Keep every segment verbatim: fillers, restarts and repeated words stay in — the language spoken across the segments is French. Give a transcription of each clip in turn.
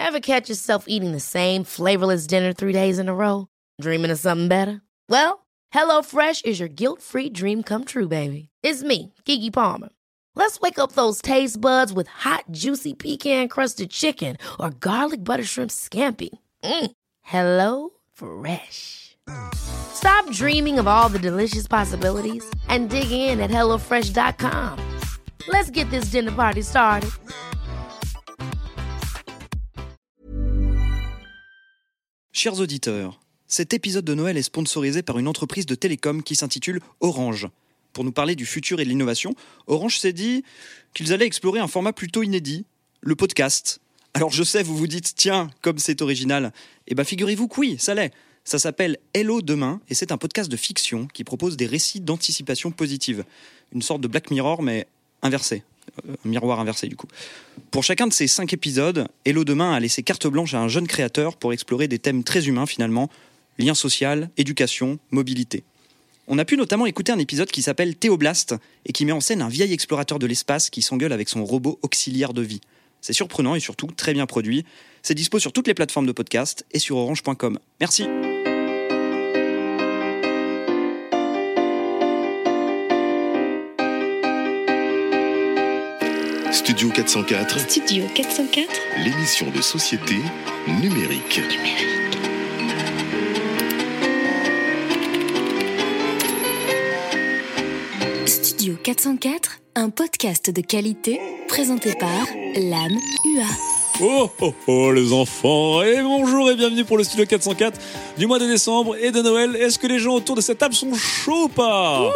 Ever catch yourself eating the same flavorless dinner three days in a row? Dreaming of something better? Well, HelloFresh is your guilt-free dream come true, baby. It's me, Keke Palmer. Let's wake up those taste buds with hot, juicy pecan-crusted chicken or garlic butter shrimp scampi. Mm. Hello Fresh. Stop dreaming of all the delicious possibilities and dig in at hello fresh dot com. Let's get this dinner party started. Chers auditeurs, cet épisode de Noël est sponsorisé par une entreprise de télécom qui s'intitule Orange. Pour nous parler du futur et de l'innovation, Orange s'est dit qu'ils allaient explorer un format plutôt inédit, le podcast. Alors je sais, vous vous dites, tiens, comme c'est original. Eh bien figurez-vous que oui, ça l'est. Ça s'appelle Hello Demain et c'est un podcast de fiction qui propose des récits d'anticipation positive. Une sorte de Black Mirror mais inversé. Euh, un miroir inversé du coup. Pour chacun de ces cinq épisodes, Hello Demain a laissé carte blanche à un jeune créateur pour explorer des thèmes très humains finalement, lien social, éducation, mobilité. On a pu notamment écouter un épisode qui s'appelle Théoblast et qui met en scène un vieil explorateur de l'espace qui s'engueule avec son robot auxiliaire de vie. C'est surprenant et surtout très bien produit. C'est dispo sur toutes les plateformes de podcast et sur orange point com. Merci. Studio quatre cent quatre. Studio quatre cent quatre. L'émission de société numérique. Numérique. Studio quatre cent quatre, un podcast de qualité présenté par l'âme U A. Oh oh oh les enfants, et bonjour et bienvenue pour le Studio quatre cent quatre du mois de décembre et de Noël. Est-ce que les gens autour de cette table sont chauds ou pas?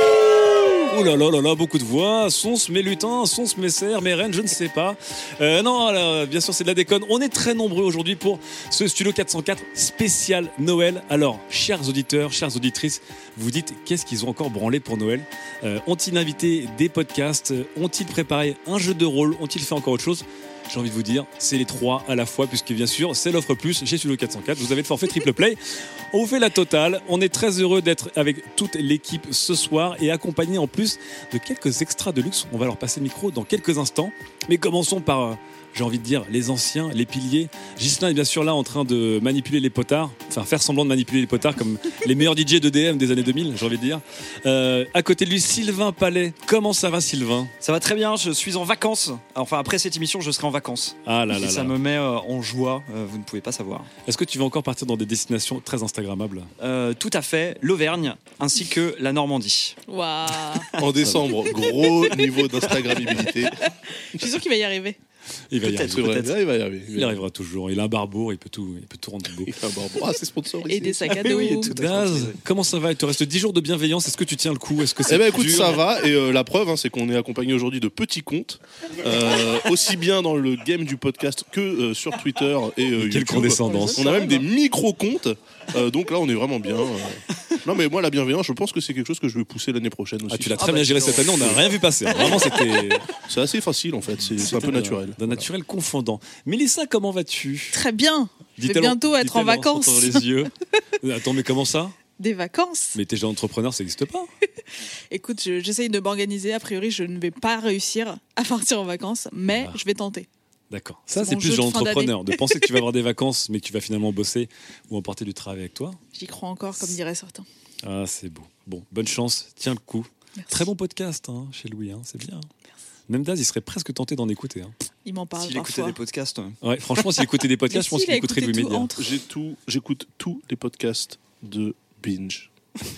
Oh là là là là, beaucoup de voix, sons mes lutins, sons mes serres, mes reines, je ne sais pas. Euh, non, là, bien sûr c'est de la déconne. On est très nombreux aujourd'hui pour ce Studio quatre cent quatre spécial Noël. Alors, chers auditeurs, chères auditrices, vous dites qu'est-ce qu'ils ont encore branlé pour Noël? euh, Ont-ils invité des podcasts? Ont-ils préparé un jeu de rôle? Ont-ils fait encore autre chose? J'ai envie de vous dire, c'est les trois à la fois, puisque bien sûr, c'est l'offre plus chez Studio quatre cent quatre. Vous avez le forfait triple play. On vous fait la totale. On est très heureux d'être avec toute l'équipe ce soir et accompagné en plus de quelques extras de luxe. On va leur passer le micro dans quelques instants. Mais commençons par, euh, j'ai envie de dire, les anciens, les piliers. Ghislain est bien sûr là en train de manipuler les potards, enfin faire semblant de manipuler les potards comme les meilleurs D J de D M des années deux mille, j'ai envie de dire. Euh, à côté de lui, Sylvain Palais. Comment ça va, Sylvain? Ça va très bien, je suis en vacances. Enfin, après cette émission, je serai en vacances. Ah là là là. Ça me met euh, en joie, euh, vous ne pouvez pas savoir. Est-ce que tu vas encore partir dans des destinations très instagrammables? euh, Tout à fait, l'Auvergne ainsi que la Normandie. Waouh. En décembre, gros niveau d'instagrammabilité. Je suis sûr qu'il va y arriver. Il va y Peut-être, arriver. C'est vrai, là, il va y arriver. Il arrivera toujours. Il a un barbeau, il peut tout, il peut tout rendre beau. Il fait un barbeau. Ah, c'est sponsorisé. Et des sacs à dos. Oui, tout à fait. Daz, comment ça va? Il te reste dix jours de bienveillance. Est-ce que tu tiens le coup? Est-ce que c'est Eh ben écoute, dur? ça va. Et euh, la preuve, hein, c'est qu'on est accompagné aujourd'hui de petits comptes, euh, aussi bien dans le game du podcast que euh, sur Twitter et euh, Quelle YouTube. condescendance. On a même des micro-comptes. Euh, donc là, on est vraiment bien. euh. Non, mais moi, la bienveillance, je pense que c'est quelque chose que je vais pousser l'année prochaine aussi. Ah, tu l'as Ah très bah, bien géré sinon- cette année. On n'a rien vu passer. Vraiment, c'était C'est assez facile en fait. C'est c'est un peu naturel. d'un naturel confondant. Mélissa, comment vas-tu? Très bien. Je vais Dit-elle bientôt être en dit-elle vacances. sortant les yeux. Attends, mais comment ça? Des vacances. Mais t'es jeune entrepreneur, ça n'existe pas. Écoute, je- j'essaye de m'organiser. A priori, je ne vais pas réussir à partir en vacances, mais Ah. je vais tenter. D'accord. Ça, C'est c'est mon plus jeu de genre fin entrepreneur. De penser que tu vas avoir des vacances, mais que tu vas finalement bosser ou emporter du travail avec toi. J'y crois encore, comme diraient certains. Ah, c'est beau. Bon, bonne chance. Tiens le coup. Merci. Très bon podcast hein, chez Louis. Hein, c'est bien. Même Daz, il serait presque tenté d'en écouter. Hein. Il m'en parle S'il écoutait parfois. des podcasts. ouais. Ouais, franchement, s'il écoutait des podcasts, je Mais pense s'il qu'il a écouterait écouté Louis tout Média. entre- J'ai tout, j'écoute tous les podcasts de Binge.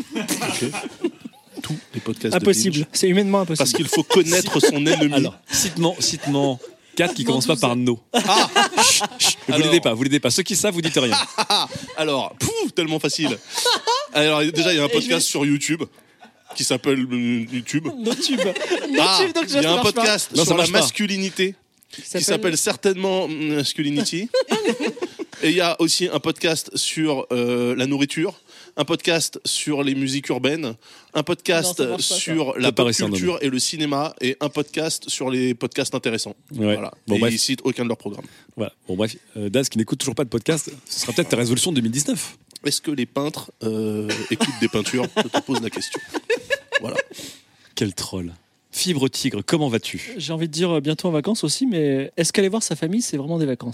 Ok. Tous les podcasts Impossible, de Binge. c'est humainement Parce impossible. qu'il faut connaître son ennemi. Alors, cite-moi, cite-moi quatre qui Non, commencent pas douze. par no. Ah Chut, chut, vous Alors. l'aidez pas, vous l'aidez pas. Ceux qui savent, vous dites rien. Alors, pouf, tellement facile. Alors déjà, il y a un Et je vais- podcast sur YouTube qui s'appelle euh, YouTube. Nos tubes. Ah, donc il y a un podcast Non, ça sur la marche pas. masculinité qui s'appelle certainement Masculinity. Et il y a aussi un podcast sur euh, la nourriture, un podcast sur les musiques urbaines, un podcast Non, ça marche pas, ça. sur T'as la pas pop réussi à en culture et le cinéma, et un podcast sur les podcasts intéressants. Ouais. Voilà. Bon, et bref. ils citent aucun de leurs programmes. Voilà. Bon, bref, euh, Daz qui n'écoute toujours pas de podcast, ce sera peut-être ta résolution deux mille dix-neuf. Est-ce que les peintres euh, écoutent des peintures? Je te pose la question. Voilà. Quel troll. Fibre Tigre, comment vas-tu? J'ai envie de dire euh, bientôt en vacances aussi, mais est-ce qu'aller voir sa famille, c'est vraiment des vacances?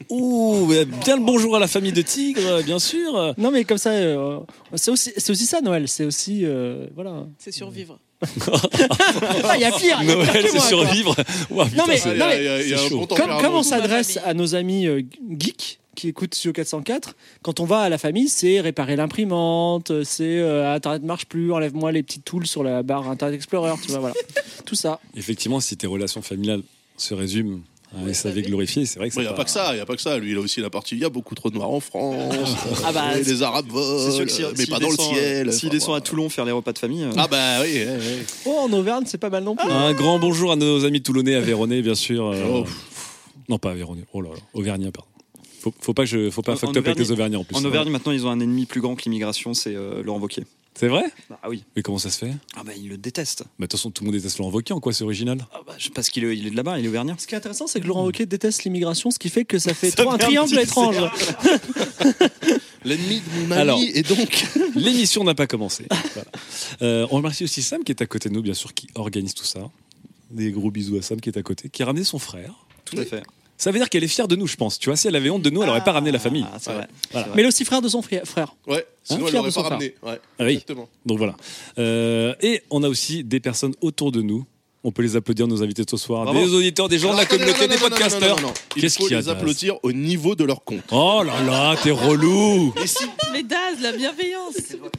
Ouh, bien le bonjour à la famille de Tigre, bien sûr. Non, mais comme ça, euh, c'est aussi, c'est aussi ça, Noël. C'est aussi, euh, voilà. C'est survivre. Ah, il y a pire. il y a pire Noël, que c'est moi, quoi. survivre. Ouah, putain, Non, mais- c'est- Il y a- non, il y a- il y a c'est un chaud. bon Comme, tempérament. comme on Toute ma s'adresse famille. à nos amis euh, geeks qui écoutent Studio quatre cent quatre, quand on va à la famille, c'est réparer l'imprimante, c'est euh, Internet marche plus, enlève-moi les petites tools sur la barre Internet Explorer, tu vois, voilà. Tout ça. Effectivement, si tes relations familiales se résument à un S A V glorifié, c'est vrai que Il c'est n'y a pas que ça, il y a pas que ça. Lui, il a aussi la partie. Il y a beaucoup trop de noirs en France. Ah bah, et les Arabes C'est sûr volent, que si, mais s'il pas dans le descend, ciel. euh, S'il Enfin, descend à voilà. Toulon faire les repas de famille. euh, Ah bah oui. ouais, ouais. Oh, en Auvergne, c'est pas mal non plus. Un grand bonjour à nos amis toulonnais, Aveyronais, bien sûr. euh, Oh. Non, pas Aveyronais. Oh là là, Auvergnat, pardon. Faut, faut pas que je, faut pas En- fuck en up avec Auvergne- les Auvergnats en plus. En Auvergne, maintenant, ils ont un ennemi plus grand que l'immigration, c'est euh, Laurent Wauquiez. C'est vrai? Ah oui. Mais comment ça se fait? Ah bah, ils le détestent. Bah, de toute façon, tout le monde déteste Laurent Wauquiez, en quoi c'est original? Ah bah, je- parce qu'il est, il est de là-bas, il est auvergnat. Ce qui est intéressant, c'est que Laurent Wauquiez déteste l'immigration, ce qui fait que ça fait Ça trop un fait un triangle petit étrange. L'ennemi de mon ami Alors. et donc. L'émission n'a pas commencé. Voilà. Euh, on remercie aussi Sam qui est à côté de nous, bien sûr, qui organise tout ça. Des gros bisous à Sam qui est à côté, qui a ramené son frère. Tout à fait. Ça veut dire qu'elle est fière de nous, je pense. Tu vois, si elle avait honte de nous, elle n'aurait pas ramené la famille. Ah, c'est vrai. Voilà. C'est vrai. Mais il est aussi frère de son frère. frère. Ouais, sinon Hein, elle fier l'aurait de son pas ramené. Ouais, Ah oui. exactement. Donc voilà. Euh, et on a aussi des personnes autour de nous. On peut les applaudir, nos invités de ce soir. Bravo. Des auditeurs, des gens de la Alors, communauté, non, non, des non, non, podcasteurs. non, non, non, non. Il Qu'est-ce faut qu'il y a, les Daz applaudir au niveau de leur compte. Oh là là, t'es relou. Et si Mais Daz, la bienveillance.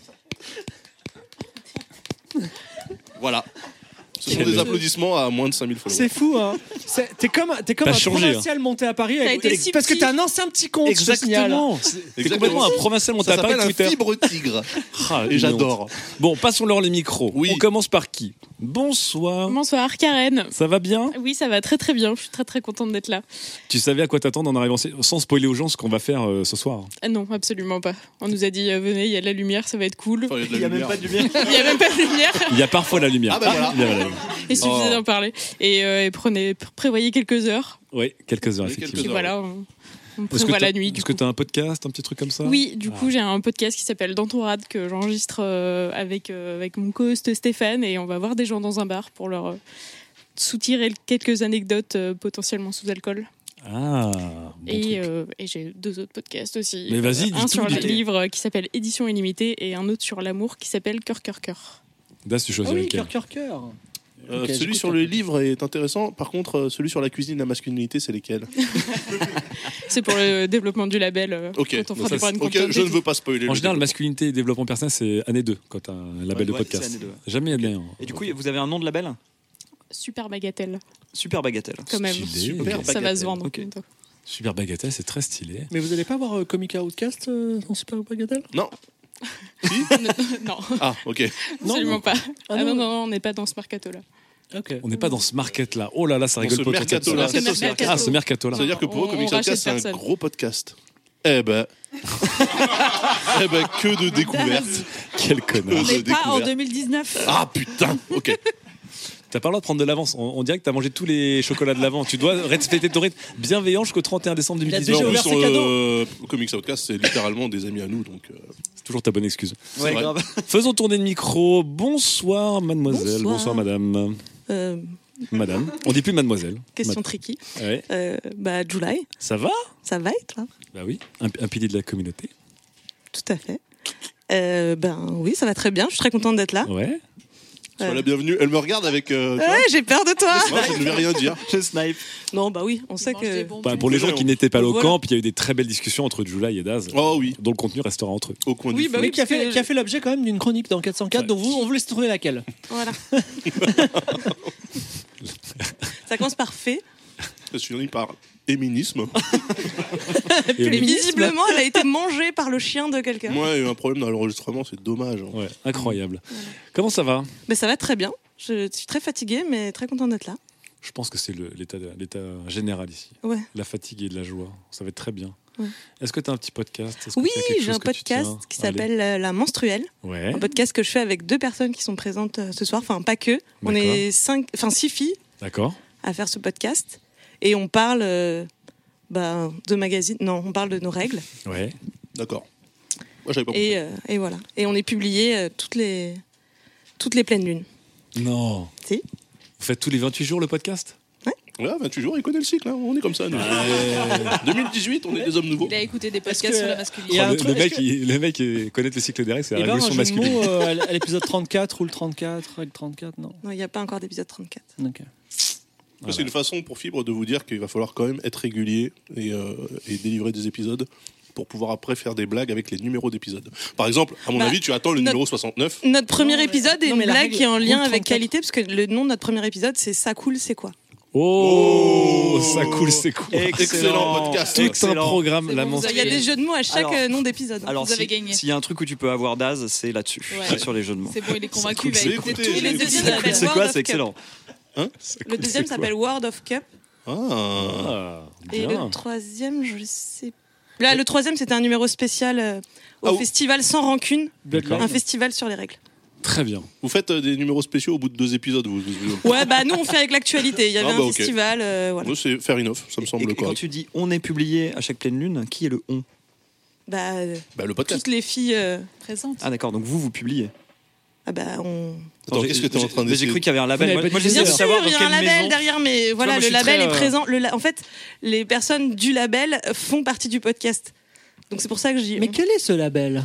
Voilà. Ce sont Quel- des applaudissements à moins de cinq mille followers. C'est fou, hein. C'est- T'es comme, t'es comme T'as un changé, provincial monté à Paris. T'as avec- été si parce que petit. t'es un ancien petit con, je te signale. Exactement. C'est- T'es Exactement. complètement un provincial monté Ça à Paris s'appelle un Twitter. fibre tigre. Ah, Et une j'adore. honte. Bon, passons-leur les micros. Oui. On commence par qui? Bonsoir. Bonsoir, Karen. Ça va bien? Oui, ça va très très bien. Je suis très très contente d'être là. Tu savais à quoi t'attendre en arrivant, sans spoiler aux gens ce qu'on va faire euh, ce soir? Ah non, absolument pas. On nous a dit euh, venez, il y a de la lumière, ça va être cool. Enfin, il y a de Il n'y la a même lumière. pas de lumière. Il n'y a même pas de lumière. Il y a parfois la lumière. Ah bah voilà. Il y a la lumière. Il suffisait Oh. d'en parler. Et, euh, et prenez, pr- prévoyez quelques heures. Oui, quelques heures, Oui, effectivement. quelques Puis heures. voilà, on, on Est-ce que prévoit t'as- la nuit. Du Est-ce que coup. tu as un podcast, un petit truc comme ça? Oui, du Ah. coup, j'ai un podcast qui s'appelle Dans ton rad que j'enregistre euh, avec, euh, avec mon co-host Stéphane et on va voir des gens dans un bar pour leur euh, soutirer quelques anecdotes euh, potentiellement sous alcool. Ah, bon et truc. euh, et j'ai deux autres podcasts aussi. Mais vas-y, dis un tout, sur dis le tout. livre qui s'appelle Édition illimitée et un autre sur l'amour qui s'appelle Cœur, cœur, cœur. Das, tu Ah choisis oui, lequel? cœur, cœur, cœur. Euh, Ok, celui j'écoute. sur le livre est intéressant. Par contre, euh, celui sur la cuisine et la masculinité, c'est lesquels? C'est pour le développement du label. euh, Ok, quand on fera ça, des brand Ok, content je et ne tout. veux pas spoiler. En le général, développement. masculinité et développement personnel, c'est année deux quand t'as un label de Ouais, podcast. c'est année deux. Jamais année un. Et du coup, vous avez un nom de label? Super bagatelle, Super Bagatelle. quand même. Stylé. Super Ça va bagatelle. se vendre. Ok. bientôt. Super bagatelle, c'est très stylé. Mais vous n'allez pas voir euh, Comic Outcast euh, dans Super Bagatelle? Non. non, Ah, ok. absolument pas. Ah, non. non, non, non, on n'est pas dans ce mercato-là. Ok. On n'est pas dans ce market là. Oh là là, ça Dans rigole ce pas autour de cette mercato-là. table. Ce mercato. Ah, ce mercato là. C'est-à-dire que pour eux, On- Comics on Outcast, rachète c'est un personne. gros podcast. Eh ben. eh ben, que de découvertes. Quel connard. On de n'est pas en découverte. deux mille dix-neuf. Ah putain. Ok. T'as pas le droit de prendre de l'avance. On, on dirait que t'as mangé tous les chocolats de l'avant. Tu dois respecter ton rythme bienveillant jusqu'au trente et un décembre deux mille Il a dix-huit. déjà en ouvert plus, ses cadeaux. euh, Comics Outcast, c'est littéralement des amis à nous, donc. euh, C'est toujours ta bonne excuse. Ouais, vrai. grave. Faisons tourner le micro. Bonsoir, mademoiselle. Bonsoir. Bonsoir, madame. Euh, Madame. On dit plus mademoiselle. question Mad- tricky. Ouais. Euh, bah, July, Ça va? ça va et toi? Bah oui. Un, un pilier de la communauté. Tout à fait. Euh, ben oui, ça va très bien. Je suis très contente d'être là. Ouais. Sois Euh. la bienvenue. Elle me regarde avec. euh, tu vois, Ouais, j'ai peur de toi. moi, je ne vais rien dire. Je snipe. Non, bah oui, on sait Mange des que. bonbons. Bah, pour les gens qui n'étaient pas là au Voilà. camp, il y a eu des très belles discussions entre July et Daz, Oh oui, dont le contenu restera entre eux. au coin Oui, du bah feu. Oui, qui a parce fait, que- qui a fait l'objet quand même d'une chronique dans quatre cent quatre, Ouais. donc vous, on vous laisse trouver laquelle. Voilà. Ça commence par fait. Ça se finit par éminisme. Et Et oui. visiblement, elle a été mangée par le chien de quelqu'un. Moi, il y a eu un problème dans l'enregistrement, c'est dommage. hein. Ouais, incroyable. Comment ça va? Mais ça va très bien. Je suis très fatiguée, mais très contente d'être là. Je pense que c'est le- l'état de- l'état général ici. Ouais. La fatigue et de la joie. Ça va être très bien. Ouais. Est-ce que tu as un petit podcast? Est-ce que Oui, t'as quelque j'ai chose un que tu podcast tiens qui Allez. s'appelle euh, La Menstruelle. Ouais. Un podcast que je fais avec deux personnes qui sont présentes euh, ce soir. Enfin, pas que. On D'accord. est cinq, enfin six filles D'accord. à faire ce podcast. Et on parle euh, bah, de magazines. Non, on parle de nos règles. Ouais. D'accord. Moi, j'avais pas Et, euh, et voilà. Et on est publié euh, toutes les toutes les pleines lunes. Non. Si. Vous faites tous les vingt-huit jours le podcast? compris. Ouais, vingt-huit jours, il connaît le cycle, hein. On est comme ça, nous. deux mille dix-huit, on est des hommes nouveaux. Il a écouté des podcasts que- sur la Il y masculinité. a un le, truc- le mec, est-ce que- il, le mec il connaît le cycle des règles, c'est la Il va y avoir révolution un jeu de masculine. mots euh, à l'épisode trente-quatre ou le trente-quatre, règle trente-quatre, non. Non, il n'y a pas encore d'épisode trente-quatre. Ok. C'est une façon pour Fibre de vous dire qu'il va falloir quand même être régulier et, euh, et délivrer des épisodes pour pouvoir après faire des blagues avec les numéros d'épisodes. Par exemple, à mon Bah, avis, tu attends le notre- numéro soixante-neuf. Notre premier Non, mais- épisode est non, une mais la blague règle- qui est en lien rule avec trente-quatre. qualité, parce que le nom de notre premier épisode, c'est Ça coule, c'est quoi? Oh, ça coule, c'est cool. Excellent podcast. Tout un Excellent. programme, C'est la bon, vous Il y a des jeux de mots à chaque Alors- euh, nom d'épisode. Alors, Vous avez si- gagné. s'il y a un truc où tu peux avoir Daz, c'est là-dessus, Ouais. c'est sur les jeux de mots. C'est bon, il est convaincu. Il va C'est écouter écouté, tous j'ai les écouté. épisodes. Ça s'appelle C'est World quoi? of C'est Cup. excellent. Le deuxième s'appelle World of Cup. Ah. Ah, Et bien. le troisième, je sais. Là, le troisième, c'était un numéro spécial euh, au Ah, festival Sans Rancune, Bloodline. un festival sur les règles. Très bien. Vous faites euh, des numéros spéciaux au bout de deux épisodes, vous, vous- Ouais, bah nous, on fait avec l'actualité. Il y avait Ah, bah, un ok. festival, euh, voilà. Moi, c'est fair enough, ça me Et, semble et quand correct. tu dis on est publié à chaque pleine lune, qui est le on? Bah, euh, Bah, le podcast. toutes les filles. euh, Présente. Ah d'accord, donc vous, vous publiez. Ah bah, on. Attends, J'ai- qu'est-ce que t'es en j'ai- train mais J'ai d'essayer cru qu'il y avait un Vous label. n'avez Moi, pas moi, dit j'essaie Bien de sûr, savoir il y dans a un quelle label maison. derrière, mais voilà, moi, je le suis label très, est euh, présent. Le la- En fait, les personnes du label font partie du podcast. Donc c'est pour ça que je dis. Mais quel est ce label?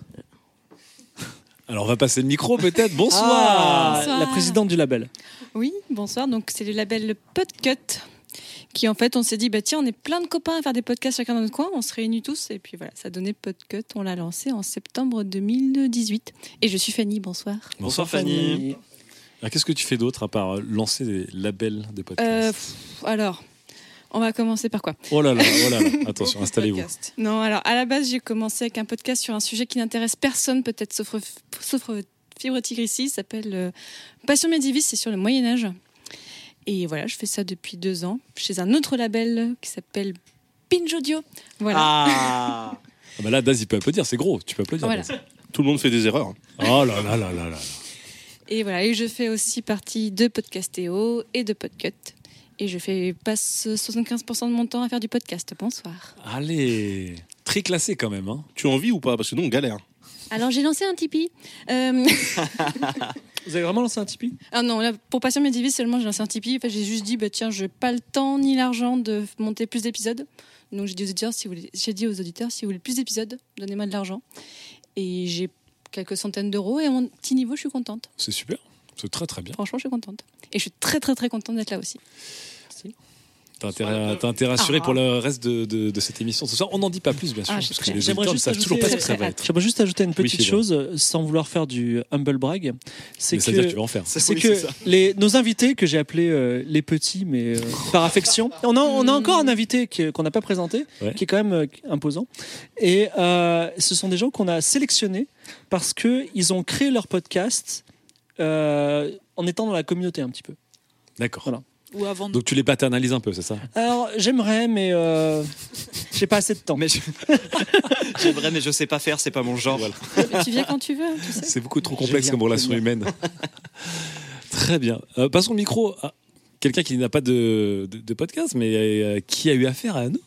Alors, on va passer le micro, peut-être. Ah, Bonsoir. Bonsoir. la présidente du label. Oui, bonsoir. Donc, c'est le label Podcut. Qui en fait, on s'est dit, bah tiens, on est plein de copains à faire des podcasts chacun dans notre coin, on se réunit tous, et puis voilà, ça donnait Podcut. On l'a lancé en septembre deux mille dix-huit. Et je suis Fanny, bonsoir. Bonsoir Fanny. Alors, qu'est-ce que tu fais d'autre à part euh, lancer des labels des podcasts Euh, pff, alors, on va commencer par quoi? Oh là là, oh là là. Attention, installez-vous. Non, alors à la base, j'ai commencé avec un podcast sur un sujet qui n'intéresse personne, peut-être sauf, sauf Fibre Tigre ici, il s'appelle euh, Passion Médiéviste, c'est sur le Moyen-Âge. Et voilà, je fais ça depuis deux ans chez un autre label qui s'appelle Binge Audio. Voilà. Ah. Ah bah là, Daz, il peut applaudir, c'est gros. Tu peux applaudir. Voilà. Daz. Tout le monde fait des erreurs. Oh là là là là là. Et voilà, et je fais aussi partie de Podcastéo et de Podcut. Et je fais passe soixante-quinze pour cent de mon temps à faire du podcast. Bonsoir. Allez, très classé quand même. Hein. Tu as envie ou pas? Parce que nous, on galère. Alors j'ai lancé un Tipeee. Euh... Vous avez vraiment lancé un Tipeee? ah non, là, pour Passion Médiéviste seulement, j'ai lancé un Tipeee. En fait, j'ai juste dit, bah, tiens, je n'ai pas le temps ni l'argent de monter plus d'épisodes. Donc j'ai dit aux auditeurs, si vous voulez, j'ai dit aux auditeurs, si vous voulez plus d'épisodes, donnez-moi de l'argent. Et j'ai quelques centaines d'euros et à mon petit niveau, je suis contente. C'est super. C'est très très bien. Franchement, je suis contente. Et je suis très très très contente d'être là aussi. T'as intérêt, à- t'as intérêt à assurer Ah. pour le reste de, de, de cette émission ce soir. On n'en dit pas plus, bien sûr, Ah, j'ai parce que très- les J'aimerais auditeurs ne juste savent toujours pas ce que ça va être. J'aimerais juste ajouter une petite Fibre. chose, euh, sans vouloir faire du humble brag. C'est Mais ça veut dire que que, tu vas en faire. c'est Oui, que c'est ça. les, nos invités, que j'ai appelés euh, les petits, mais euh, par affection, on a, on a encore un invité qui- qu'on n'a pas présenté, Ouais. qui est quand même euh, imposant. Et euh, ce sont des gens qu'on a sélectionnés parce qu'ils ont créé leur podcast euh, en étant dans la communauté un petit peu. D'accord. Voilà. Ou avant Donc tu les paternalises un peu, c'est ça? Alors, j'aimerais, mais euh, j'ai pas assez de temps. Mais je... J'aimerais, mais je sais pas faire, c'est pas mon genre. tu viens quand tu veux, tu sais. C'est beaucoup trop Je complexe viens, comme relation je viens. humaine. Très bien. Euh, passons le micro à quelqu'un qui n'a pas de, de, de podcast, mais euh, qui a eu affaire à nous.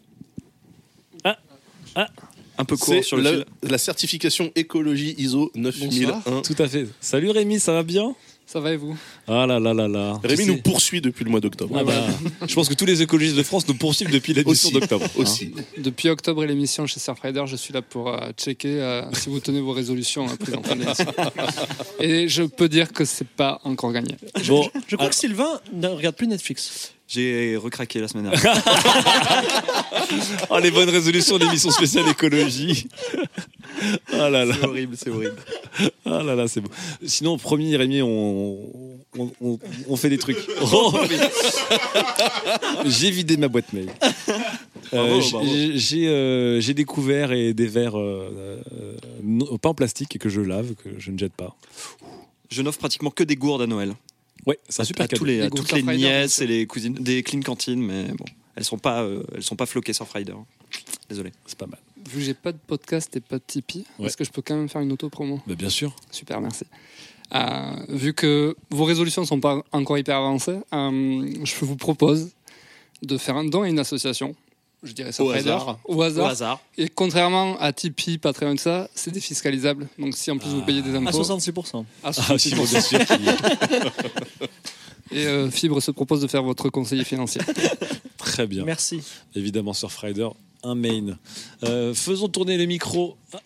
Un peu court C'est sur le la, fil. la certification écologie I S O neuf mille un. Tout à fait. Salut Rémi, ça va bien? Ça va et vous? Ah là là là là. Rémi Tu nous sais- poursuit depuis le mois d'octobre. Ah bah, je pense que tous les écologistes de France nous poursuivent depuis l'émission Aussi, d'octobre. hein. aussi. Depuis octobre et l'émission chez Surfrider, je suis là pour euh, checker euh, si vous tenez vos résolutions euh, prises en fin d'émission. Et je peux dire que c'est pas encore gagné. Bon, Je crois que Sylvain ne regarde plus Netflix. J'ai recraqué la semaine dernière. oh, les bonnes résolutions d'émission spéciale écologie. Ah là là. C'est horrible, c'est horrible. Ah là là, c'est beau. Sinon, promis, Rémi, on, on, on, on fait des trucs. Oh, mais- J'ai vidé ma boîte mail. Euh, Bravo, j'ai- bravo. j'ai euh, j'ai découvert et des verres euh, euh, non- pas en plastique que je lave, que je ne jette pas. Je n'offre pratiquement que des gourdes à Noël. Ouais, c'est un À, super à tous cadeau. les, à Les toutes gourdes les Surfrider, bien nièces sûr. et les cousines, des clean cantines, mais bon, elles sont pas, euh, elles sont pas floquées Surfrider. Désolé. C'est pas mal. Vu que j'ai pas de podcast et pas de Tipeee, Ouais. est-ce que je peux quand même faire une auto-promo? Bah, bien sûr. Super, merci. Euh, vu que vos résolutions ne sont pas encore hyper avancées, euh, je vous propose de faire un don à une association. Je dirais ça Au hasard. Au hasard. Au hasard. Et contrairement à Tipeee, Patreon, tout ça, c'est défiscalisable. Donc si en plus vous payez des À impôts, soixante-six pour cent. à Ah, si, bon, bien sûr. qu'il- Et euh, Fibre se propose de faire votre conseiller financier. Très bien. Merci. Évidemment, Surfrider, un main. Euh, faisons tourner les micros ah.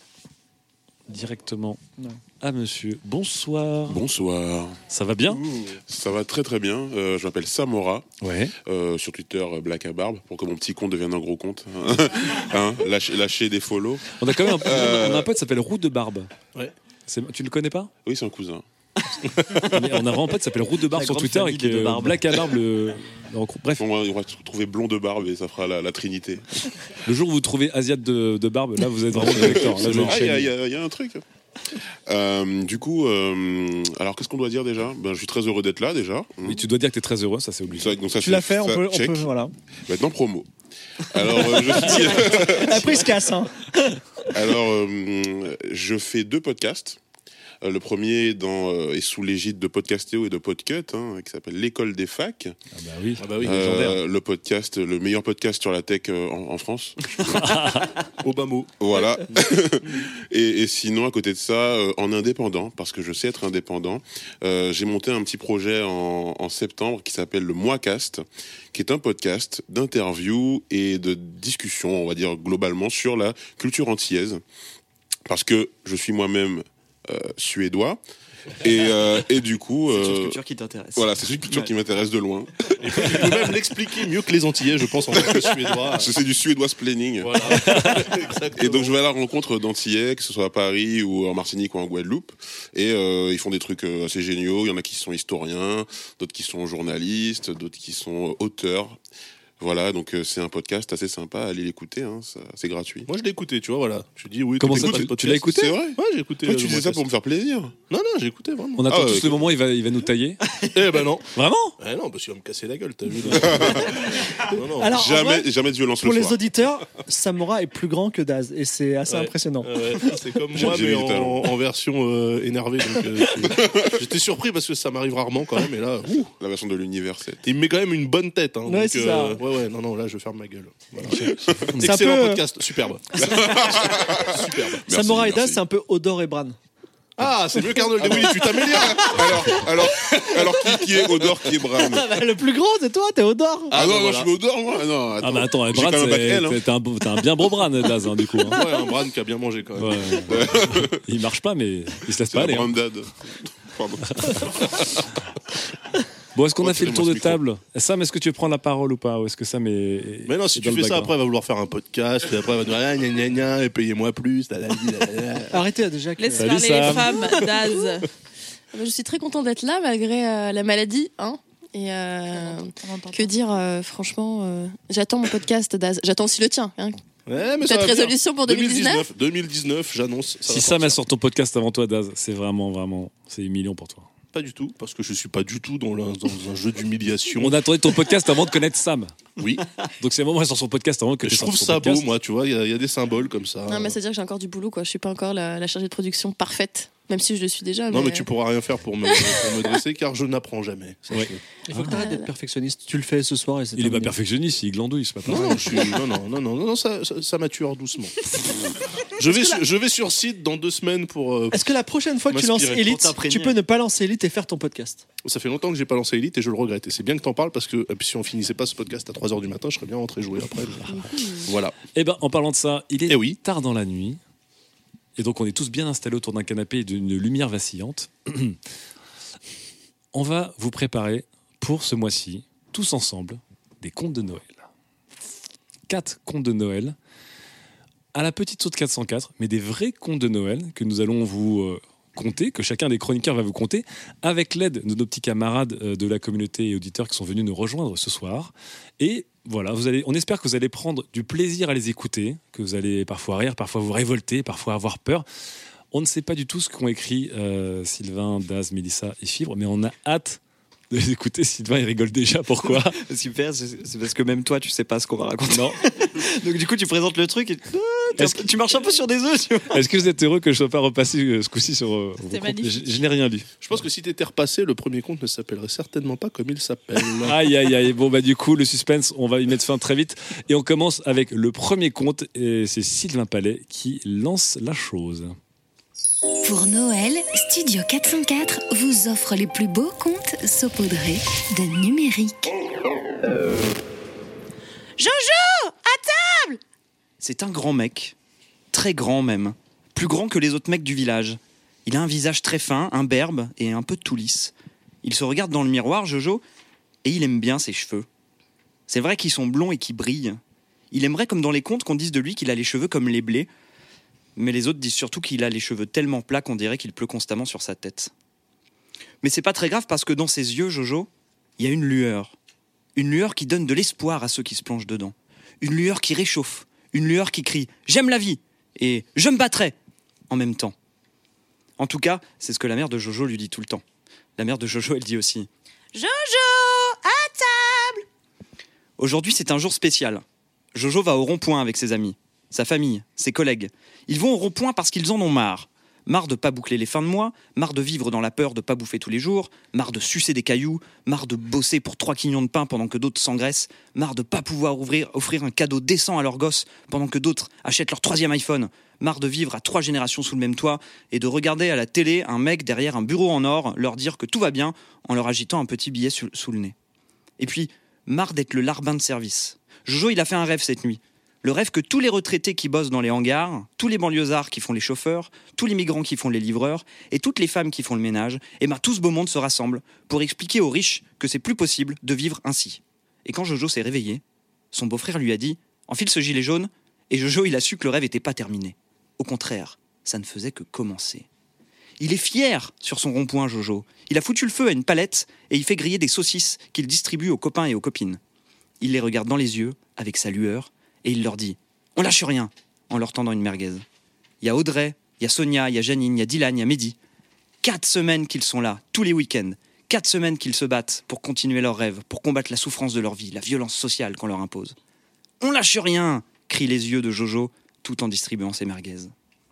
directement Non. à monsieur. Bonsoir. Bonsoir. Ça va bien? Ça va très très bien. Euh, je m'appelle Samora. Ouais. Euh, sur Twitter, Black à Barbe, pour que mon petit compte devienne un gros compte. hein, lâcher, lâcher des follow. On a quand même un, Euh, on a un pote qui s'appelle Roux de Barbe. Ouais. C'est- tu le connais pas? Oui, c'est un cousin. Mais on a vraiment un pote qui s'appelle Roux de Barbe La sur grande Twitter et famille que des deux barbes. Black à Barbe le, le recoupe. Bref, On va, on va trouver blond de barbe et ça fera la, la trinité. le jour où vous trouvez Asiat de, de Barbe, là vous êtes vraiment le lecteur. Là, vous êtes Ah, il y, a- shiny. il y a- il y a un truc. Euh, du coup, euh, alors qu'est-ce qu'on doit dire déjà? Ben, je suis très heureux d'être là déjà. Oui, tu dois dire que tu es très heureux, ça c'est obligé. Ça, donc ça, Tu c'est- l'as fait, on ça, peut, on check. peut. Voilà. Maintenant, promo. Alors, euh, je suis. Après, il se casse. Hein. Alors, euh, je fais deux podcasts. Euh, Le premier dans, euh, est sous l'égide de Podcastéo et de Podcut, hein, qui s'appelle L'école des facs. Ah bah oui. Ah bah oui, Euh, légendaire. le podcast, le meilleur podcast sur la tech euh, en, en France. Obama. Voilà. et, et sinon, à côté de ça, euh, en indépendant, parce que je sais être indépendant, euh, j'ai monté un petit projet en, en septembre qui s'appelle le Moicast, qui est un podcast d'interviews et de discussions, on va dire globalement, sur la culture antillaise. Parce que je suis moi-même euh, suédois. Et, euh, et du coup, C'est une euh, culture qui t'intéresse. voilà, c'est une culture Ouais. qui m'intéresse de loin. Et puis, tu peux même l'expliquer mieux que les Antillais, je pense, en tant que Suédois. Parce que c'est du suédois planning. Voilà. Exactement. Et donc je vais à la rencontre d'Antillais, que ce soit à Paris ou en Martinique ou en Guadeloupe. Et euh, ils font des trucs euh, assez géniaux. Il y en a qui sont historiens, d'autres qui sont journalistes, d'autres qui sont euh, auteurs. Voilà, donc euh, c'est un podcast assez sympa. Allez l'écouter, hein, ça- c'est gratuit. Moi, je l'ai écouté, tu vois, voilà. Je dis oui. Comment écoutez ça, pas tu- de podcast. tu l'as écouté C'est vrai? Ouais, j'ai écouté. Toi, euh, tu le disais ça podcast. pour me faire plaisir. Non, non, j'ai écouté, vraiment. On attend Ah ouais, tous ok. le moment où il va, il va nous tailler. Eh ben non. Vraiment? Eh non, parce qu'il va me casser la gueule, t'as vu. non, non. Alors, en Jamais, vrai, jamais de violence pour le les soir. auditeurs, Samora est plus grand que Daz et c'est assez Ouais. impressionnant. Ouais, c'est comme J'ai- moi, j'ai mais eu du talent. en, en version euh, énervée. donc, euh, c'est- J'étais surpris parce que ça m'arrive rarement quand même. Et là, ouh, La version de l'univers sept. il me met quand même une bonne tête. Hein, Ouais, donc, c'est ça. ouais, ouais, non, non, là, je ferme ma gueule. Voilà. C'est un Excellent peu, euh, podcast, superbe. superbe. Merci, Samora et Daz, merci. c'est un peu Odor et Bran. Ah, c'est mieux qu'Arnold. Oui, tu t'améliores. Alors, alors, alors qui, qui est Odor, qui est Bran? Le plus grand, c'est toi, t'es Odor. Ah, non, bah, moi voilà. je suis Odor, moi. Non, attends. Ah bah attends, J'ai Brad, quand même un bac c'est- L, hein. t'es un, beau- t'es un bien beau Bran, Daz, hein, du coup. hein. Ouais, un Bran qui a bien mangé quand même. Ouais. Il marche pas, mais il se laisse C'est pas un aller. hein. Brandad. Pardon. Bon, est-ce qu'on Oh, a fait le tour tirez-moi de ce micro. table? Sam, est-ce que tu veux prendre la parole ou pas? Ou est-ce que Sam est. Mais non, si est tu dans fais le ça, background après, elle va vouloir faire un podcast, et après, elle va dire, ah, gna gna gna, et payez-moi plus. la, la, la, la, la. Arrêtez déjà. que- Laisse Salut, parler Sam. les femmes, Daz. Je suis très contente d'être là malgré euh, la maladie. Hein. Et euh, que dire, euh, franchement, euh, j'attends mon podcast, Daz. J'attends aussi le tien. Hein. Ouais, mais ça Cette va venir. résolution pour deux mille dix-neuf deux mille dix-neuf, j'annonce. ça Si va Sam sortir. elle sort ton podcast avant toi, Daz, c'est vraiment, vraiment. C'est humiliant pour toi. Pas du tout, parce que je suis pas du tout dans, le- dans un jeu d'humiliation. On attendait ton podcast avant de connaître Sam. Oui, Donc c'est le moment où elle sort son podcast avant que et tu je trouve sortes ça ton beau, podcast. moi, tu vois, il y, a- il y a des symboles comme ça. Non, mais c'est-à-dire que j'ai encore du boulot, quoi. Je suis pas encore la, la chargée de production parfaite, même si je le suis déjà. Non, mais tu pourras rien faire pour me, pour me dresser, car je n'apprends jamais. sache-le. Ouais. Il faut que t'arrêtes d'être perfectionniste. Tu le fais ce soir et c'est Il est pas terminé. perfectionniste, il glandouille, c'est pas Non, pareil. non, je suis, non, non, non, non, non, non, ça, ça, ça mature doucement. je, vais sur, je vais sur site dans deux semaines pour. euh, Est-ce que la prochaine fois que tu lances M'inspirer. Elite, Pour t'imprégner. tu peux ne pas lancer Elite et faire ton podcast? Ça fait longtemps que j'ai pas lancé Elite et je le regrette. Et c'est bien que t'en parles parce que et puis si on finissait pas ce podcast à trois heures du matin, je serais bien rentré jouer après. Voilà. Eh ben, en parlant de ça, il est Eh oui. tard dans la nuit. Et donc, on est tous bien installés autour d'un canapé et d'une lumière vacillante. On va vous préparer pour ce mois-ci, tous ensemble, des contes de Noël. Quatre contes de Noël à la petite sauce quatre cent quatre, mais des vrais contes de Noël que nous allons vous euh, conter, que chacun des chroniqueurs va vous conter, avec l'aide de nos petits camarades euh, de la communauté et auditeurs qui sont venus nous rejoindre ce soir. Et voilà, vous allez, on espère que vous allez prendre du plaisir à les écouter, que vous allez parfois rire, parfois vous révolter, parfois avoir peur. On ne sait pas du tout ce qu'ont écrit euh, Sylvain, Daz, Mélissa et Fibre, mais on a hâte de les écouter. Sylvain, il rigole déjà. Pourquoi? Super, c'est c'est parce que même toi, tu sais pas ce qu'on va raconter. Non. Donc du coup, tu présentes le truc et Ah, t'es un Est-ce peu- tu marches un peu sur des œufs. Tu vois. Est-ce que vous êtes heureux que je ne sois pas repassé euh, ce coup-ci sur euh, vos comptes? magnifique. Je, je n'ai rien lu. Je pense que si t'étais repassé, le premier conte ne s'appellerait certainement pas comme il s'appelle. Aïe, aïe, aïe. Bon, bah, du coup, le suspense, on va y mettre fin très vite. Et on commence avec le premier conte. Et c'est Sylvain Palais qui lance la chose. Pour Noël, Studio quatre cent quatre vous offre les plus beaux contes saupoudrés de numérique. Jojo, à table! C'est un grand mec, très grand même, plus grand que les autres mecs du village. Il a un visage très fin, imberbe et un peu tout lisse. Il se regarde dans le miroir, Jojo, et il aime bien ses cheveux. C'est vrai qu'ils sont blonds et qu'ils brillent. Il aimerait, comme dans les contes, qu'on dise de lui qu'il a les cheveux comme les blés. Mais les autres disent surtout qu'il a les cheveux tellement plats qu'on dirait qu'il pleut constamment sur sa tête. Mais c'est pas très grave parce que dans ses yeux, Jojo, il y a une lueur. Une lueur qui donne de l'espoir à ceux qui se plongent dedans. Une lueur qui réchauffe. Une lueur qui crie « J'aime la vie !» et « Je me battrai !» en même temps. En tout cas, c'est ce que la mère de Jojo lui dit tout le temps. La mère de Jojo, elle dit aussi « Jojo, à table !» Aujourd'hui, c'est un jour spécial. Jojo va au rond-point avec ses amis, sa famille, ses collègues. Ils vont au rond-point parce qu'ils en ont marre. Marre de pas boucler les fins de mois, marre de vivre dans la peur de pas bouffer tous les jours, marre de sucer des cailloux, marre de bosser pour trois quignons de pain pendant que d'autres s'engraissent, marre de pas pouvoir ouvrir, offrir un cadeau décent à leurs gosses pendant que d'autres achètent leur troisième iPhone, marre de vivre à trois générations sous le même toit et de regarder à la télé un mec derrière un bureau en or leur dire que tout va bien en leur agitant un petit billet sous, sous le nez. Et puis, marre d'être le larbin de service. Jojo, il a fait un rêve cette nuit. Le rêve que tous les retraités qui bossent dans les hangars, tous les banlieusards qui font les chauffeurs, tous les migrants qui font les livreurs et toutes les femmes qui font le ménage, et ben tout ce beau monde se rassemble pour expliquer aux riches que c'est plus possible de vivre ainsi. Et quand Jojo s'est réveillé, son beau-frère lui a dit « Enfile ce gilet jaune » et Jojo, il a su que le rêve n'était pas terminé. Au contraire, ça ne faisait que commencer. Il est fier sur son rond-point, Jojo. Il a foutu le feu à une palette et il fait griller des saucisses qu'il distribue aux copains et aux copines. Il les regarde dans les yeux, avec sa lueur, et il leur dit « On lâche rien !» en leur tendant une merguez. Il y a Audrey, il y a Sonia, il y a Janine, il y a Dylan, il y a Mehdi. Quatre semaines qu'ils sont là, tous les week-ends. Quatre semaines qu'ils se battent pour continuer leurs rêves, pour combattre la souffrance de leur vie, la violence sociale qu'on leur impose. « On lâche rien !» crient les yeux de Jojo, tout en distribuant ses merguez.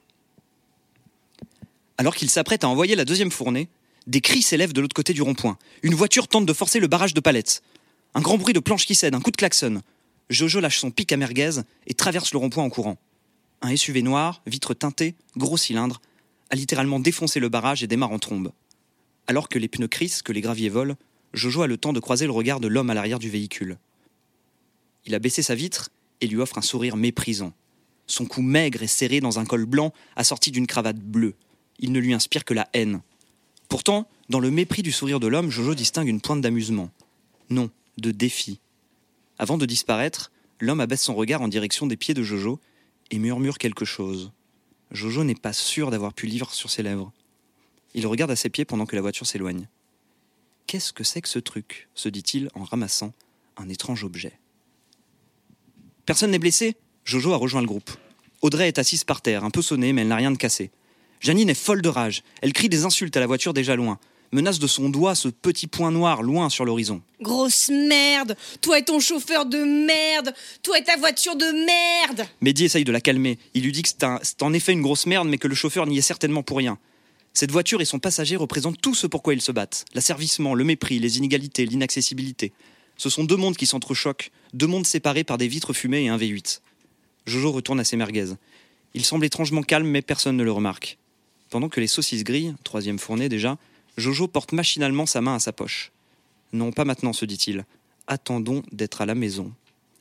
Alors qu'il s'apprête à envoyer la deuxième fournée, des cris s'élèvent de l'autre côté du rond-point. Une voiture tente de forcer le barrage de palettes. Un grand bruit de planches qui cèdent, un coup de klaxon. Jojo lâche son pic à merguez et traverse le rond-point en courant. Un S U V noir, vitre teintée, gros cylindre, a littéralement défoncé le barrage et démarre en trombe. Alors que les pneus crissent, que les graviers volent, Jojo a le temps de croiser le regard de l'homme à l'arrière du véhicule. Il a baissé sa vitre et lui offre un sourire méprisant. Son cou maigre et serré dans un col blanc assorti d'une cravate bleue. Il ne lui inspire que la haine. Pourtant, dans le mépris du sourire de l'homme, Jojo distingue une pointe d'amusement. Non, de défi. Avant de disparaître, l'homme abaisse son regard en direction des pieds de Jojo et murmure quelque chose. Jojo n'est pas sûr d'avoir pu lire sur ses lèvres. Il regarde à ses pieds pendant que la voiture s'éloigne. « Qu'est-ce que c'est que ce truc ?» se dit-il en ramassant un étrange objet. Personne n'est blessé ? Jojo a rejoint le groupe. Audrey est assise par terre, un peu sonnée, mais elle n'a rien de cassé. Janine est folle de rage. Elle crie des insultes à la voiture déjà loin. Menace de son doigt ce petit point noir loin sur l'horizon. Grosse merde! Toi et ton chauffeur de merde! Toi et ta voiture de merde! Mehdi essaye de la calmer. Il lui dit que c'est, un, c'est en effet une grosse merde, mais que le chauffeur n'y est certainement pour rien. Cette voiture et son passager représentent tout ce pourquoi ils se battent. L'asservissement, le mépris, les inégalités, l'inaccessibilité. Ce sont deux mondes qui s'entrechoquent, deux mondes séparés par des vitres fumées et un V huit. Jojo retourne à ses merguez. Il semble étrangement calme, mais personne ne le remarque. Pendant que les saucisses grillent, troisième fournée déjà, Jojo porte machinalement sa main à sa poche. Non, pas maintenant, se dit-il. Attendons d'être à la maison.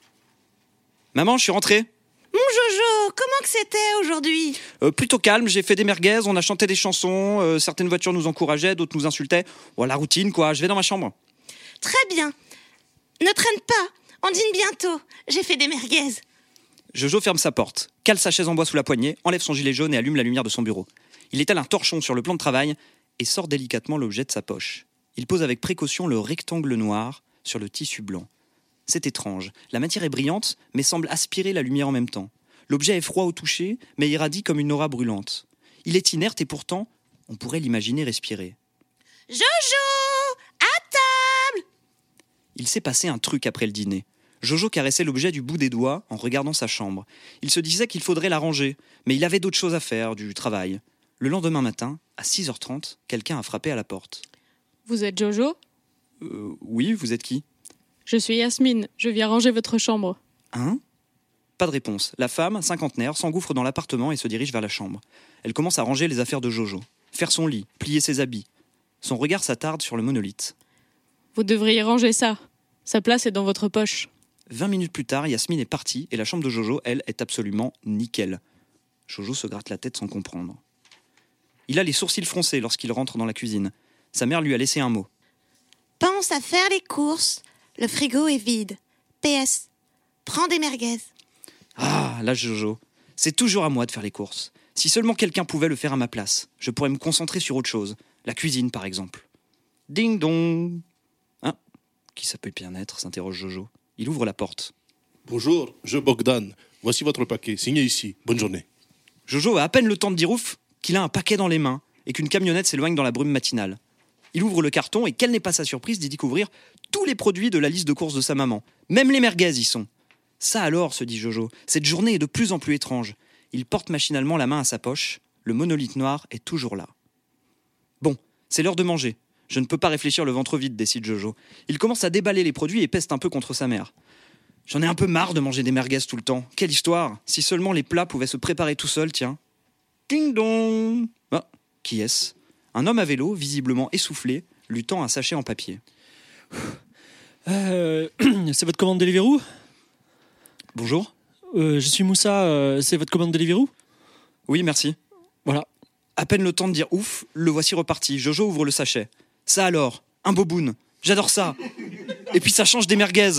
Maman, je suis rentré. Mon Jojo, comment que c'était aujourd'hui ? euh, Plutôt calme, j'ai fait des merguez, on a chanté des chansons, euh, certaines voitures nous encourageaient, d'autres nous insultaient. Oh, la routine, quoi, je vais dans ma chambre. Très bien. Ne traîne pas, on dîne bientôt. J'ai fait des merguez. Jojo ferme sa porte, cale sa chaise en bois sous la poignée, enlève son gilet jaune et allume la lumière de son bureau. Il étale un torchon sur le plan de travail et sort délicatement l'objet de sa poche. Il pose avec précaution le rectangle noir sur le tissu blanc. C'est étrange, la matière est brillante, mais semble aspirer la lumière en même temps. L'objet est froid au toucher, mais irradie comme une aura brûlante. Il est inerte et pourtant, on pourrait l'imaginer respirer. Jojo, à table ! Il s'est passé un truc après le dîner. Jojo caressait l'objet du bout des doigts en regardant sa chambre. Il se disait qu'il faudrait la ranger, mais il avait d'autres choses à faire, du travail. Le lendemain matin, à six heures trente, quelqu'un a frappé à la porte. Vous êtes Jojo ? Euh, oui, vous êtes qui ? Je suis Yasmine, je viens ranger votre chambre. Hein ? Pas de réponse. La femme, cinquantenaire, s'engouffre dans l'appartement et se dirige vers la chambre. Elle commence à ranger les affaires de Jojo, faire son lit, plier ses habits. Son regard s'attarde sur le monolithe. Vous devriez ranger ça. Sa place est dans votre poche. Vingt minutes plus tard, Yasmine est partie et la chambre de Jojo, elle, est absolument nickel. Jojo se gratte la tête sans comprendre. Il a les sourcils froncés lorsqu'il rentre dans la cuisine. Sa mère lui a laissé un mot. Pense à faire les courses. Le frigo est vide. P S. Prends des merguez. Ah, là Jojo, c'est toujours à moi de faire les courses. Si seulement quelqu'un pouvait le faire à ma place, je pourrais me concentrer sur autre chose. La cuisine, par exemple. Ding dong. Hein ? Qui s'appelle bien être, s'interroge Jojo. Il ouvre la porte. Bonjour, je Bogdan. Voici votre paquet. Signez ici. Bonne journée. Jojo a à peine le temps de dire ouf qu'il a un paquet dans les mains et qu'une camionnette s'éloigne dans la brume matinale. Il ouvre le carton et quelle n'est pas sa surprise d'y découvrir tous les produits de la liste de courses de sa maman. Même les merguez y sont. Ça alors, se dit Jojo, cette journée est de plus en plus étrange. Il porte machinalement la main à sa poche. Le monolithe noir est toujours là. Bon, c'est l'heure de manger. Je ne peux pas réfléchir le ventre vide, décide Jojo. Il commence à déballer les produits et peste un peu contre sa mère. J'en ai un peu marre de manger des merguez tout le temps. Quelle histoire! Si seulement les plats pouvaient se préparer tout seuls, tiens. Ding dong! Ah, qui est-ce? Un homme à vélo, visiblement essoufflé, lui tend un sachet en papier. Euh, c'est votre commande Deliveroo? Bonjour. Euh, je suis Moussa, euh, c'est votre commande Deliveroo? Oui, merci. Voilà. À peine le temps de dire ouf, le voici reparti. Jojo ouvre le sachet. Ça alors, un boboon. J'adore ça. Et puis ça change des merguez.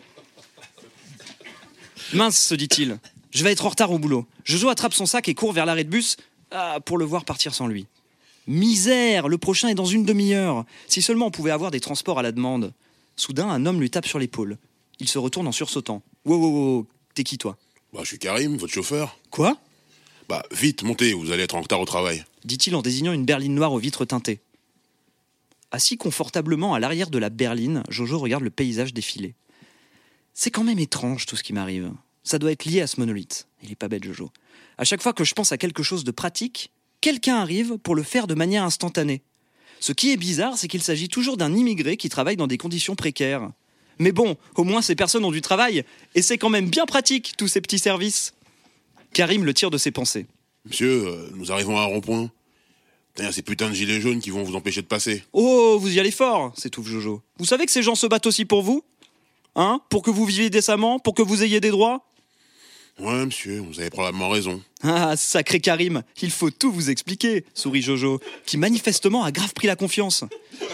Mince, se dit-il. Je vais être en retard au boulot. Jojo attrape son sac et court vers l'arrêt de bus ah, pour le voir partir sans lui. Misère, le prochain est dans une demi-heure. Si seulement on pouvait avoir des transports à la demande. Soudain, un homme lui tape sur l'épaule. Il se retourne en sursautant. Wow, wow, wow, t'es qui toi? Bah, je suis Karim, votre chauffeur. Quoi? Bah, vite, montez, vous allez être en retard au travail. Dit-il en désignant une berline noire aux vitres teintées. Assis confortablement à l'arrière de la berline, Jojo regarde le paysage défiler. C'est quand même étrange tout ce qui m'arrive. Ça doit être lié à ce monolithe. Il est pas bête, Jojo. À chaque fois que je pense à quelque chose de pratique, quelqu'un arrive pour le faire de manière instantanée. Ce qui est bizarre, c'est qu'il s'agit toujours d'un immigré qui travaille dans des conditions précaires. Mais bon, au moins ces personnes ont du travail, et c'est quand même bien pratique, tous ces petits services. Karim le tire de ses pensées. Monsieur, euh, nous arrivons à un rond-point. Il y a ces putains de gilets jaunes qui vont vous empêcher de passer. Oh, vous y allez fort, s'étouffe Jojo. Vous savez que ces gens se battent aussi pour vous? Hein? Pour que vous viviez décemment? Pour que vous ayez des droits? Ouais, monsieur, vous avez probablement raison. Ah, sacré Karim, il faut tout vous expliquer, sourit Jojo, qui manifestement a grave pris la confiance.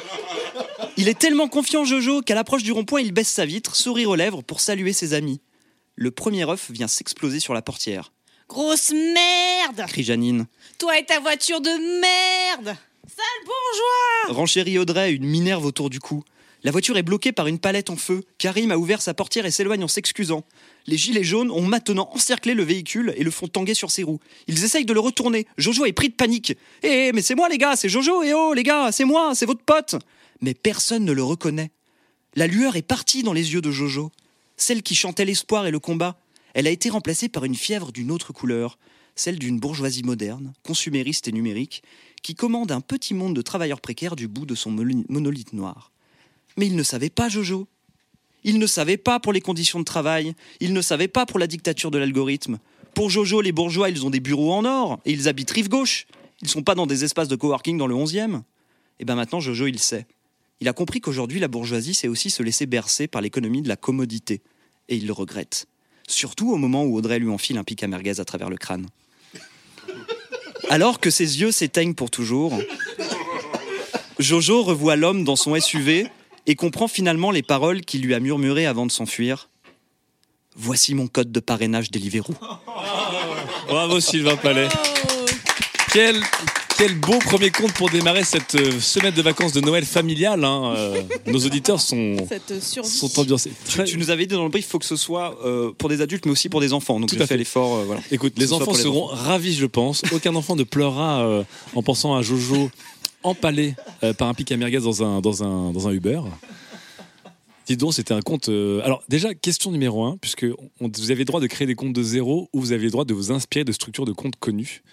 Il est tellement confiant, Jojo, qu'à l'approche du rond-point, il baisse sa vitre, sourire aux lèvres pour saluer ses amis. Le premier œuf vient s'exploser sur la portière. Grosse merde! Crie Janine. Toi et ta voiture de merde! Sale bourgeois! Renchérit Audrey, une minerve autour du cou. La voiture est bloquée par une palette en feu. Karim a ouvert sa portière et s'éloigne en s'excusant. Les gilets jaunes ont maintenant encerclé le véhicule et le font tanguer sur ses roues. Ils essayent de le retourner. Jojo est pris de panique. « Eh, mais c'est moi les gars, c'est Jojo, eh oh les gars, c'est moi, c'est votre pote !» Mais personne ne le reconnaît. La lueur est partie dans les yeux de Jojo. Celle qui chantait l'espoir et le combat. Elle a été remplacée par une fièvre d'une autre couleur, celle d'une bourgeoisie moderne, consumériste et numérique, qui commande un petit monde de travailleurs précaires du bout de son monolithe noir. Mais il ne savait pas, Jojo. Il ne savait pas pour les conditions de travail, il ne savait pas pour la dictature de l'algorithme. Pour Jojo, les bourgeois, ils ont des bureaux en or, et ils habitent rive gauche. Ils ne sont pas dans des espaces de coworking dans le onzième. Et bien maintenant, Jojo, il sait. Il a compris qu'aujourd'hui, la bourgeoisie, c'est aussi se laisser bercer par l'économie de la commodité. Et il le regrette. Surtout au moment où Audrey lui enfile un pic à merguez à travers le crâne. Alors que ses yeux s'éteignent pour toujours, Jojo revoit l'homme dans son S U V et comprend finalement les paroles qu'il lui a murmurées avant de s'enfuir. « Voici mon code de parrainage Deliveroo. » Bravo Sylvain Palais. Quel, quel beau premier conte pour démarrer cette euh, semaine de vacances de Noël familiale. Hein. Euh, nos auditeurs sont, sont ambiancés. Tu, tu nous avais dit dans le brief qu'il faut que ce soit euh, pour des adultes mais aussi pour des enfants. Donc j'ai fait l'effort. Euh, voilà. Écoute, les enfants les seront enfants. ravis, je pense. Aucun enfant ne pleurera euh, en pensant à Jojo empalé euh, par un pic à merguez dans un, dans un, dans un Uber. Dis donc, c'était un compte... Euh... Alors déjà, question numéro un, puisque on, vous avez le droit de créer des comptes de zéro ou vous avez le droit de vous inspirer de structures de comptes connues.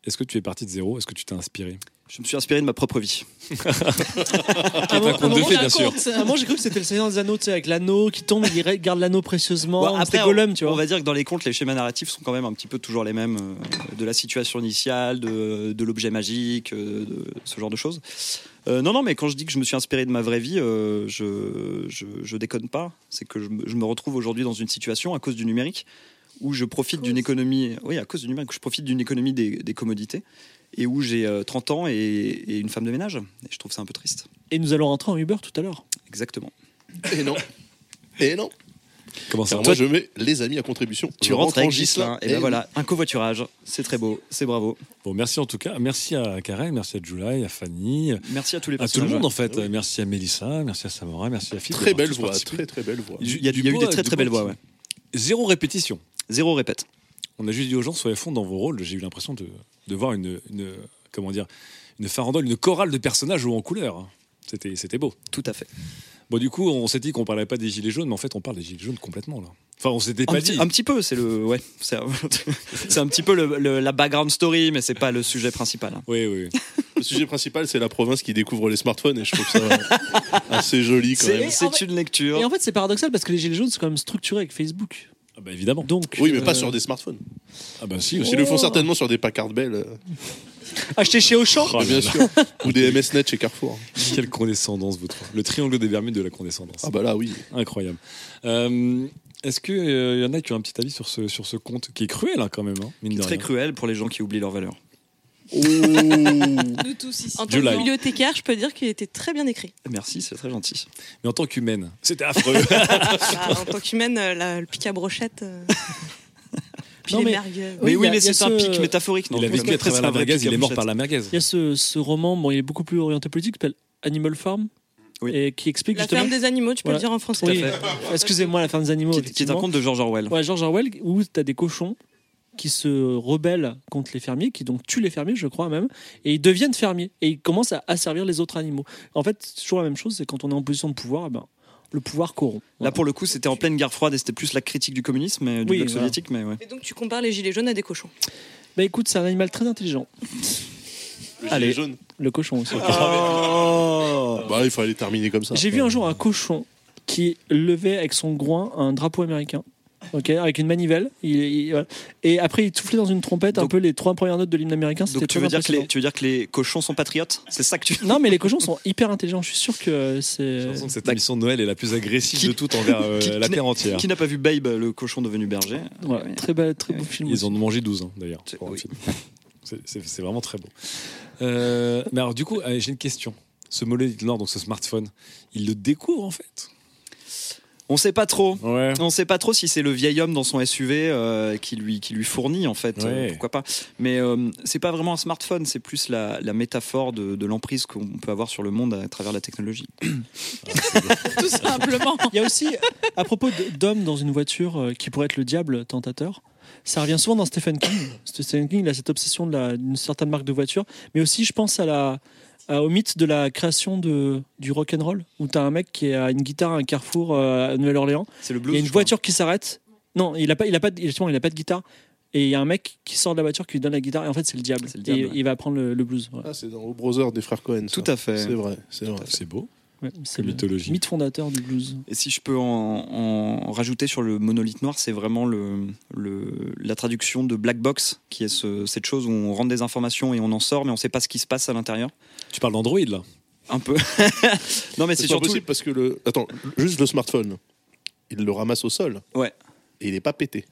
est-ce que tu es parti de zéro ? Est-ce que tu t'es inspiré ? Je me suis inspiré de ma propre vie. Qui est un conte de fées, bien sûr. Ah, moi j'ai cru que c'était le Seigneur des Anneaux, tu sais, avec l'anneau qui tombe, il garde l'anneau précieusement. Bon, après, c'était Gollum, tu vois. On va dire que dans les contes, les schémas narratifs sont quand même un petit peu toujours les mêmes, euh, de la situation initiale, de, de l'objet magique, euh, de ce genre de choses. Euh, non, non, mais quand je dis que je me suis inspiré de ma vraie vie, euh, je, je, je déconne pas. C'est que je me, je me retrouve aujourd'hui dans une situation à cause du numérique où je profite d'une économie. Oui, à cause du numérique, où je profite d'une économie des, des commodités. Et où j'ai euh, trente ans et, et une femme de ménage. Et je trouve ça un peu triste. Et nous allons rentrer en Uber tout à l'heure. Exactement. Et non. Et non. Comment ça ? Alors moi, je mets les amis à contribution. Tu Je rentres en avec Ghislain. Et ben oui. voilà, un covoiturage. C'est très beau. C'est bravo. Bon, merci en tout cas. Merci à Karen, merci à Julie, à Fanny. Merci à tous les À tout le personnages. monde en fait. Merci à Mélissa, merci à Samora, merci à Philippe. Très d'avoir belle tous voix, participé. très très belle voix. Il y a, il y a eu des très très belles voix. Ouais. Zéro répétition. Zéro répète. On a juste dit aux gens, soyez à fond dans vos rôles. J'ai eu l'impression de, de voir une, une, comment dire, une farandole, une chorale de personnages jouant en couleur. C'était, c'était beau. Tout à fait. Bon, du coup, on s'est dit qu'on parlait pas des gilets jaunes, mais en fait, on parle des gilets jaunes complètement là. Enfin, on s'était Un pas petit, dit. un petit peu, c'est le, ouais, c'est, c'est un petit peu le, le- la background story, mais c'est pas le sujet principal. hein. Oui, oui. Le sujet principal, c'est la province qui découvre les smartphones et je trouve ça assez joli quand C'est, même. c'est une lecture. Et en fait, c'est paradoxal parce que les Gilets jaunes sont quand même structurés avec Facebook. Ah bah évidemment. Donc, Oui, mais pas euh, sur des smartphones. Ah bah si aussi. Ils le font certainement sur des Packard Bell, euh, achetés chez Auchan. Oh là bien là. sûr, ou des M S Net chez Carrefour. Quelle condescendance, vous trois. Le triangle des Bermudes de la condescendance. Ah bah là, oui. Incroyable. Euh, est-ce qu'il euh, y en a qui ont un petit avis sur ce, sur ce conte qui est cruel hein, quand même, hein, mine de Très rien. cruel pour les gens qui oublient leurs valeurs. Nous tous ici. En tant July. que bibliothécaire, je peux dire qu'il était très bien écrit. Merci, c'est très gentil. Mais en tant qu'humaine, c'était affreux. Ah, en tant qu'humaine, euh, la- le pic à brochette. euh, Puis Non, les mais- merguez. Mais Oui, oui, il y a- mais il y a c'est un ce- pic métaphorique. Non Il a Parce vécu que à travers c'est la un vrai merguez, pic à il est mort bouchette. par la merguez. Il y a ce, ce roman, bon, il est beaucoup plus orienté politique, qui s'appelle Animal Farm, Oui. et qui explique La justement. ferme des animaux, tu peux Voilà. le dire en français. Oui, fait. excusez-moi, la ferme des animaux. Qui, qui est un effectivement. conte de George Orwell. Ouais, George Orwell, où tu as des cochons qui se rebellent contre les fermiers, qui donc tuent les fermiers, je crois même, et ils deviennent fermiers, et ils commencent à asservir les autres animaux. En fait, c'est toujours la même chose, c'est quand on est en position de pouvoir, eh ben, le pouvoir corrompt. Là, pour le coup, c'était en pleine guerre froide et c'était plus la critique du communisme et du Oui, bloc voilà. soviétique, mais ouais. Et donc, tu compares les gilets jaunes à des cochons. Bah écoute, c'est un animal très intelligent, Le Allez. gilet jaune. le cochon aussi. Bah, il fallait terminer comme ça. J'ai vu un jour un cochon qui levait avec son groin un drapeau américain. Ok, avec une manivelle, il- il- voilà. Et après il soufflait dans une trompette un Donc- peu les trois premières notes de l'hymne américain. C'était Donc tu très veux, dire que les, impressionnant. tu veux dire que les cochons sont patriotes? C'est ça que tu. Non, mais les cochons sont hyper intelligents. Je suis sûr que J'ai c'est. l'impression que cette émission de Noël est la plus agressive Qui- de toutes envers euh, qui- la qui terre entière. Qui n'a pas vu Babe, le cochon devenu berger? Voilà, Ouais. très bel, très beau film. Ils aussi. en ont mangé douze hein, d'ailleurs. C'est- pour un oui. film. C'est- C'est c'est vraiment très beau. Euh, mais alors du coup, euh, j'ai une question. Ce monolithe Nord, donc ce smartphone, il le découvre en fait. On sait pas trop. Ouais. On sait pas trop si c'est le vieil homme dans son S U V euh, qui lui qui lui fournit en fait. Ouais. euh, pourquoi pas. Mais euh, c'est pas vraiment un smartphone. C'est plus la, la métaphore de, de l'emprise qu'on peut avoir sur le monde à travers la technologie. Tout simplement. Il y a aussi, à propos de- d'hommes dans une voiture euh, qui pourrait être le diable tentateur, ça revient souvent dans Stephen King. Stephen King, il a cette obsession de la- d'une certaine marque de voiture, mais aussi, je pense à la, à- au mythe de la création de, du rock'n'roll, où tu as un mec qui a une guitare à un carrefour euh, à Nouvelle-Orléans. C'est le Il blues. y a une je crois. voiture qui s'arrête. Non, il a pas, il a pas, de- justement, il a pas de guitare. Et il y a un mec qui sort de la voiture qui lui donne la guitare. Et en fait, c'est le diable. C'est le diable, et ouais. il va apprendre le, le blues. Ouais. Ah, c'est dans O Brother des frères Cohen. ça. Tout à fait. C'est vrai, c'est vrai. C'est beau. Ouais, c'est Quelle le mythologie. mythe fondateur du blues. Et si je peux en, en rajouter sur le monolithe noir, c'est vraiment le, le, la traduction de Black Box, qui est ce- cette chose où on rentre des informations et on en sort, mais on ne sait pas ce qui se passe à l'intérieur. Tu parles d'Android là. Un peu. Non, mais c'est C'est pas surtout. possible parce que le. Attends, juste le smartphone, il le ramasse au sol. Ouais. Et il est pas pété.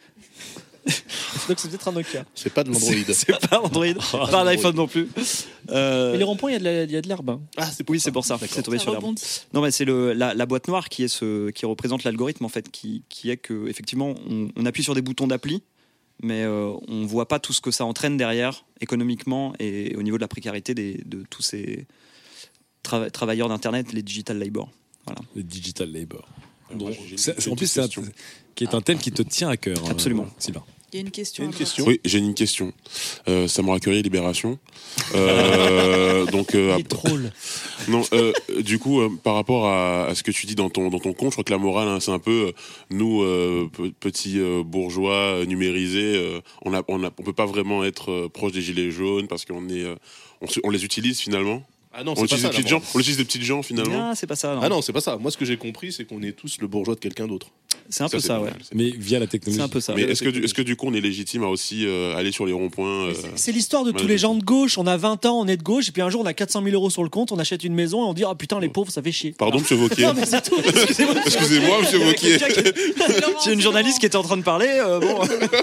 Donc c'est peut-être un Nokia. C'est pas de l'Android. C'est c'est pas Android, pas un iPhone non plus. Euh, Mais les ronds-points, il y a de la- il y a de l'herbe. hein. Ah, c'est oui, c'est pour ça. C'est tombé Ça sur l'herbe. rebondit. Non, mais c'est le, la, la boîte noire qui est ce, qui représente l'algorithme en fait, qui, qui est que effectivement, on, on appuie sur des boutons d'appli, mais euh, on voit pas tout ce que ça entraîne derrière, économiquement et au niveau de la précarité des, de tous ces tra- travailleurs d'internet, les digital labor. Voilà. Le digital labor. Moi, Donc, j'ai- c'est- j'ai en une plus, c'est un, question. qui est un thème qui te tient à cœur. Absolument. euh, Sylvain. Il y a une question. Une question. Oui, j'ai une question. Euh, Samora Curie, Libération. Euh, donc, euh, Il est drôle. Non, euh, du coup, euh, par rapport à, à ce que tu dis dans ton dans ton compte, je crois que la morale, hein, c'est un peu euh, nous euh, pe- petits euh, bourgeois euh, numérisés, euh, on a on a on peut pas vraiment être euh, proche des gilets jaunes parce qu'on est euh, on, se- on les utilise finalement. Ah non, on c'est pas utilise ça. des la petites gens, morale. on utilise des petites gens finalement. Ah, c'est pas ça. non. Ah non, c'est pas ça. Moi, ce que j'ai compris, c'est qu'on est tous le bourgeois de quelqu'un d'autre. C'est un peu c'est ça, pas ouais. mal, c'est- Mais via la technologie. C'est un peu ça. Mais est-ce que du- est-ce que du coup on est légitime à aussi euh, aller sur les ronds-points euh, C'est l'histoire de tous malgré les gens de gauche. On a vingt ans, on est de gauche, et puis un jour on a quatre cent mille euros sur le compte, on achète une maison et on dit ah putain les pauvres ça fait chier. Pardon, monsieur Wauquiez. Non mais c'est tout. Excusez-moi. Excusez-moi, monsieur Wauquiez. J'ai une journaliste qui était en train de parler. euh, bon.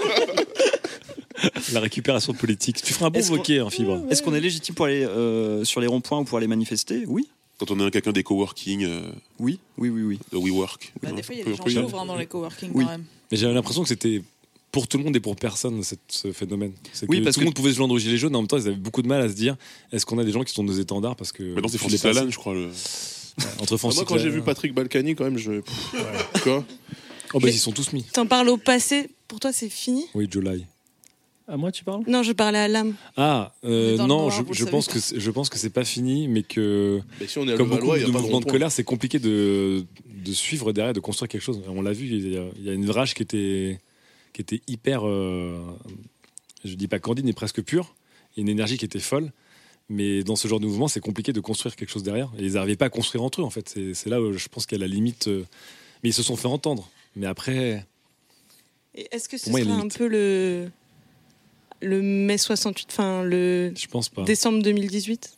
La récupération politique. Tu feras un bon Est-ce qu'on- Wauquiez, hein, Fibre. Est-ce qu'on est légitime pour aller euh, sur les ronds-points ou pour aller manifester? Oui. Quand on est quelqu'un des coworking, euh, Oui, oui, oui, oui. de WeWork. Bah, hein, des fois, il y a on des peut- gens on peut y pauvres hein, dans les coworking Oui. quand même. Mais j'avais l'impression que c'était pour tout le monde et pour personne cette- ce phénomène. C'est Oui, que parce tout que- le monde pouvait se joindre aux gilets jaunes, en même temps ils avaient beaucoup de mal à se dire est-ce qu'on a des gens qui sont nos étendards parce que Maintenant c'est les Francis passer- Lalanne, je crois. Le... entre Ah, Francis moi, quand j'ai Lalanne- vu Patrick Balkany, quand même, je. Pff, Quoi Oh bah ils y sont tous mis. T'en parles au passé, pour toi c'est fini? Oui, July. À moi tu parles? Non, je parlais à l'âme. Ah euh, Mais dans le non, noir, je, vous le je savez. pense que c'est- je pense que c'est pas fini, mais que Mais si on est à comme beaucoup Levallois, il de n'y a pas de mouvements de rond-point. colère, c'est compliqué de, de suivre derrière, de construire quelque chose. On l'a vu, il y a, il y a une rage qui était, qui était hyper, euh, je dis pas candide, mais presque pure. Il y a une énergie qui était folle. Mais dans ce genre de mouvement, c'est compliqué de construire quelque chose derrière. Et ils n'arrivaient pas à construire entre eux, en fait. C'est, c'est là où je pense qu'il y a la limite. euh, Mais ils se sont fait entendre. Mais après, Et est-ce que ce Pour moi, il y a serait une un limite. peu le le mai soixante-huit, enfin le je pense pas. décembre deux mille dix-huit?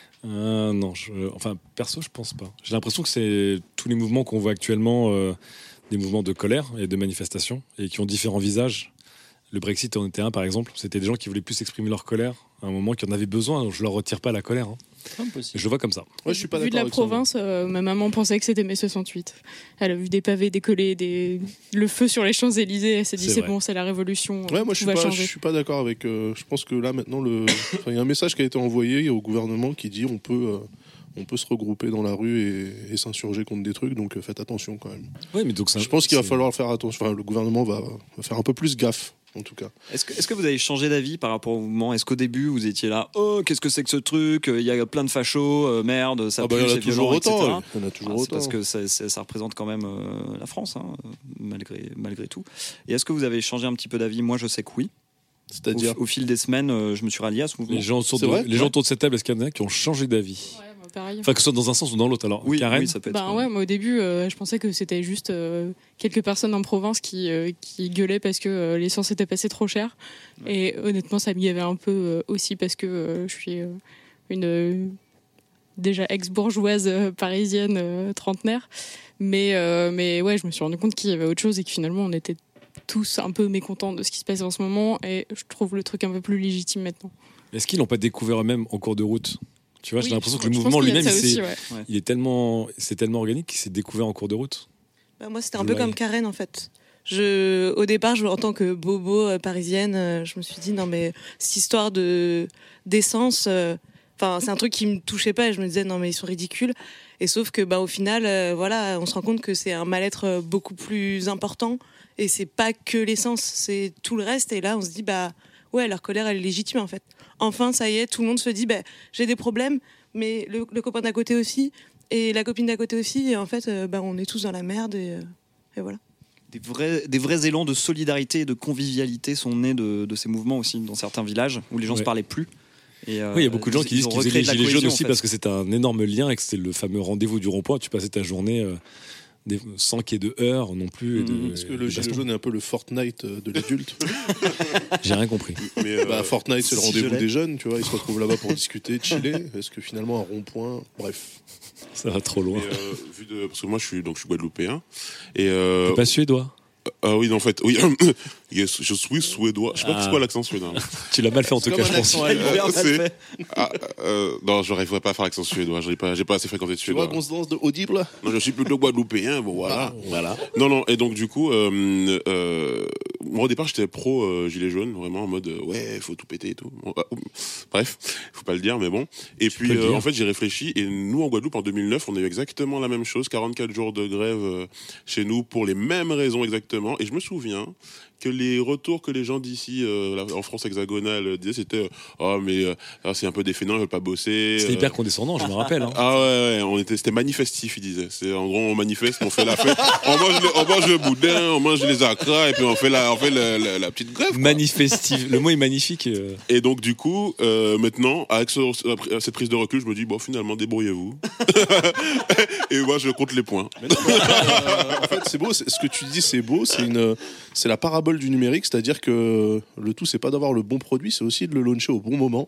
Euh, non, je- enfin perso, je pense pas. J'ai l'impression que c'est tous les mouvements qu'on voit actuellement, euh, des mouvements de colère et de manifestation, et qui ont différents visages. Le Brexit en était un, par exemple. C'était des gens qui voulaient plus exprimer leur colère à un moment qui en avaient besoin. Donc je leur retire pas la colère. hein. Impossible. Je le vois comme ça. Ouais, je suis pas Vu de d'accord la avec ça, moi. province, euh, ma maman pensait que c'était mai soixante-huit. Elle a vu des pavés décoller, des... le feu sur les Champs-Élysées. Elle s'est dit C'est c'est vrai. bon, c'est la révolution. Ouais, moi je suis tout va pas, je changer. suis pas d'accord avec. euh, je pense que là maintenant le, enfin, il y a un message qui a été envoyé au gouvernement qui dit on peut, euh, on peut se regrouper dans la rue et, et s'insurger contre des trucs, donc euh, faites attention quand même. Oui, mais donc ça, Je pense qu'il va c'est- falloir faire attention. Enfin, le gouvernement va, va faire un peu plus gaffe, en tout cas. Est-ce que, est-ce que vous avez changé d'avis par rapport au mouvement? Est-ce qu'au début vous étiez là, oh qu'est-ce que c'est que ce truc? Il y a plein de fachos, euh, merde, ça Ah bah, pue, il y en a c'est toujours violent, autant, et cetera. ouais. Il y en a toujours Ah, c'est autant. parce que ça, c'est- ça représente quand même euh, la France, hein, malgré, malgré tout. Et est-ce que vous avez changé un petit peu d'avis? Moi je sais que oui. Au, C'est-à-dire. au fil des semaines, euh, je me suis rallié à ce mouvement. Les gens, autour C'est de, vrai les gens autour de cette table, est-ce qu'il y en a qui ont changé d'avis? Ouais, bah, pareil. Enfin, que ce soit dans un sens ou dans l'autre. Alors, Oui, Karen, oui, ça peut être. Ben ouais, moi au début, euh, je pensais que c'était juste euh, quelques personnes en province qui, euh, qui gueulaient parce que euh, l'essence était passée trop cher. Et honnêtement, ça me gavait un peu euh, aussi parce que euh, je suis euh, une euh, déjà ex-bourgeoise euh, parisienne euh, trentenaire. Mais, euh, mais ouais, je me suis rendu compte qu'il y avait autre chose et que finalement, on était tous un peu mécontents de ce qui se passait en ce moment. Et je trouve le truc un peu plus légitime maintenant. est-ce qu'ils l'ont pas découvert eux-mêmes en cours de route? Tu vois, j'ai Oui, l'impression je- que le je pense mouvement qu'il y a lui-même, ça il, s'est- aussi, ouais. il est tellement, c'est tellement organique qu'il s'est découvert en cours de route. Bah, moi, c'était un July. peu comme Karen, en fait. Je, au départ, je, en tant que bobo euh, parisienne, euh, je me suis dit, non, mais cette histoire de, d'essence, euh, enfin, c'est un truc qui me touchait pas. Et je me disais, non, mais ils sont ridicules. Et sauf que, bah, au final, euh, voilà, on se rend compte que c'est un mal-être euh, beaucoup plus important. Et c'est pas que l'essence, c'est tout le reste. Et là, on se dit, bah, ouais, leur colère, elle est légitime, en fait. Enfin, ça y est, tout le monde se dit, bah, j'ai des problèmes, mais le, le copain d'à côté aussi, et la copine d'à côté aussi. Et en fait, euh, bah, on est tous dans la merde. Et, euh, et voilà. Des vrais, des vrais élans de solidarité et de convivialité sont nés de, de ces mouvements aussi dans certains villages où les gens Ouais. se parlaient plus. Et, euh, Oui, il y a beaucoup de gens ils- qui ils disent ont qu'ils faisaient recréé les de la gilets jaunes cohésion, aussi en fait. parce que c'était un énorme lien et que c'était le fameux rendez-vous du rond-point. Tu passais ta journée euh, des- sans qu'il y ait de heurts non plus. et de- Mhm. Est-ce que et le de gilet bastons. jaune est un peu le Fortnite euh, de l'adulte? J'ai rien compris. Mais, euh, Bah, Fortnite, c'est le si rendez-vous je l'ai. des jeunes, tu vois. Ils se retrouvent là-bas pour discuter, chiller. Est-ce que finalement, un rond-point. Bref. Ça va trop loin. mais, euh, vu de, parce que moi je suis donc je suis guadeloupéen et euh, T'es pas suédois? ah oui, en fait, oui, yes, je suis suédois. Je sais pas Ah. c'est quoi l'accent suédois. Tu l'as mal fait en tout C'est cas, comme je un pense. accent Ah, il est bien Euh, mal c'est- fait. Ah, euh, non, j'arriverai pas à faire l'accent suédois. J'ai pas, j'ai pas assez fréquenté de Tu vois suédois. qu'on se lance de audible? Non, je suis plutôt guadeloupéen. Bon, voilà. Voilà. Non, non. Et donc du coup, euh, euh, moi au départ j'étais pro euh, gilet jaune, vraiment en mode euh, ouais, faut tout péter et tout. Bon, bah, bref, faut pas le dire, mais bon. Et puis peux le euh, dire. en fait j'ai réfléchi et nous en Guadeloupe en deux mille neuf, on a eu exactement la même chose, quarante-quatre jours de grève euh, chez nous pour les mêmes raisons exactement. Et je me souviens que les retours que les gens d'ici, euh, là, en France hexagonale, euh, disaient, c'était euh, oh mais euh, ah, c'est un peu des fainéants, ils veulent pas bosser. C'était euh... hyper condescendant, je me rappelle. Hein. Ah ouais, ouais, on était, c'était manifestif, ils disaient. C'est en gros on manifeste, on fait la fête, on mange, le, on mange le boudin, on mange les acras et puis on fait la, on fait la, la, la petite grève. Quoi. Manifestif, le mot est magnifique. Euh... Et donc du coup, euh, maintenant, avec ce, cette prise de recul, je me dis bon finalement débrouillez-vous. Et moi je compte les points. Mais non, mais, euh, en fait c'est beau, c'est, ce que tu dis c'est beau, c'est une, c'est la parabole du numérique, c'est-à-dire que le tout c'est pas d'avoir le bon produit, c'est aussi de le launcher au bon moment.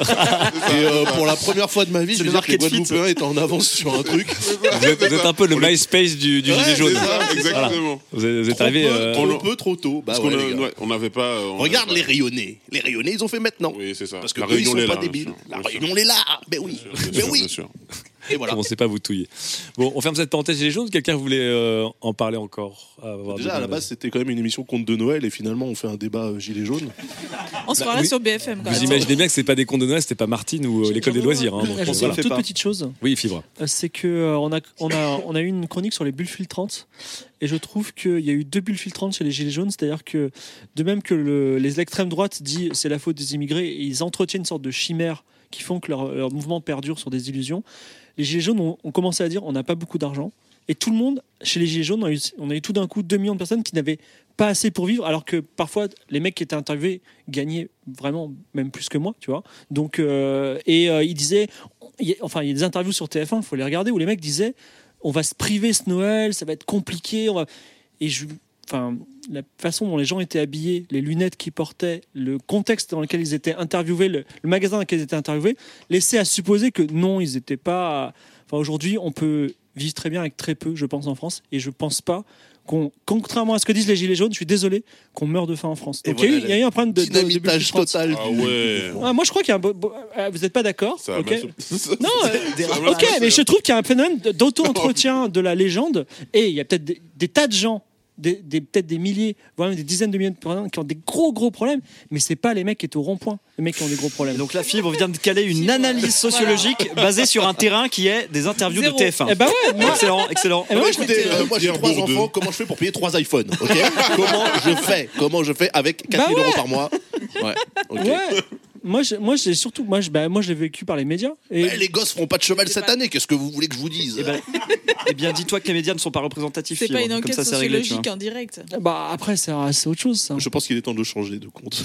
Et euh, pour la première fois de ma vie, je veux dire que les Guadeloupéens étaient en avance sur un truc. Vous êtes, vous êtes un peu le MySpace du, du ouais, gilet jaune. Ça, exactement. Voilà. Vous êtes, vous êtes arrivé peu, euh... trop peu, trop tôt. Bah, Parce ouais, qu'on a, ouais, on n'avait pas. On Regarde avait les rayonnés. Les rayonnés, ils ont fait maintenant. Oui, c'est ça. Parce que la eux, réunion ils sont est pas là. débiles. Bien La sûr. réunion est là. Ben oui. Bien Ben sûr, oui. bien sûr. Et voilà. Commencez pas à vous touiller. Bon, on ferme cette parenthèse gilet jaune. Quelqu'un voulait euh, en parler encore avoir Déjà, à la base, c'était quand même une émission conte de Noël et finalement, on fait un débat euh, gilet jaune. On se croirait oui. sur B F M. Quand Vous même. imaginez bien que c'est pas des contes de Noël, c'était pas Martine ou euh, l'école des loisirs. Hein, donc, Je voilà. une toute petite chose. Oui, Fibre. Euh, C'est que euh, on a on a on a eu une chronique sur les bulles filtrantes et je trouve qu'il y a eu deux bulles filtrantes chez les gilets jaunes, c'est-à-dire que de même que le, les extrêmes droites disent c'est la faute des immigrés et ils entretiennent une sorte de chimère qui font que leur, leur mouvement perdure sur des illusions. Les gilets jaunes ont, ont commencé à dire on n'a pas beaucoup d'argent et tout le monde chez les gilets jaunes on a eu, on a eu tout d'un coup deux millions de personnes qui n'avaient pas assez pour vivre, alors que parfois les mecs qui étaient interviewés gagnaient vraiment même plus que moi, tu vois. Donc euh, et euh, ils disaient, il y a, enfin il y a des interviews sur T F un, il faut les regarder, où les mecs disaient on va se priver ce Noël, ça va être compliqué, on va... et je Enfin, la façon dont les gens étaient habillés, les lunettes qu'ils portaient, le contexte dans lequel ils étaient interviewés, le, le magasin dans lequel ils étaient interviewés, laissait à supposer que non, ils n'étaient pas. Enfin, aujourd'hui, on peut vivre très bien avec très peu, je pense, en France, et je pense pas qu'on, contrairement à ce que disent les gilets jaunes, je suis désolé, qu'on meurt de faim en France. Donc il voilà, y, y a eu un problème de dynamitage de, de total. Ah ouais. Ah, moi, je crois qu'il y a un. Beau, beau, vous n'êtes pas d'accord? Ça okay. ça Non. Euh, ok, mais je trouve qu'il y a un phénomène d'auto-entretien de la légende, et il y a peut-être des, des tas de gens. Des, des, peut-être des milliers, voire même des dizaines de milliers de personnes qui ont des gros gros problèmes, mais c'est pas les mecs qui étaient au rond-point, les mecs qui ont des gros problèmes. Et donc la Fibre vient de caler une analyse sociologique voilà. basée sur un terrain qui est des interviews Zéro. de T F un. Eh ben ouais, moi... excellent, excellent. Eh ben moi, écoutez, euh, moi j'ai trois enfants, comment je fais pour payer trois iPhones, ok? Comment je fais? Comment je fais avec quatre mille bah ouais. euros par mois? Ouais. Okay. Ouais. Moi, je, moi, j'ai surtout, moi, je, bah, moi, je l'ai vécu par les médias. Et... Mais les gosses feront pas de cheval cette année. Qu'est-ce que vous voulez que je vous dise? Eh ben, eh bien, dis-toi que les médias ne sont pas représentatifs. C'est pas une enquête ça, sociologique réglé, en direct. Bah après, c'est, c'est autre chose. Ça. Je pense qu'il est temps de changer de compte.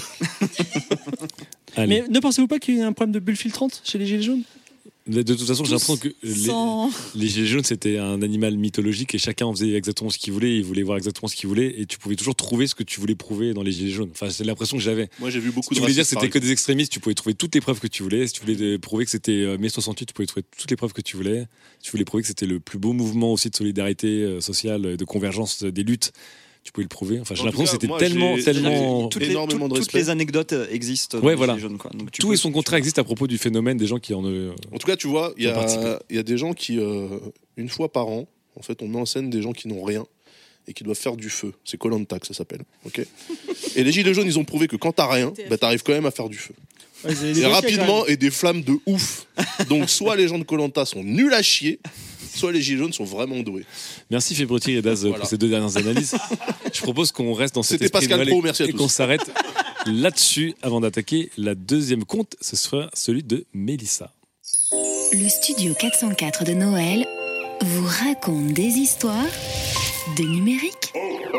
Mais ne pensez-vous pas qu'il y a un problème de bulle filtrante chez les gilets jaunes? De toute façon, j'ai l'impression que les, sans... les gilets jaunes, c'était un animal mythologique et chacun en faisait exactement ce qu'il voulait. Il voulait voir exactement ce qu'il voulait et tu pouvais toujours trouver ce que tu voulais prouver dans les gilets jaunes. Enfin, c'est l'impression que j'avais. Moi, j'ai vu beaucoup si de. Tu voulais dire que c'était que des extrémistes, tu pouvais trouver toutes les preuves que tu voulais. Si tu voulais prouver que c'était mai soixante-huit, tu pouvais trouver toutes les preuves que tu voulais. Si tu voulais prouver que c'était le plus beau mouvement aussi de solidarité sociale, de convergence des luttes. Tu pouvais le prouver. Enfin, j'ai l'impression que c'était tellement, tellement. Toutes les, énormément tout, de toutes les anecdotes existent. Ouais, voilà. Jeunes, quoi. Donc, tu tout peux, et son contraire existe à propos du phénomène des gens qui en. Euh, en tout cas, tu vois, il y a, y a des gens qui, euh, une fois par an, en fait, on met en scène des gens qui n'ont rien et qui doivent faire du feu. C'est Koh-Lanta que ça s'appelle. Ok. Et les gilets jaunes, ils ont prouvé que quand t'as rien, bah, t'arrives quand même à faire du feu. Ouais, et rapidement et des flammes de ouf. Donc, soit les gens de Koh-Lanta sont nuls à chier. Soit les gilets jaunes sont vraiment doués. Merci Fébrotier et Daz voilà. pour ces deux dernières analyses. Je propose qu'on reste dans cet C'était esprit Pascal Pro, merci à et tous. qu'on s'arrête là-dessus avant d'attaquer la deuxième conte. Ce sera celui de Mélissa. Le studio quatre cent quatre de Noël vous raconte des histoires de numérique.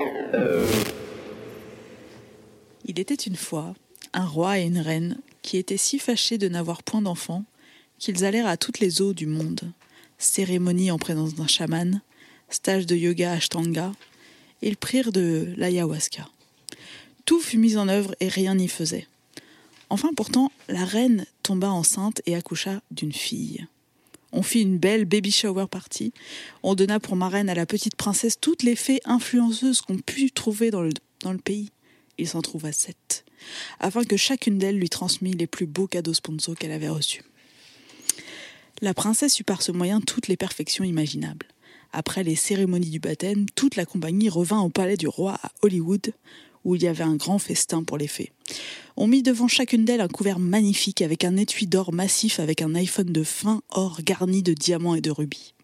Il était une fois un roi et une reine qui étaient si fâchés de n'avoir point d'enfants qu'ils allèrent à toutes les eaux du monde. Cérémonie en présence d'un chaman, stage de yoga ashtanga, ils prirent de l'ayahuasca. Tout fut mis en œuvre et rien n'y faisait. Enfin pourtant, la reine tomba enceinte et accoucha d'une fille. On fit une belle baby shower party, on donna pour marraine à la petite princesse toutes les fées influenceuses qu'on put trouver dans le, dans le pays. Il s'en trouva sept, afin que chacune d'elles lui transmît les plus beaux cadeaux sponsors qu'elle avait reçus. La princesse eut par ce moyen toutes les perfections imaginables. Après les cérémonies du baptême, toute la compagnie revint au palais du roi à Hollywood, où il y avait un grand festin pour les fées. On mit devant chacune d'elles un couvert magnifique avec un étui d'or massif avec un iPhone de fin or garni de diamants et de rubis.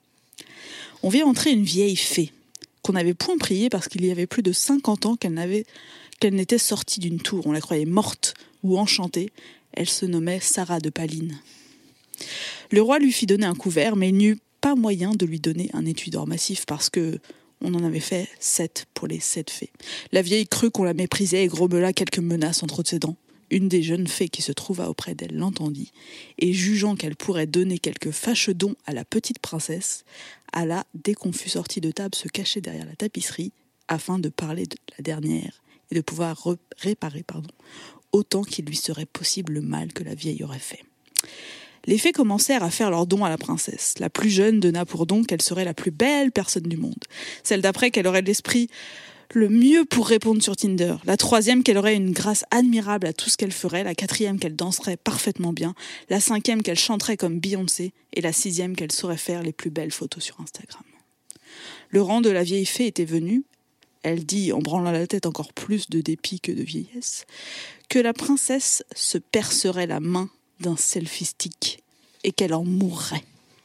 On vit entrer une vieille fée, qu'on n'avait point priée parce qu'il y avait plus de cinquante ans qu'elle n'avait, qu'elle n'était sortie d'une tour. On la croyait morte ou enchantée. Elle se nommait Sarah de Paline. Le roi lui fit donner un couvert, mais il n'y eut pas moyen de lui donner un étui d'or massif parce que on en avait fait sept pour les sept fées. La vieille crut qu'on la méprisait et grommela quelques menaces entre ses dents. Une des jeunes fées qui se trouva auprès d'elle l'entendit, et jugeant qu'elle pourrait donner quelques fâcheux dons à la petite princesse, alla, dès qu'on fut sorti de table, se cacher derrière la tapisserie, afin de parler de la dernière, et de pouvoir re- réparer pardon, autant qu'il lui serait possible le mal que la vieille aurait fait. Les fées commencèrent à faire leurs dons à la princesse. La plus jeune donna pour don qu'elle serait la plus belle personne du monde. Celle d'après qu'elle aurait de l'esprit le mieux pour répondre sur Tinder. La troisième qu'elle aurait une grâce admirable à tout ce qu'elle ferait. La quatrième qu'elle danserait parfaitement bien. La cinquième qu'elle chanterait comme Beyoncé. Et la sixième qu'elle saurait faire les plus belles photos sur Instagram. Le rang de la vieille fée était venu. Elle dit, en branlant la tête encore plus de dépit que de vieillesse, que la princesse se percerait la main d'un selfie stick et qu'elle en mourrait.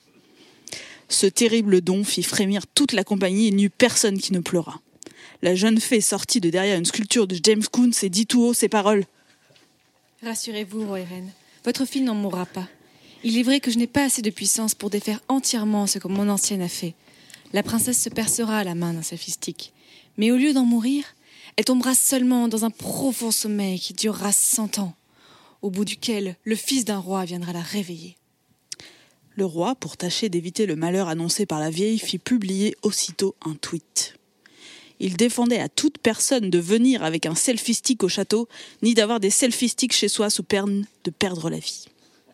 Ce terrible don fit frémir toute la compagnie et il n'y eut personne qui ne pleura. La jeune fée sortit de derrière une sculpture de James Coons et dit tout haut ces paroles. Rassurez-vous, roi et reine, votre fille n'en mourra pas. Il est vrai que je n'ai pas assez de puissance pour défaire entièrement ce que mon ancienne a fait. La princesse se percera à la main d'un selfie stick, mais au lieu d'en mourir, elle tombera seulement dans un profond sommeil qui durera cent ans, au bout duquel le fils d'un roi viendra la réveiller. Le roi, pour tâcher d'éviter le malheur annoncé par la vieille, fit publier aussitôt un tweet. Il défendait à toute personne de venir avec un selfie stick au château, ni d'avoir des selfie sticks chez soi sous peine de perdre la vie.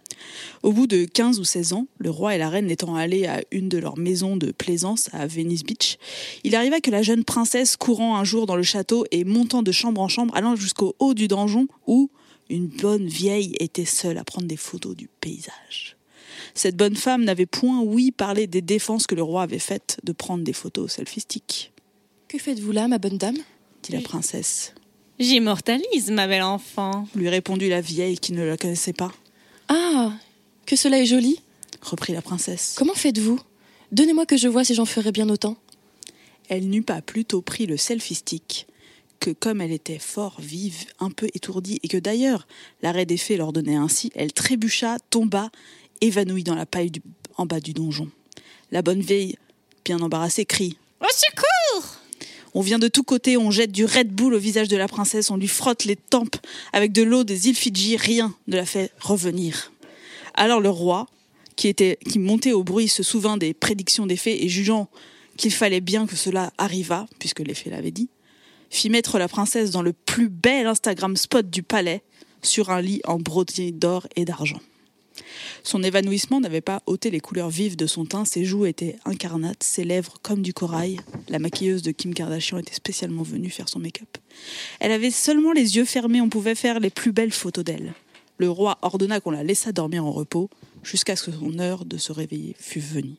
Au bout de quinze ou seize ans, le roi et la reine étant allés à une de leurs maisons de plaisance à Venice Beach, il arriva que la jeune princesse, courant un jour dans le château et montant de chambre en chambre, allant jusqu'au haut du donjon, où une bonne vieille était seule à prendre des photos du paysage. Cette bonne femme n'avait point ouï parler des défenses que le roi avait faites de prendre des photos au selfie stick. « Que faites-vous là, ma bonne dame ?» dit la princesse. « J'immortalise, ma belle enfant !» lui répondit la vieille qui ne la connaissait pas. « Ah, que cela est joli !» reprit la princesse. « Comment faites-vous ? Donnez-moi que je vois si j'en ferai bien autant. » Elle n'eut pas plutôt pris le selfie stick que, comme elle était fort vive, un peu étourdie, et que d'ailleurs l'arrêt des fées l'ordonnait ainsi, elle trébucha, tomba, évanouie dans la paille du, en bas du donjon. La bonne vieille, bien embarrassée, crie « Au secours !» On vient de tous côtés, on jette du Red Bull au visage de la princesse, on lui frotte les tempes avec de l'eau des îles Fidji, rien ne la fait revenir. Alors le roi, qui, était, qui montait au bruit, se souvint des prédictions des fées et jugeant qu'il fallait bien que cela arrivât, puisque les fées l'avaient dit, fit mettre la princesse dans le plus bel Instagram spot du palais, sur un lit en broderie d'or et d'argent. Son évanouissement n'avait pas ôté les couleurs vives de son teint, ses joues étaient incarnates, ses lèvres comme du corail. La maquilleuse de Kim Kardashian était spécialement venue faire son make-up. Elle avait seulement les yeux fermés, on pouvait faire les plus belles photos d'elle. Le roi ordonna qu'on la laissât dormir en repos, jusqu'à ce que son heure de se réveiller fût venue.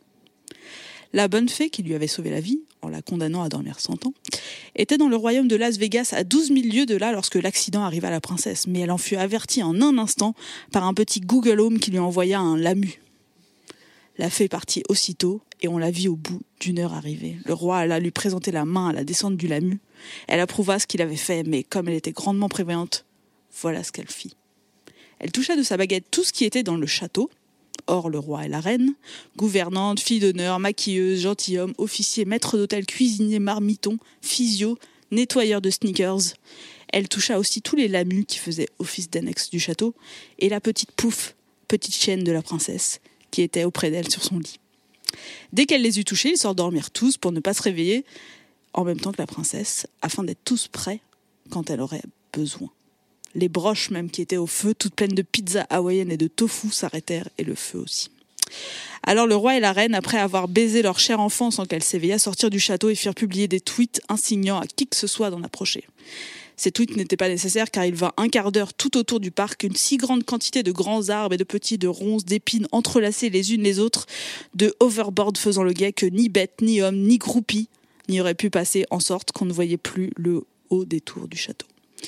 La bonne fée, qui lui avait sauvé la vie, en la condamnant à dormir cent ans, était dans le royaume de Las Vegas, à douze mille lieues de là, lorsque l'accident arriva à la princesse. Mais elle en fut avertie en un instant par un petit Google Home qui lui envoya un lamu. La fée partit aussitôt, et on la vit au bout d'une heure arrivée. Le roi alla lui présenter la main à la descente du lamu. Elle approuva ce qu'il avait fait, mais comme elle était grandement prévoyante, voilà ce qu'elle fit. Elle toucha de sa baguette tout ce qui était dans le château, hors le roi et la reine, gouvernante, fille d'honneur, maquilleuse, gentilhomme, officier, maître d'hôtel, cuisinier, marmiton, physio, nettoyeur de sneakers. Elle toucha aussi tous les lamus qui faisaient office d'annexe du château et la petite pouffe, petite chienne de la princesse, qui était auprès d'elle sur son lit. Dès qu'elle les eut touchés, ils s'endormirent tous pour ne pas se réveiller en même temps que la princesse, afin d'être tous prêts quand elle aurait besoin. Les broches même qui étaient au feu, toutes pleines de pizza hawaïenne et de tofu, s'arrêtèrent, et le feu aussi. Alors le roi et la reine, après avoir baisé leur chère enfant sans qu'elle s'éveillât, sortirent du château et firent publier des tweets insignant à qui que ce soit d'en approcher. Ces tweets n'étaient pas nécessaires car il vint un quart d'heure tout autour du parc une si grande quantité de grands arbres et de petits, de ronces, d'épines entrelacées les unes les autres, de hoverboards faisant le guet que ni bête, ni homme, ni groupie n'y aurait pu passer en sorte qu'on ne voyait plus le haut des tours du château.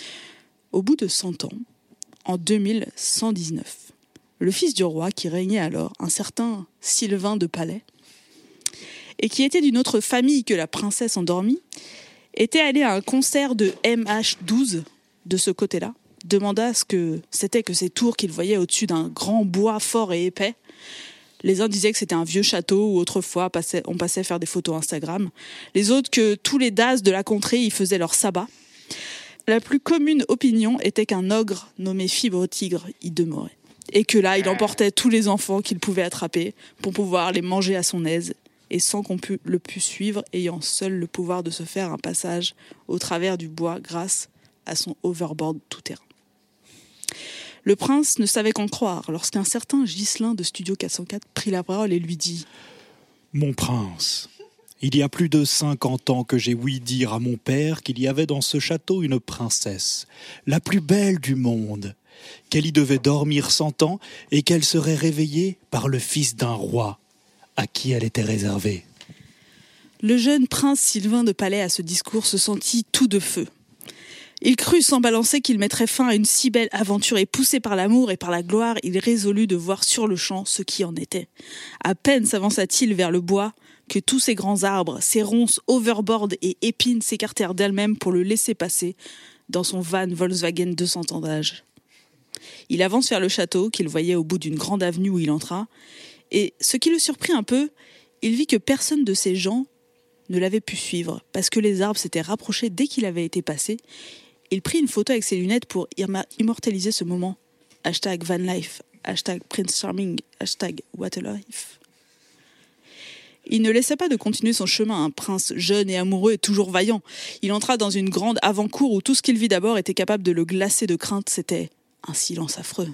Au bout de cent ans, en deux mille cent dix-neuf, le fils du roi, qui régnait alors, un certain Sylvain de Palais, et qui était d'une autre famille que la princesse endormie, était allé à un concert de M H douze de ce côté-là, demanda ce que c'était que ces tours qu'il voyait au-dessus d'un grand bois fort et épais. Les uns disaient que c'était un vieux château où autrefois on passait faire des photos Instagram. Les autres que tous les dazs de la contrée y faisaient leur sabbat. La plus commune opinion était qu'un ogre nommé Fibre-Tigre y demeurait. Et que là, il emportait tous les enfants qu'il pouvait attraper pour pouvoir les manger à son aise et sans qu'on pu, le pût suivre, ayant seul le pouvoir de se faire un passage au travers du bois grâce à son overboard tout-terrain. Le prince ne savait qu'en croire lorsqu'un certain Ghislain de Studio quatre cent quatre prit la parole et lui dit « Mon prince, il y a plus de cinquante ans que j'ai ouï dire à mon père qu'il y avait dans ce château une princesse, la plus belle du monde, qu'elle y devait dormir cent ans et qu'elle serait réveillée par le fils d'un roi, à qui elle était réservée. » Le jeune prince Sylvain de Palais à ce discours se sentit tout de feu. Il crut sans balancer qu'il mettrait fin à une si belle aventure et poussé par l'amour et par la gloire, il résolut de voir sur le champ ce qui en était. À peine s'avança-t-il vers le bois que tous ces grands arbres, ces ronces, overboard et épines s'écartèrent d'elles-mêmes pour le laisser passer dans son van Volkswagen deux cents ans d'âge. Il avance vers le château qu'il voyait au bout d'une grande avenue où il entra, et ce qui le surprit un peu, il vit que personne de ces gens ne l'avait pu suivre, parce que les arbres s'étaient rapprochés dès qu'il avait été passé. Il prit une photo avec ses lunettes pour immortaliser ce moment. Hashtag vanlife, hashtag Prince Charming, hashtag what a life. Il ne laissa pas de continuer son chemin, un prince jeune et amoureux et toujours vaillant. Il entra dans une grande avant-cour où tout ce qu'il vit d'abord était capable de le glacer de crainte. C'était un silence affreux.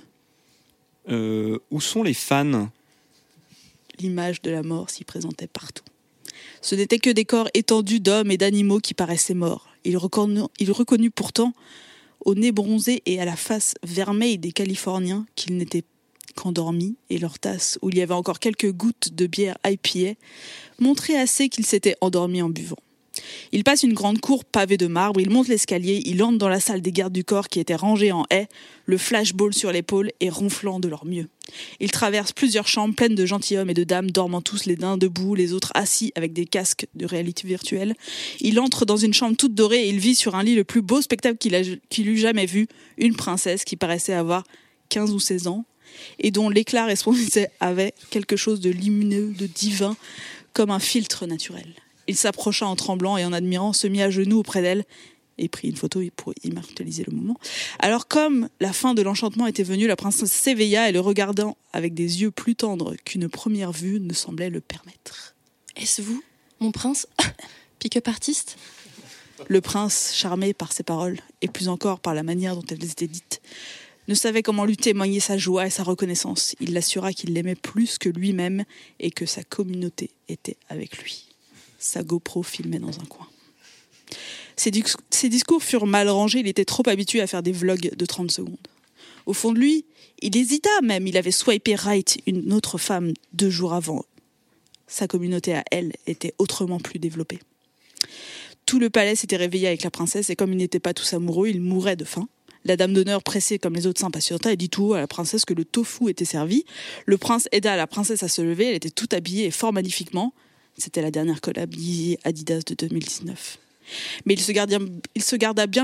Euh, où sont les fans ? L'image de la mort s'y présentait partout. Ce n'étaient que des corps étendus d'hommes et d'animaux qui paraissaient morts. Il reconnut, il reconnut pourtant, au nez bronzé et à la face vermeille des Californiens, qu'ils n'étaient qu'endormis, et leur tasse, où il y avait encore quelques gouttes de bière I P A, montrait assez qu'ils s'étaient endormis en buvant. Il passe une grande cour pavée de marbre, il monte l'escalier, il entre dans la salle des gardes du corps qui était rangée en haie, le flashball sur l'épaule et ronflant de leur mieux. Il traverse plusieurs chambres pleines de gentilshommes et de dames dormant tous les uns debout, les autres assis avec des casques de réalité virtuelle. Il entre dans une chambre toute dorée et il vit sur un lit le plus beau spectacle qu'il, a, qu'il eût jamais vu, une princesse qui paraissait avoir quinze ou seize ans et dont l'éclat resplendissait avait quelque chose de lumineux, de divin, comme un filtre naturel. Il s'approcha en tremblant et en admirant, se mit à genoux auprès d'elle et prit une photo pour immortaliser le moment. Alors comme la fin de l'enchantement était venue, la princesse s'éveilla et le regardant avec des yeux plus tendres qu'une première vue ne semblait le permettre. « Est-ce vous, mon prince, pick-up artiste ?» Le prince, charmé par ces paroles, et plus encore par la manière dont elles étaient dites, ne savait comment lui témoigner sa joie et sa reconnaissance. Il l'assura qu'il l'aimait plus que lui-même et que sa communauté était avec lui. Sa GoPro filmait dans un coin. Ses, dis- ses discours furent mal rangés, il était trop habitué à faire des vlogs de trente secondes. Au fond de lui, il hésita même, il avait swipé right une autre femme deux jours avant. Sa communauté à elle était autrement plus développée. Tout le palais s'était réveillé avec la princesse et comme ils n'étaient pas tous amoureux, ils mouraient de faim. La dame d'honneur, pressée comme les autres, s'impatienta et dit tout haut à la princesse que le tofu était servi. Le prince aida la princesse à se lever, elle était toute habillée et fort magnifiquement. C'était la dernière collab Yeezy Adidas de deux mille dix-neuf. Mais il se garda, il se garda bien.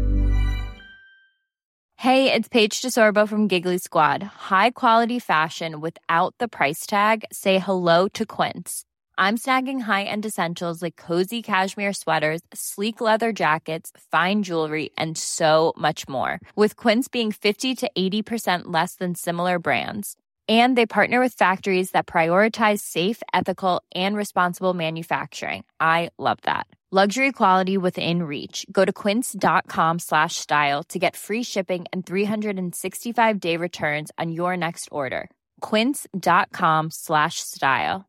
Hey, it's Paige DeSorbo from Giggly Squad. High quality fashion without the price tag. Say hello to Quince. I'm snagging high-end essentials like cozy cashmere sweaters, sleek leather jackets, fine jewelry, and so much more. With Quince being fifty to eighty percent less than similar brands. And they partner with factories that prioritize safe, ethical, and responsible manufacturing. I love that. Luxury quality within reach. Go to quince.com slash style to get free shipping and three sixty-five day returns on your next order. Quince.com slash style.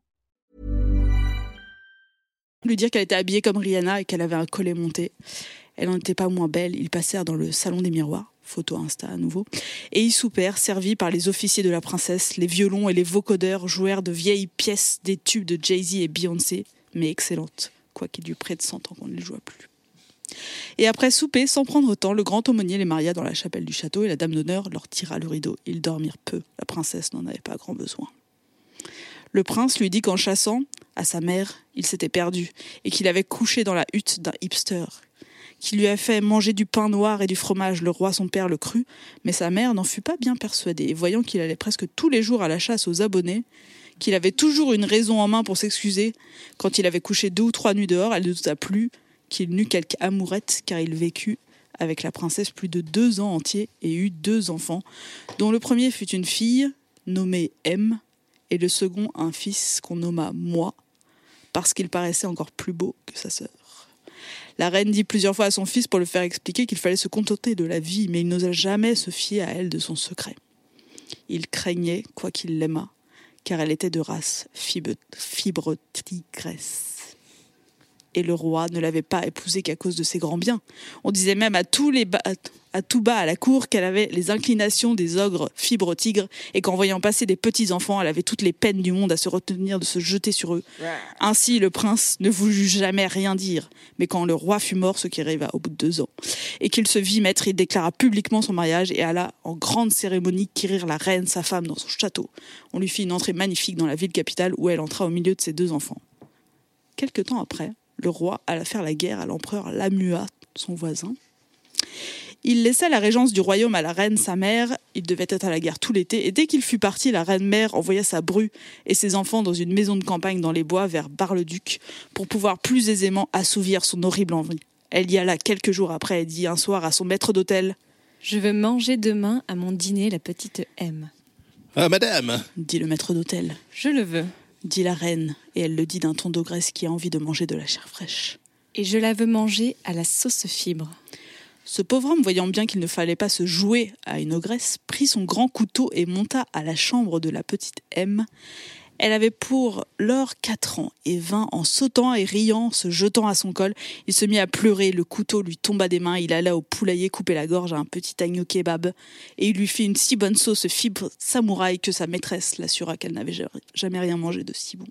Lui dire qu'elle était habillée comme Rihanna et qu'elle avait un collet monté. Elle n'en était pas moins belle. Ils passèrent dans le salon des miroirs. Photo Insta à nouveau, et ils soupèrent, servis par les officiers de la princesse. Les violons et les vocodeurs jouèrent de vieilles pièces des tubes de Jay-Z et Beyoncé, mais excellentes, quoiqu'il y eut près de cent ans qu'on ne les joua plus. Et après souper, sans prendre autant, le grand aumônier les maria dans la chapelle du château et la dame d'honneur leur tira le rideau. Ils dormirent peu, la princesse n'en avait pas grand besoin. Le prince lui dit qu'en chassant, À sa mère, il s'était perdu et qu'il avait couché dans la hutte d'un hipster, qui lui a fait manger du pain noir et du fromage. Le roi, son père, le crut, mais sa mère n'en fut pas bien persuadée. Et voyant qu'il allait presque tous les jours à la chasse aux abonnés, qu'il avait toujours une raison en main pour s'excuser, quand il avait couché deux ou trois nuits dehors, elle ne douta plus qu'il n'eût quelque amourette, car il vécut avec la princesse plus de deux ans entiers et eut deux enfants, dont le premier fut une fille nommée M, et le second un fils qu'on nomma Moi, parce qu'il paraissait encore plus beau que sa sœur. La reine dit plusieurs fois à son fils pour le faire expliquer qu'il fallait se contenter de la vie, mais il n'osa jamais se fier à elle de son secret. Il craignait, quoiqu'il l'aimât, car elle était de race fibre, fibre tigresse. Et le roi ne l'avait pas épousée qu'à cause de ses grands biens. On disait même à, tous les ba- à tout bas à la cour qu'elle avait les inclinations des ogres fibres tigres et qu'en voyant passer des petits-enfants, elle avait toutes les peines du monde à se retenir de se jeter sur eux. Ainsi, le prince ne voulut jamais rien dire. Mais quand le roi fut mort, ce qui arriva au bout de deux ans, et qu'il se vit maître, il déclara publiquement son mariage et alla en grande cérémonie quérir la reine, sa femme, dans son château. On lui fit une entrée magnifique dans la ville capitale où elle entra au milieu de ses deux enfants. Quelque temps après, le roi alla faire la guerre à l'empereur Lamua, son voisin. Il laissa la régence du royaume à la reine, sa mère. Il devait être à la guerre tout l'été. Et dès qu'il fut parti, la reine-mère envoya sa bru et ses enfants dans une maison de campagne dans les bois vers Bar-le-Duc pour pouvoir plus aisément assouvir son horrible envie. Elle y alla quelques jours après et dit un soir à son maître d'hôtel « Je veux manger demain à mon dîner la petite M. »« Ah, madame !» dit le maître d'hôtel. « Je le veux. » dit la reine, et elle le dit d'un ton d'ogresse qui a envie de manger de la chair fraîche. Et je la veux manger à la sauce fibre. Ce pauvre homme, voyant bien qu'il ne fallait pas se jouer à une ogresse, prit son grand couteau et monta à la chambre de la petite M. Elle avait pour lors quatre ans et vint en sautant et riant, se jetant à son col. Il se mit à pleurer, le couteau lui tomba des mains, il alla au poulailler couper la gorge à un petit agneau kebab et il lui fit une si bonne sauce fibre samouraï que sa maîtresse l'assura qu'elle n'avait jamais rien mangé de si bon.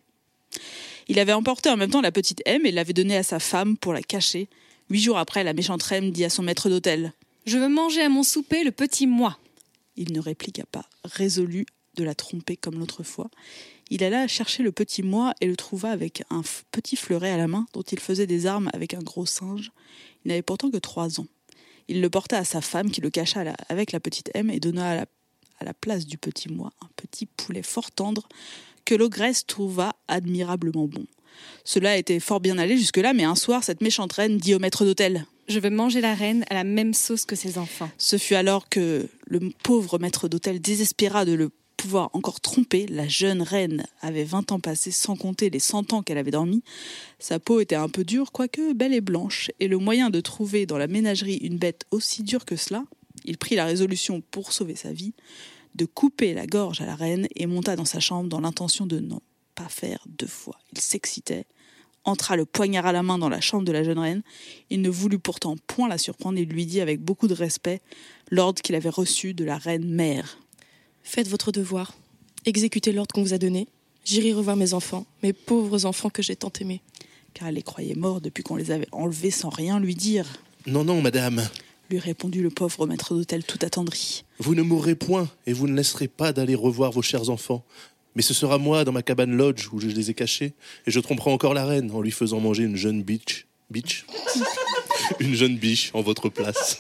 Il avait emporté en même temps la petite M et l'avait donnée à sa femme pour la cacher. Huit jours après, la méchante reine dit à son maître d'hôtel « Je veux manger à mon souper le petit moi. » Il ne répliqua pas, résolu de la tromper comme l'autre fois. Il alla chercher le petit moi et le trouva avec un f- petit fleuret à la main dont il faisait des armes avec un gros singe. Il n'avait pourtant que trois ans. Il le porta à sa femme qui le cacha à la, avec la petite M et donna à la, à la place du petit moi un petit poulet fort tendre que l'ogresse trouva admirablement bon. Cela était fort bien allé jusque-là, mais un soir, cette méchante reine dit au maître d'hôtel « Je veux manger la reine à la même sauce que ses enfants. » Ce fut alors que le pauvre maître d'hôtel désespéra de le pouvoir encore tromper. La jeune reine avait vingt ans passés, sans compter les cent ans qu'elle avait dormi. Sa peau était un peu dure, quoique belle et blanche, et le moyen de trouver dans la ménagerie une bête aussi dure que cela, il prit la résolution, pour sauver sa vie, de couper la gorge à la reine et monta dans sa chambre dans l'intention de non pas faire deux fois. Il s'excitait, entra le poignard à la main dans la chambre de la jeune reine. Il ne voulut pourtant point la surprendre et lui dit avec beaucoup de respect l'ordre qu'il avait reçu de la reine mère. Faites votre devoir. Exécutez l'ordre qu'on vous a donné. J'irai revoir mes enfants, mes pauvres enfants que j'ai tant aimés. Car elle les croyait morts depuis qu'on les avait enlevés sans rien lui dire. Non, non, madame, lui répondit le pauvre maître d'hôtel tout attendri. Vous ne mourrez point et vous ne laisserez pas d'aller revoir vos chers enfants. Mais ce sera moi dans ma cabane lodge où je les ai cachés et je tromperai encore la reine en lui faisant manger une jeune bitch. Bitch Une jeune biche en votre place.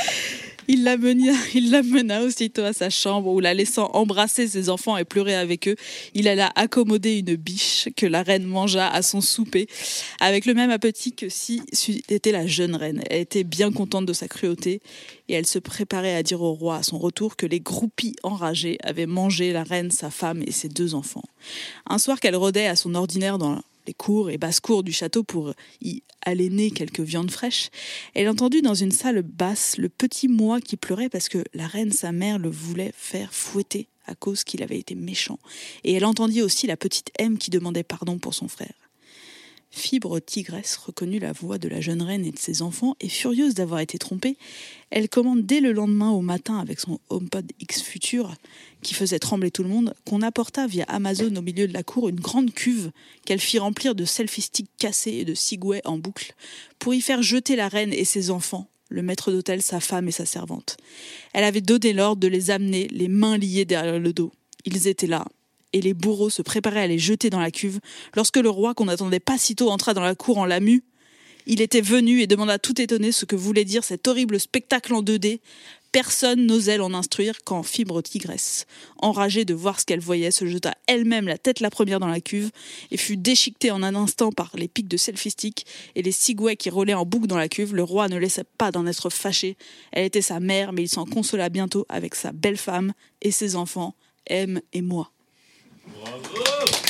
Il l'amena, il l'amena aussitôt à sa chambre où, la laissant embrasser ses enfants et pleurer avec eux, il alla accommoder une biche que la reine mangea à son souper avec le même appétit que si c'était la jeune reine. Elle était bien contente de sa cruauté et elle se préparait à dire au roi à son retour que les groupies enragées avaient mangé la reine, sa femme et ses deux enfants. Un soir qu'elle rôdait à son ordinaire dans les cours et basses-cours du château pour y aléner quelques viandes fraîches, elle entendit dans une salle basse le petit moi qui pleurait parce que la reine, sa mère, le voulait faire fouetter à cause qu'il avait été méchant. Et elle entendit aussi la petite M qui demandait pardon pour son frère. Fibre tigresse reconnut la voix de la jeune reine et de ses enfants et furieuse d'avoir été trompée, elle commande dès le lendemain au matin avec son HomePod X Future, qui faisait trembler tout le monde, qu'on apporta via Amazon au milieu de la cour une grande cuve qu'elle fit remplir de selfie sticks cassés et de cigouets en boucle pour y faire jeter la reine et ses enfants, le maître d'hôtel, sa femme et sa servante. Elle avait donné l'ordre de les amener, les mains liées derrière le dos. Ils étaient là, et les bourreaux se préparaient à les jeter dans la cuve, lorsque le roi, qu'on n'attendait pas si tôt, entra dans la cour en lamu. Il était venu et demanda tout étonné ce que voulait dire cet horrible spectacle en deux D. Personne n'osait l'en instruire quand Fibre Tigresse, enragée de voir ce qu'elle voyait, se jeta elle-même la tête la première dans la cuve et fut déchiquetée en un instant par les pics de selfie stick et les cigouets qui roulaient en boucle dans la cuve. Le roi ne laissait pas d'en être fâché. Elle était sa mère, mais il s'en consola bientôt avec sa belle femme et ses enfants, M et moi. Bravo.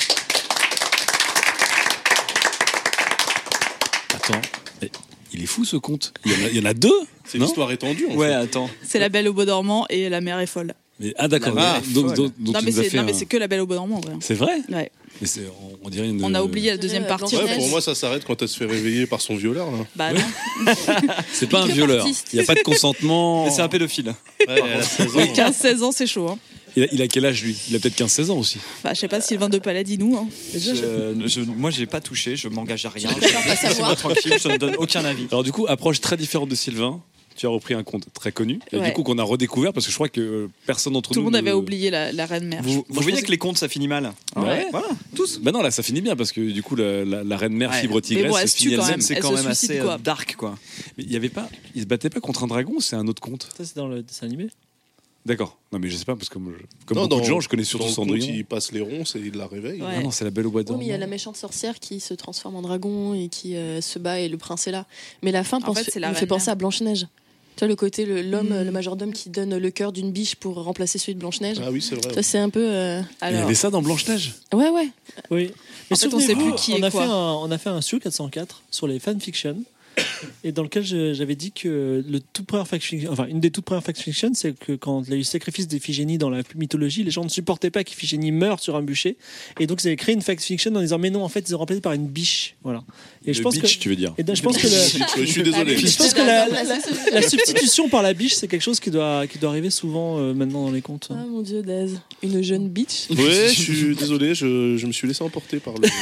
Attends, mais il est fou ce conte. Il y en a, il y en a deux. C'est l'histoire étendue. En ouais, fait. attends. C'est La Belle au Bois dormant et La mère est folle. Mais, ah d'accord. Ah, donc, donc, donc non, tu mais nous as c'est, fait non un- mais c'est que La Belle au Bois dormant en vrai. C'est vrai. Ouais. Mais c'est, on, on dirait une. On a oublié la deuxième partie. Ouais, pour moi, ça s'arrête quand elle se fait réveiller par son violeur. Là. Bah non. C'est pas un violeur. Il n'y a pas de consentement. Mais c'est un pédophile. Ouais, elle a seize ans. quinze seize ans, c'est chaud. Hein. Il a, il a quel âge lui? Il a peut-être quinze seize ans aussi. Bah, je sais pas, Sylvain de Paladinou. Hein. Je- je- moi, j'ai pas touché, je m'engage à rien. Je préfère pas savoir. Laissez-moi tranquille, je ne donne aucun avis. Alors du coup, approche très différente de Sylvain. Tu as repris un conte très connu et Ouais. du coup qu'on a redécouvert parce que je crois que euh, personne d'entre Tout le nous. monde avait ne- oublié la, la reine mère. Vous, Moi, vous je voyez pensais- que les contes, ça finit mal. Ouais. Voilà. Tous. Bah non, là ça finit bien parce que du coup la, la- la reine mère Ouais. Fibre Mais Tigresse bon, elle se se tue finit quand elle-même. même. C'est Elle quand se même suicide, assez quoi. euh, dark, quoi. Mais il y avait pas, il se battait pas contre un dragon, c'est un autre conte. Ça, c'est dans le dessin animé. D'accord. Non mais je sais pas parce que moi, je- comme Non, beaucoup dans- de gens, je connais surtout dans le conte, Cendrillon. il passe les ronces et il la réveille. Ouais. Ah non, c'est la Belle au Bois Oui, dormant. mais il y a la méchante sorcière qui se transforme en dragon et qui euh, se bat et le prince est là. Mais la fin En pense, fait, c'est la me fait reine penser mère. à Blanche-Neige. Tu vois, le côté, le- l'homme, Mm. le majordome qui donne le cœur d'une biche pour remplacer celui de Blanche-Neige. Ah oui, c'est vrai. Ça, c'est un peu. euh, Il y Alors. avait ça dans Blanche-Neige. Ouais, ouais. Oui. En fait, on sait souvenez-vous, plus qui on est a quoi. Fait un, on a fait un studio quatre cent quatre sur les fanfictions. Et dans lequel je- j'avais dit que le tout premier fanfiction, enfin une des toutes premières fanfictions, c'est que quand il y a eu le sacrifice d'Iphigénie dans la mythologie, les gens ne supportaient pas qu'Iphigénie meure sur un bûcher, et donc ils avaient créé une fanfiction en disant mais non, en fait ils ont remplacé par une biche, voilà. Et Le je pense bitch, que tu veux dire. et donc, je pense que le- Je suis désolé. je pense que la, la- la- la substitution par la biche, c'est quelque chose qui doit qui doit arriver souvent euh, maintenant dans les contes. Ah mon dieu, Daz. Une jeune bitch. Ouais, je suis désolé, je, je me suis laissé emporter par le.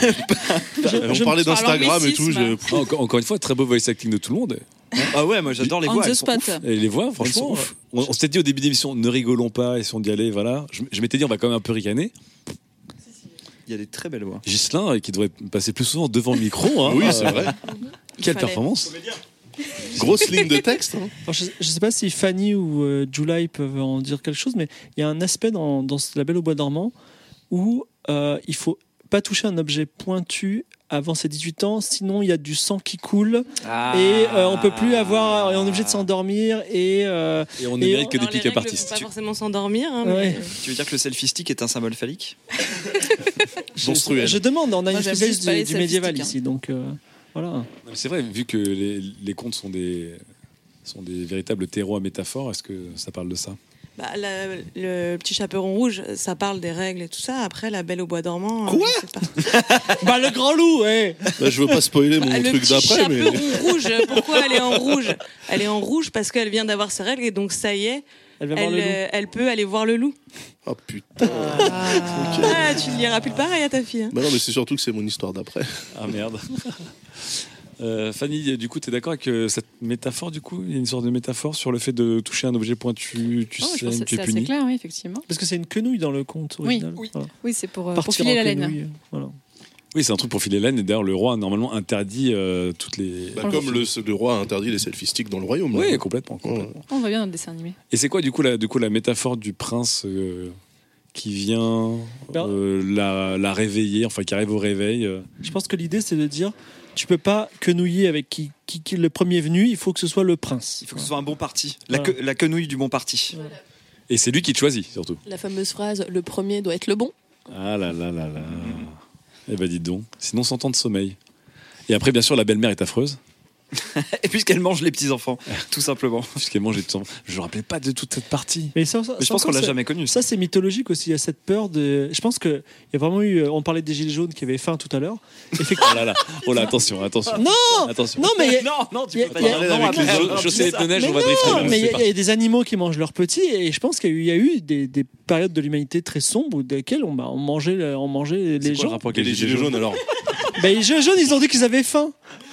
On je- parlait par d'Instagram et tout. l'anglicisme. Je... Ah, encore, encore une fois, très beau voice acting de tout le monde. Ah ouais, moi j'adore les On voix. the elles sont spot. ouf. Et les voix, Elles sont franchement, ouf. on, on s'était dit au début d'émission, ne rigolons pas, essayons d'y aller, voilà. Je, je m'étais dit, on va quand même un peu ricaner. Il y a des très belles voix. Ghislain, euh, qui devrait passer plus souvent devant le micro. Hein, Oui, euh, c'est vrai. Quelle fallait. performance. Grosse ligne de texte. hein. Alors, je ne sais pas si Fanny ou euh, July peuvent en dire quelque chose, mais il y a un aspect dans, dans La Belle au Bois dormant où euh, il faut pas toucher un objet pointu avant ses dix-huit ans, sinon il y a du sang qui coule Ah. et euh, on peut plus avoir, et on est obligé de s'endormir et, euh, Et on ne Et mérite on- que des Alors, les pick-up règles, faut artistes. pas forcément s'endormir. Hein, Ouais. mais... Tu veux dire que le selfie stick est un symbole phallique? je, Monstruel. je demande, on a Moi, une j'aime spécialiste juste pas du, les du médiéval selfie-sticks, ici, donc euh, voilà. Non, mais c'est vrai, vu que les, les contes sont des, sont des véritables terreaux à métaphores, est-ce que ça parle de ça? Bah, la- le petit chaperon rouge, ça parle des règles et tout ça. Après, la Belle au Bois dormant. euh, Quoi je sais pas. Bah le grand loup, ouais. Là, je veux pas spoiler mon Ah, le truc petit d'après, mais. chaperon rouge, pourquoi elle est en rouge? Elle est en rouge parce qu'elle vient d'avoir ses règles et donc ça y est, Elle va voir elle, le loup. euh, elle peut aller voir le loup. Oh putain. Ah, tu ne liras plus pareil à ta fille. hein. Bah non, mais c'est surtout que c'est mon histoire d'après. Ah merde. Euh, Fanny, du coup, tu es d'accord avec euh, cette métaphore, du coup? Il y a une sorte de métaphore sur le fait de toucher un objet pointu, tu Oh, je sais, pense que tu es c'est assez puni. clair, oui, effectivement. Parce que c'est une quenouille dans le conte Oui, original. oui. Voilà. Oui, c'est pour, euh, Partir pour filer en la laine. quenouille, voilà. Oui, c'est un truc pour filer laine, et d'ailleurs, le roi a normalement interdit euh, toutes les. Bah, comme le, le roi a interdit les selfie sticks dans le royaume. Oui, là. complètement. complètement. On va bien dans le dessin animé. Et c'est quoi, du coup, la, du coup, la métaphore du prince euh, qui vient euh, la, la réveiller, enfin, qui arrive au réveil euh. Je pense que l'idée c'est de dire tu peux pas quenouiller avec qui, qui, qui est le premier venu, il faut que ce soit le prince. Il faut que ce soit un bon parti. La, Voilà. que- la quenouille du bon parti. Et c'est lui qui te choisit, surtout. La fameuse phrase le premier doit être le bon. Ah là là là là. Eh ben, dites donc. Sinon, cent ans de sommeil. Et après, bien sûr, la belle-mère est affreuse. Et puisqu'elle mange les petits-enfants, tout simplement. Puisqu'elle mange les petits-enfants. Je me rappelais pas de toute cette partie. Mais, ça, ça- Mais je ça pense qu'on encore, l'a ça- jamais connu. Ça, c'est mythologique aussi. Il y a cette peur de. Je pense qu'il y a vraiment eu. On parlait des gilets jaunes qui avaient faim tout à l'heure. Oh là là. Oh là, attention, attention. Non Attention. Non, mais. il y a- Non, non, tu il y a- peux pas il y a- dire non, non avec attends, les Je, autres. je sais de neige, Mais on va drifter. non, là, mais il y, c'est a- parti. il y a des animaux qui mangent leurs petits et je pense qu'il y a eu, il y a eu des, des périodes de l'humanité très sombres où desquelles on, bah, on mangeait, on mangeait C'est les quoi le gens. rapport avec Et les les gilets gilets jaunes jaunes alors. Ben, les gilets jaunes, ils ont dit qu'ils avaient faim.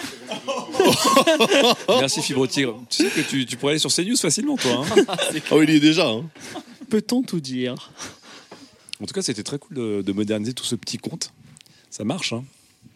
Merci Fibre Tigre. Tu sais que tu, tu pourrais aller sur CNews facilement, toi. Hein. Ah oui, il y est déjà. Hein. Peut-on tout dire? En tout cas, c'était très cool de, de moderniser tout ce petit conte. Ça marche, hein.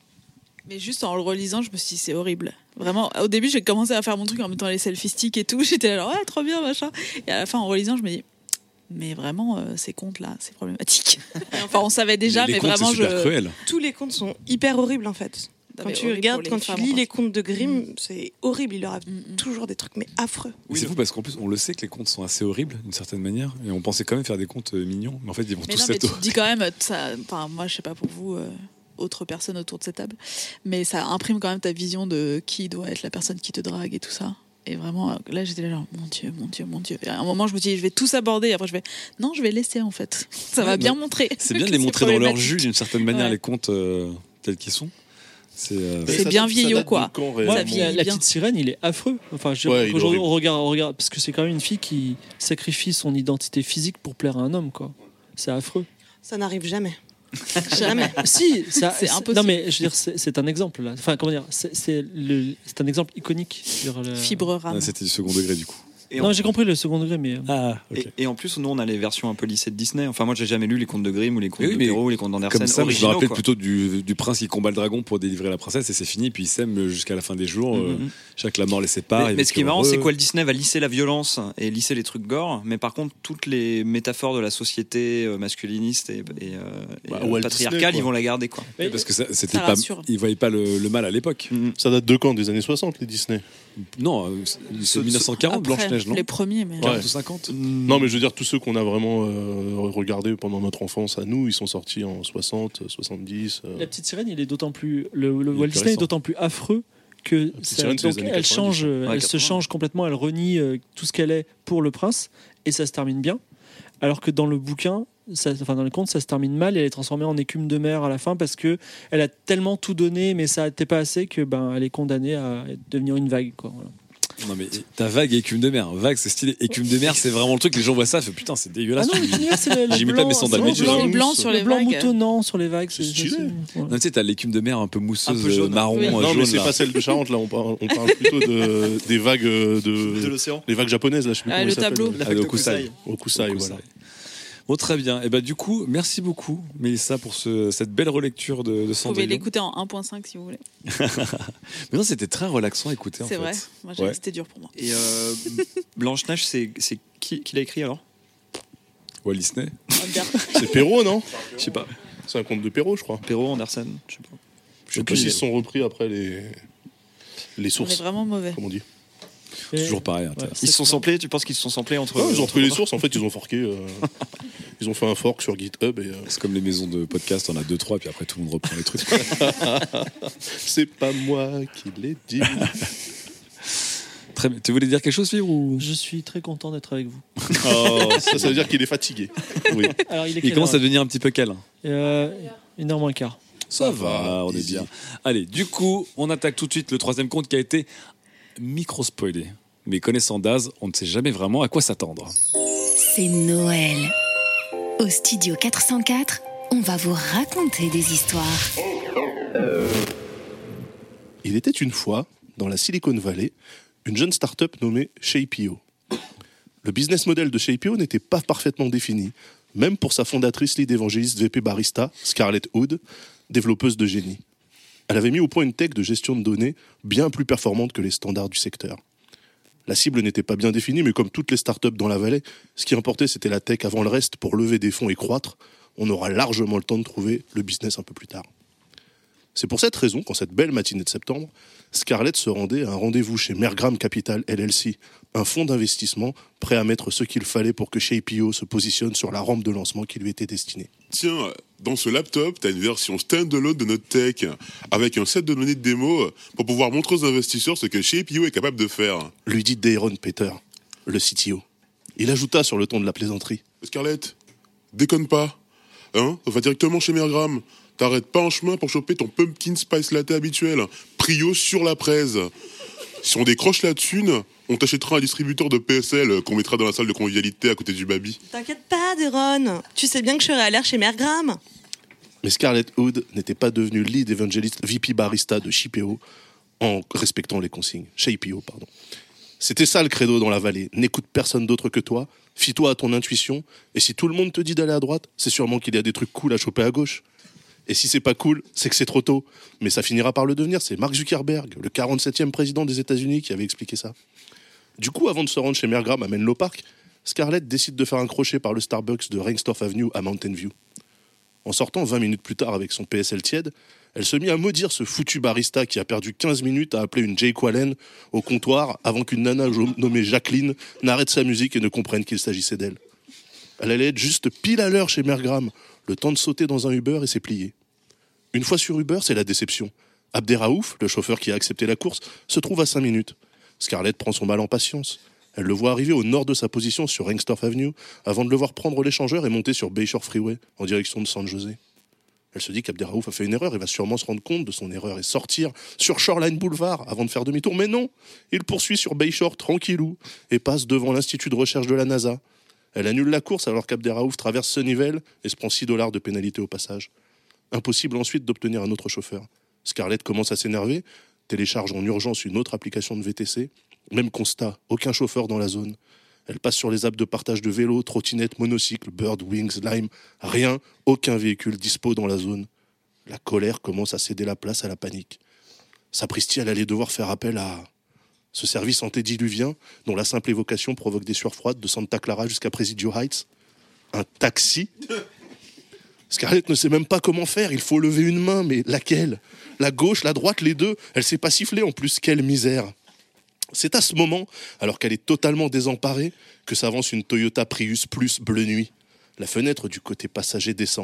Mais juste en le relisant, je me suis dit, c'est horrible. Vraiment, au début, j'ai commencé à faire mon truc en mettant les selfie sticks et tout. J'étais là, genre, ouais, trop bien, machin. Et à la fin, en relisant, je me dis, mais vraiment, euh, ces contes-là, c'est problématique. Enfin, on savait déjà, les mais contes, vraiment, c'est super je. cruel. Tous les contes sont hyper horribles en fait. Non, Quand mais tu horrible regardes, pour quand les tu femmes, lis en les particulier. contes de Grimm, c'est horrible. Il leur arrive toujours des trucs mais affreux. Mais c'est fou parce qu'en plus, on le sait que les contes sont assez horribles d'une certaine manière, et on pensait quand même faire des contes euh, mignons, mais en fait, ils vont Mais tous non, mais être tu te dis quand même, ça, enfin, moi, je sais pas pour vous, euh, autres personnes autour de cette table, mais ça imprime quand même ta vision de qui doit être la personne qui te drague et tout ça. Et vraiment, là, j'étais là, genre, mon Dieu, mon Dieu, mon Dieu. Et à un moment, je me dis, je vais tous aborder. Et après, je vais, non, je vais laisser, en fait. Ça Ouais, va bien mais montrer. C'est bien de que les montrer dans leur problématique. jus d'une certaine manière, Ouais. les contes euh, tels qu'ils sont. C'est euh, C'est bien vieillot, quoi. Moi, Ça la, vieillit la bien. petite sirène, il est affreux. Enfin, je, Ouais, il est aujourd'hui, horrible. on regarde, on regarde, parce que c'est quand même une fille qui sacrifie son identité physique pour plaire à un homme, quoi. C'est affreux. Ça n'arrive jamais. Jamais. Si, ça, C'est impossible. Non, mais je veux dire, c'est c'est un exemple là. Enfin, comment dire, c'est c'est le- c'est un exemple iconique sur le. Fibre rame. ah, c'était du second degré du coup. Et Non, en- j'ai compris le second degré, mais. Ah, Et, et en plus, nous, on a les versions un peu lissées de Disney. Enfin, moi, j'ai jamais lu les contes de Grimm ou les contes Oui, de mais Perrault ou les contes d'Andersen Comme ça, je me originaux. rappelle quoi. plutôt du, du prince qui combat le dragon pour délivrer la princesse et c'est fini, puis il s'aime jusqu'à la fin des jours. euh, Mhm. chaque la mort les sépare. Mais, ils mais ce qui est vécurent marrant, heureux. c'est quoi le Disney va lisser la violence et lisser les trucs gore, mais par contre, toutes les métaphores de la société euh, masculiniste et, et, euh, et, Bah, euh, Walt patriarcale, Disney, quoi. ils vont la garder. Quoi. Oui, parce que ça- c'était Ça pas, rassure. ils voyaient pas le, le mal à l'époque. Ça date de quand? Des années soixante, les Disney? Non, euh, c'est mille neuf cent quarante, Après, Blanche-Neige, non les premiers, mais. quarante ou cinquante. Non, mais je veux dire, tous ceux qu'on a vraiment euh, regardés pendant notre enfance à nous, ils sont sortis en soixante, soixante-dix. euh. La petite sirène, il est d'autant plus. Le, le Il est Walt plus Disney est récent. d'autant plus affreux que petite ça- sirène, c'est les donc années elle quatre-vingt-dix. change, euh, Ouais, elle se quatre-vingts. change complètement, elle renie euh, tout ce qu'elle est pour le prince et ça se termine bien. Alors que dans le bouquin, ça, enfin dans le conte, ça se termine mal et elle est transformée en écume de mer à la fin parce que elle a tellement tout donné, mais ça n'était pas assez que ben elle est condamnée à devenir une vague, quoi. Voilà. Non mais ta vague et écume de mer. Vague, c'est stylé. Écume de mer, c'est vraiment le truc. Les gens voient ça, fait putain, c'est Ah dégueulasse. non, Tu- le blanc, c'est le, le J'y mets pas blanc, mes sandales, c'est mais le je- blanc, blanc sur le les blanc vagues. moutonnant sur les vagues, c'est C'est stylé. c'est- voilà. Non, tu sais, t'as l'écume de mer un peu mousseuse, Un peu jaune. euh, marron, Oui. euh, Non, jaune. mais c'est là. pas celle de Charente, là. On parle, on parle plutôt de, des vagues euh, de. De l'océan. Les vagues japonaises, là, je sais plus Ah, comment le ils s'appellent. tableau. La Ah, vague le de Okusai. Kusai. Okusai, Okusai. voilà. Bon, très bien. Et bah du coup, merci beaucoup, Mélissa, pour ce, cette belle relecture de, de Vous pouvez Cendrillon. l'écouter en un point cinq si vous voulez. Mais non, c'était très relaxant à écouter. en C'est fait. vrai. Moi, j'ai- Ouais. c'était dur pour moi. Et euh, Blanche-Neige, c'est c'est qui, qui l'a écrit alors Walt Disney. C'est Perrault, non? Je sais pas. C'est un conte de Perrault, je crois. Perrault, Andersen, je sais pas. Je sais pas s'ils sont repris après les, les On est sources. vraiment mauvais. Comme on dit. Et- Toujours pareil. hein, Ouais, t'as- Ils se sont samplés, tu penses qu'ils se sont samplés entre. Non, ils ont entre- repris les sources, en fait, ils ont forqué. euh, ils ont fait un fork sur GitHub et. euh, C'est comme les maisons de podcast, on a deux, trois, puis après tout le monde reprend les trucs. C'est pas moi qui l'ai dit. Très bien. Tu voulais dire quelque chose, Fibre ou... Je suis très content d'être avec vous. Oh, ça, ça veut dire qu'il est fatigué. Oui. Alors, il est Il quelle commence à heure devenir un petit peu câlin. Euh, Une heure moins quart. Ça va, on est easy. bien. Allez, du coup, on attaque tout de suite le troisième conte qui a été micro-spoilé. Mais connaissant Daz, on ne sait jamais vraiment à quoi s'attendre. C'est Noël. Au studio quatre cent quatre, on va vous raconter des histoires. Il était une fois, dans la Silicon Valley, une jeune start-up nommée Shapeio. Le business model de Shapeio n'était pas parfaitement défini, même pour sa fondatrice lead évangéliste V P barista, Scarlett Hood, développeuse de génie. Elle avait mis au point une tech de gestion de données bien plus performante que les standards du secteur. La cible n'était pas bien définie, mais comme toutes les startups dans la vallée, ce qui importait c'était la tech avant le reste pour lever des fonds et croître. On aura largement le temps de trouver le business un peu plus tard. C'est pour cette raison qu'en cette belle matinée de septembre, Scarlett se rendait à un rendez-vous chez Mergram Capital L L C, un fonds d'investissement prêt à mettre ce qu'il fallait pour que Shapeio se positionne sur la rampe de lancement qui lui était destinée. Tiens, dans ce laptop, tu as une version standalone de notre tech, avec un set de données de démo pour pouvoir montrer aux investisseurs ce que Shapeio est capable de faire. Lui dit Dayron Peter, le C T O. Il ajouta sur le ton de la plaisanterie. Scarlett, déconne pas. Hein, va directement chez Mergram. T'arrêtes pas en chemin pour choper ton pumpkin spice latte habituel. Prio sur la presse. Si on décroche la thune, on t'achètera un distributeur de P S L qu'on mettra dans la salle de convivialité à côté du baby. T'inquiète pas, Deron. Tu sais bien que je serai à l'air chez Mergram. Mais Scarlett Hood n'était pas devenue lead évangéliste V P barista de Shapeio en respectant les consignes. Shapeio, pardon. C'était ça le credo dans la vallée. N'écoute personne d'autre que toi, Fie-toi à ton intuition, et si tout le monde te dit d'aller à droite, c'est sûrement qu'il y a des trucs cool à choper à gauche. Et si c'est pas cool, c'est que c'est trop tôt. Mais ça finira par le devenir, c'est Mark Zuckerberg, le quarante-septième président des États-Unis, qui avait expliqué ça. Du coup, avant de se rendre chez Mère Graham à Menlo Park, Scarlett décide de faire un crochet par le Starbucks de Reinsdorf Avenue à Mountain View. En sortant vingt minutes plus tard avec son P S L tiède, elle se mit à maudire ce foutu barista qui a perdu quinze minutes à appeler une Jake Wallen au comptoir avant qu'une nana nommée Jacqueline n'arrête sa musique et ne comprenne qu'il s'agissait d'elle. Elle allait être juste pile à l'heure chez Mère Graham, le temps de sauter dans un Uber et s'est pliée. Une fois sur Uber, c'est la déception. Abderraouf, le chauffeur qui a accepté la course, se trouve à cinq minutes. Scarlett prend son mal en patience. Elle le voit arriver au nord de sa position sur Reinsdorf Avenue avant de le voir prendre l'échangeur et monter sur Bayshore Freeway en direction de San José. Elle se dit qu'Abderraouf a fait une erreur et va sûrement se rendre compte de son erreur et sortir sur Shoreline Boulevard avant de faire demi-tour. Mais non, il poursuit sur Bayshore tranquillou et passe devant l'Institut de recherche de la NASA. Elle annule la course alors qu'Abderraouf traverse Sunnyvale et se prend six dollars de pénalité au passage. Impossible ensuite d'obtenir un autre chauffeur. Scarlett commence à s'énerver, télécharge en urgence une autre application de V T C. Même constat, aucun chauffeur dans la zone. Elle passe sur les apps de partage de vélos, trottinettes, monocycles, Bird, Wings, Lime. Rien, aucun véhicule dispo dans la zone. La colère commence à céder la place à la panique. Sapristi, elle allait devoir faire appel à ce service antédiluvien dont la simple évocation provoque des sueurs froides de Santa Clara jusqu'à Presidio Heights. Un taxi ? Scarlett ne sait même pas comment faire, il faut lever une main, mais laquelle ? La gauche, la droite, les deux ? Elle sait pas siffler en plus, quelle misère ! C'est à ce moment, alors qu'elle est totalement désemparée, que s'avance une Toyota Prius Plus bleu nuit. La fenêtre du côté passager descend.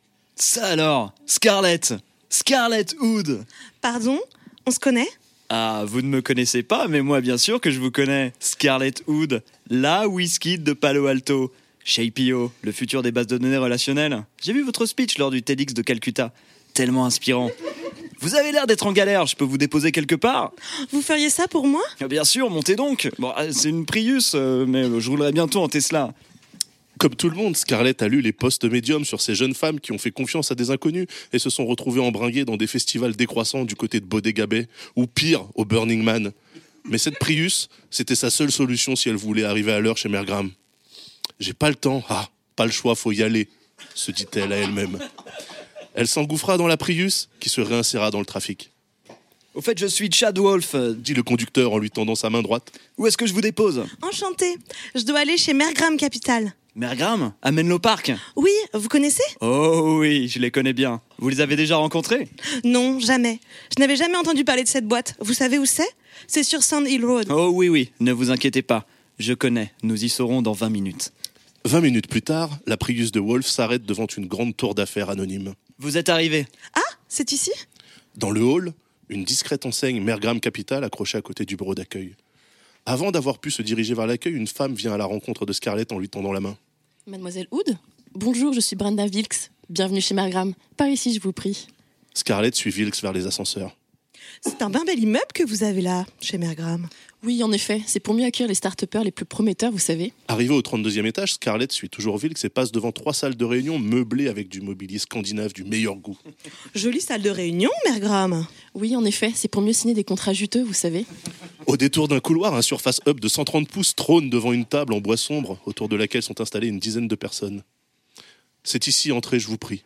Ça alors, Scarlett Scarlett Hood. Pardon ? On se connaît ? Ah, vous ne me connaissez pas, mais moi bien sûr que je vous connais. Scarlett Hood, la whisky de Palo Alto. Chez I P O, le futur des bases de données relationnelles. J'ai vu votre speech lors du TEDx de Calcutta. Tellement inspirant. Vous avez l'air d'être en galère, je peux vous déposer quelque part ? Vous feriez ça pour moi ? Bien sûr, montez donc. Bon, c'est une Prius, euh, mais je roulerai bientôt en Tesla. Comme tout le monde, Scarlett a lu les posts médiums sur ces jeunes femmes qui ont fait confiance à des inconnus et se sont retrouvées embringuées dans des festivals décroissants du côté de Bodega Bay, ou pire, au Burning Man. Mais cette Prius, c'était sa seule solution si elle voulait arriver à l'heure chez Mère Graham. « J'ai pas le temps. Ah, pas le choix, faut y aller », se dit-elle à elle-même. Elle s'engouffra dans la Prius, qui se réinséra dans le trafic. « Au fait, je suis Chad Wolf, » dit le conducteur en lui tendant sa main droite. « Où est-ce que je vous dépose ?»« Enchantée. Je dois aller chez Mère Graham Capital. »« Mère Graham ? À Menlo Park ?»« Oui, vous connaissez ?»« Oh oui, je les connais bien. Vous les avez déjà rencontrés ?»« Non, jamais. Je n'avais jamais entendu parler de cette boîte. Vous savez où c'est ? C'est sur Sand Hill Road. »« Oh oui, oui, ne vous inquiétez pas. Je connais. Nous y serons dans vingt minutes. » Vingt minutes plus tard, la Prius de Wolf s'arrête devant une grande tour d'affaires anonyme. Vous êtes arrivé. Ah, c'est ici ? Dans le hall, une discrète enseigne Mère Graham Capital accrochée à côté du bureau d'accueil. Avant d'avoir pu se diriger vers l'accueil, une femme vient à la rencontre de Scarlett en lui tendant la main. Mademoiselle Hood ? Bonjour, je suis Brenda Wilkes. Bienvenue chez Mère Graham. Par ici, je vous prie. Scarlett suit Wilkes vers les ascenseurs. C'est un bien bel immeuble que vous avez là, chez Mère Graham. Oui, en effet, c'est pour mieux accueillir les start-upers les plus prometteurs, vous savez. Arrivée au trente-deuxième étage, Scarlett suit toujours Wilkes et passe devant trois salles de réunion meublées avec du mobilier scandinave du meilleur goût. Jolie salle de réunion, Mère Graham. Oui, en effet, c'est pour mieux signer des contrats juteux, vous savez. Au détour d'un couloir, un Surface Hub de cent trente pouces trône devant une table en bois sombre, autour de laquelle sont installées une dizaine de personnes. C'est ici, entrez, je vous prie.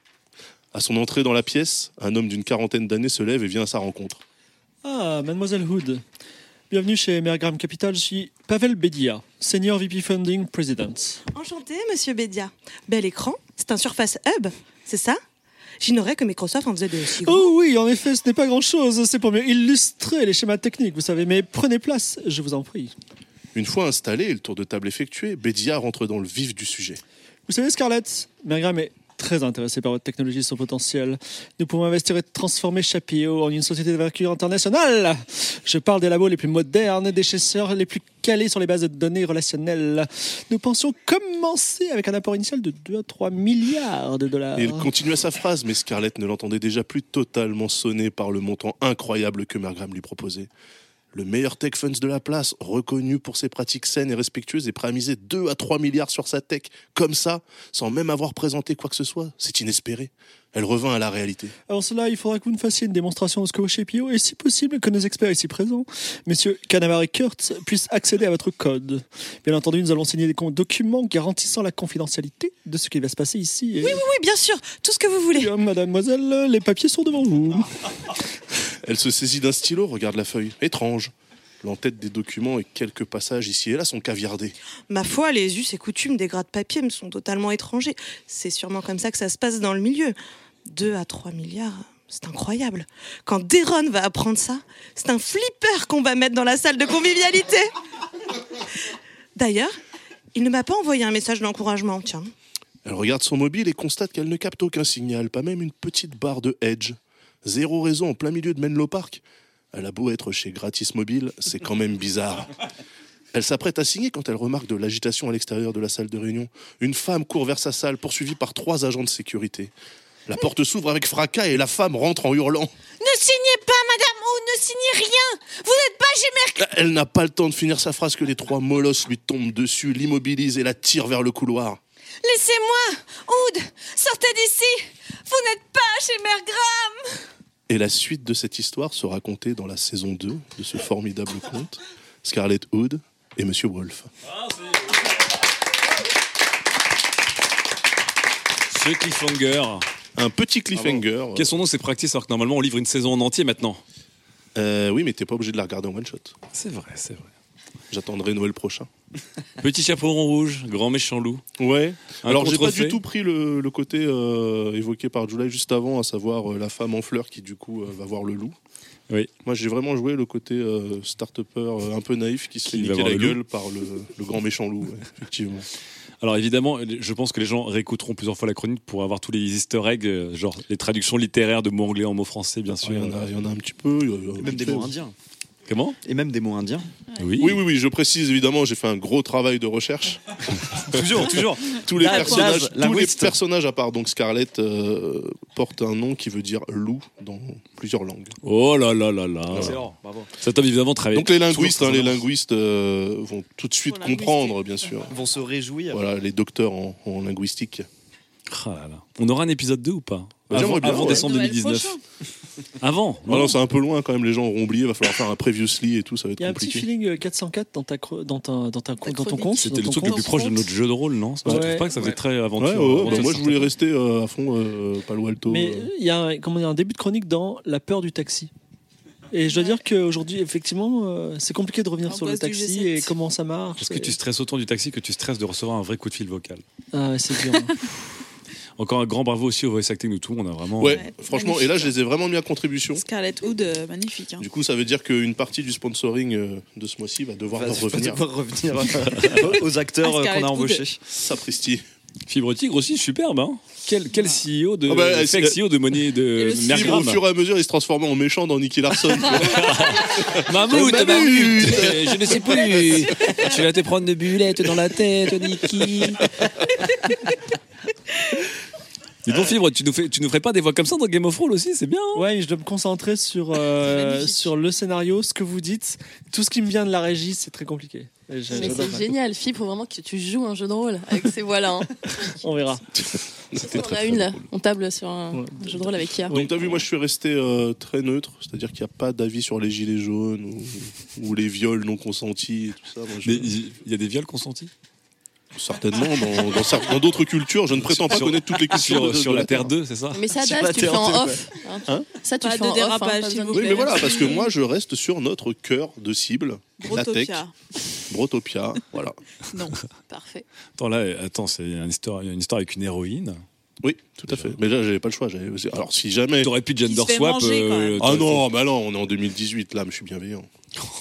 À son entrée dans la pièce, un homme d'une quarantaine d'années se lève et vient à sa rencontre. Ah, Mademoiselle Hood. Bienvenue chez Mère Graham Capital, je suis Pavel Bedia, Senior V P Funding President. Enchanté, Monsieur Bedia. Bel écran, c'est un Surface Hub, c'est ça ? J'ignorais que Microsoft en faisait de si gros. Oh oui, en effet, ce n'est pas grand-chose, c'est pour mieux illustrer les schémas techniques, vous savez, mais prenez place, je vous en prie. Une fois installé et le tour de table effectué, Bedia rentre dans le vif du sujet. Vous savez, Scarlett, Mère Graham est très intéressé par votre technologie et son potentiel. Nous pouvons investir et transformer Chapio en une société de valeur internationale. Je parle des labos les plus modernes, des chasseurs les plus calés sur les bases de données relationnelles. Nous pensions commencer avec un apport initial de deux à trois milliards de dollars. Et il continua sa phrase, mais Scarlett ne l'entendait déjà plus, totalement sonné par le montant incroyable que Mère Graham lui proposait. Le meilleur tech funds de la place, reconnu pour ses pratiques saines et respectueuses, est prêt à miser deux à trois milliards sur sa tech, comme ça, sans même avoir présenté quoi que ce soit. C'est inespéré. Elle revint à la réalité. Alors cela, il faudra que vous nous fassiez une démonstration de ce que vous chez P O et si possible que nos experts ici présents, messieurs Canavar et Kurtz, puissent accéder à votre code. Bien entendu, nous allons signer des documents garantissant la confidentialité de ce qui va se passer ici. Et... Oui, oui, oui, bien sûr, tout ce que vous voulez. Bien, mademoiselle, les papiers sont devant vous. Elle se saisit d'un stylo, regarde la feuille. Étrange. L'entête des documents et quelques passages ici et là sont caviardés. Ma foi, les us et coutumes des gras de papier me sont totalement étrangers. C'est sûrement comme ça que ça se passe dans le milieu. deux à trois milliards, c'est incroyable. Quand Deron va apprendre ça, c'est un flipper qu'on va mettre dans la salle de convivialité. D'ailleurs, il ne m'a pas envoyé un message d'encouragement, tiens. Elle regarde son mobile et constate qu'elle ne capte aucun signal, pas même une petite barre de Edge. Zéro réseau en plein milieu de Menlo Park. Elle a beau être chez Gratis Mobile, c'est quand même bizarre. Elle s'apprête à signer quand elle remarque de l'agitation à l'extérieur de la salle de réunion. Une femme court vers sa salle, poursuivie par trois agents de sécurité. La porte s'ouvre avec fracas et la femme rentre en hurlant. Ne signez pas, madame, ou ne signez rien. Vous n'êtes pas chez Merck. Elle n'a pas le temps de finir sa phrase que les trois molosses lui tombent dessus, l'immobilisent et la tirent vers le couloir. Laissez-moi. Oud, sortez d'ici. Vous n'êtes pas chez Mère Graham. Et la suite de cette histoire sera racontée dans la saison deux de ce formidable conte, Scarlett Oud et Monsieur Wolf. Ah, ce cliffhanger. Un petit cliffhanger. Ah bon. Quels sont donc ces practices alors que normalement on livre une saison en entier maintenant? euh, Oui, mais t'es pas obligé de la regarder en one shot. C'est vrai, c'est vrai. J'attendrai Noël prochain. Petit chaperon rouge, grand méchant loup. Ouais. Un Alors j'ai pas contrefait. du tout pris le, le côté euh, évoqué par July juste avant, à savoir euh, la femme en fleurs qui du coup euh, va voir le loup. Oui. Moi j'ai vraiment joué le côté euh, start-upper euh, un peu naïf qui se fait Qui va niquer voir la le gueule loup. par le, le grand méchant loup, ouais, effectivement. Alors évidemment, je pense que les gens réécouteront plusieurs fois la chronique pour avoir tous les easter eggs, euh, genre les traductions littéraires de mots anglais en mots français, bien sûr. Il y, en a- il y en a un petit peu. il y a- Et même des mots indiens. Comment? Et même des mots indiens. Oui. Oui, oui, oui, je précise évidemment, j'ai fait un gros travail de recherche. Toujours, toujours. Tous les Daz, personnages, Daz, tous les linguiste. personnages à part donc Scarlett euh, portent un nom qui veut dire loup dans plusieurs langues. Oh là là là là. Excellent, bravo. Cet homme évidemment travaille. Donc les linguistes, toujours hein, les très linguistes euh, vont tout de suite comprendre, bien sûr. Ils vont se réjouir. Voilà, les docteurs en, en linguistique. Ah là là. On aura un épisode deux ou pas? Bah, Avant, j'aimerais bien, avant ouais. décembre deux mille dix-neuf. Avant Non, non, c'est un peu loin quand même, les gens auront oublié, va falloir faire un previously et tout, ça va être Il y a un petit compliqué. feeling euh, quatre cent quatre dans, ta, cro- dans, ta, dans, ta, dans ton compte. C'était dans le ton truc le compte. plus proche de notre jeu de rôle, non? Je Ouais. trouve pas que ça faisait Ouais. très Ouais, aventure. ouais, ouais, aventure bah, moi je sur voulais ta- rester euh, à fond euh, Palo Alto. Mais euh. il y, a un, comment dire, un début de chronique dans la peur du taxi. Et je dois dire qu'aujourd'hui, effectivement, euh, c'est compliqué de revenir sur le Angoisse du taxi G sept. et comment ça marche. Est-ce que et- tu stresses autant du taxi que tu stresses de recevoir un vrai coup de fil vocal? Ah, ouais, c'est dur. Encore un grand bravo aussi au voice acting de tout. On a vraiment. Ouais, Ouais, franchement, magnifique. et là je les ai vraiment mis à contribution. Scarlett Oud, euh, magnifique. Hein. Du coup, ça veut dire qu'une partie du sponsoring euh, de ce mois-ci va devoir Va- va revenir. devoir revenir euh, aux acteurs Ah, euh, Scarlett qu'on a Oud. embauchés. Sapristi. Fibre Tigre aussi, superbe. Hein quel, quel C E O de. Ah bah, fake c'est- C E O de monnaie de Fibre, au Mergram. fur et à mesure, il se transforme en méchant dans Nicky Larson. Mammouth, Mammouth. Mammouth, euh, je ne sais plus. Tu vas te prendre de bullette dans la tête, Niki. Dis donc, Fibre, tu nous, fais, tu nous ferais pas des voix comme ça dans Game of Thrones aussi? C'est bien. Hein Ouais, je dois me concentrer sur, euh, sur le scénario, ce que vous dites. Tout ce qui me vient de la régie, c'est très compliqué. Et j'ai- Mais j'adore. c'est génial, Fibre, faut vraiment que tu joues un jeu de rôle avec ces voix-là. Hein. On verra. C'était On très, a très une là, drôle. on table sur un Ouais. jeu de rôle avec Kia. Donc t'as vu, moi je suis resté euh, très neutre, c'est-à-dire qu'il n'y a pas d'avis sur les gilets jaunes ou, ou les viols non consentis et tout ça. Moi, je- Mais il il y a des viols consentis Certainement, dans, dans, cer- dans d'autres cultures, je ne prétends pas Sur- connaître toutes les cultures sur, de, sur de la Terre deux, c'est ça? Mais ça, Sur Daz, la tu le fais terre en deux, off. hein. Hein Ça, tu Pas le fais de en dérapage, off. hein, pas s'il besoin de vous Oui, plaît. mais voilà, parce que moi je reste sur notre cœur de cible, la tech, Brotopia. Brotopia, voilà. Non. Parfait. Attends, là, attends, c'est une histoire, une histoire avec une héroïne. Oui, tout à fait. Mais là, j'avais pas le choix. j'avais- Alors, si jamais. T'aurais pu Qui gender se fait swap. manger, quand même. Ah non, bah non, on est en deux mille dix-huit, là, mais je suis bienveillant.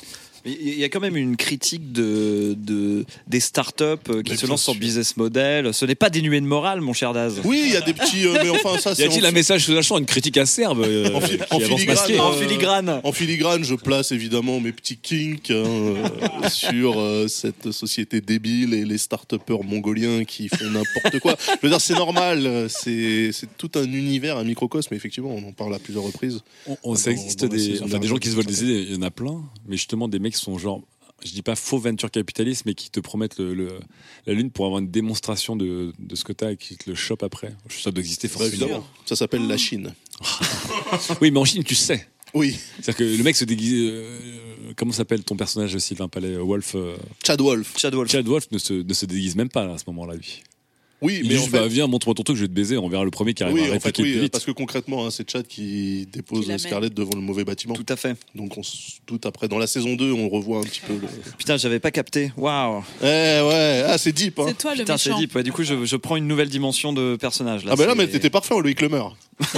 Il y a quand même une critique de, de, des startups qui mais se lancent sur business model. Ce n'est pas dénué de morale, mon cher Daz. Oui, il y a des petits. Euh, mais enfin, ça, c'est. Y a-t-il un message sous-jacent, une critique acerbe euh, en, fi- en, filigrane, euh, en filigrane. En filigrane, je place évidemment mes petits kinks hein, euh, sur euh, cette société débile et les start-upers mongoliens qui font n'importe quoi. Je veux dire, c'est normal. C'est, c'est tout un univers, un microcosme. Effectivement, on en parle à plusieurs reprises. On, on, ça existe des, enfin, des gens qui se volent des idées. Il y en a plein, mais justement des mecs qui sont genre. Je dis pas faux venture capitaliste, mais qui te promettent le, le, la lune pour avoir une démonstration de, de ce que tu as et qui te le chopent après. Ça doit exister forcément. Bah, ça s'appelle la Chine. Oui, mais en Chine, tu sais. Oui. C'est-à-dire que le mec se déguise. Euh, comment s'appelle ton personnage, Sylvain Palais Wolf euh... Chad Wolf. Chad Wolf. Chad Wolf ne se, ne se déguise même pas là, à ce moment-là, lui. Oui, il mais juste, en fait... bah, viens, montre-moi ton truc, je vais te baiser, on verra le premier qui arrive oui, à répliquer en fait, oui, plus vite. Parce que concrètement, hein, c'est Chad qui dépose qui Scarlett devant le mauvais bâtiment. Tout à fait. Donc on se doute après. Dans la saison deux, on revoit un petit peu le... Putain, j'avais pas capté. Waouh. Eh ouais, ah, c'est deep. Hein. C'est toi le Putain, méchant. c'est deep. Ouais, du coup, je, je prends une nouvelle dimension de personnage. Là, ah bah là, c'est... mais t'étais parfait en Loïc Lemeur.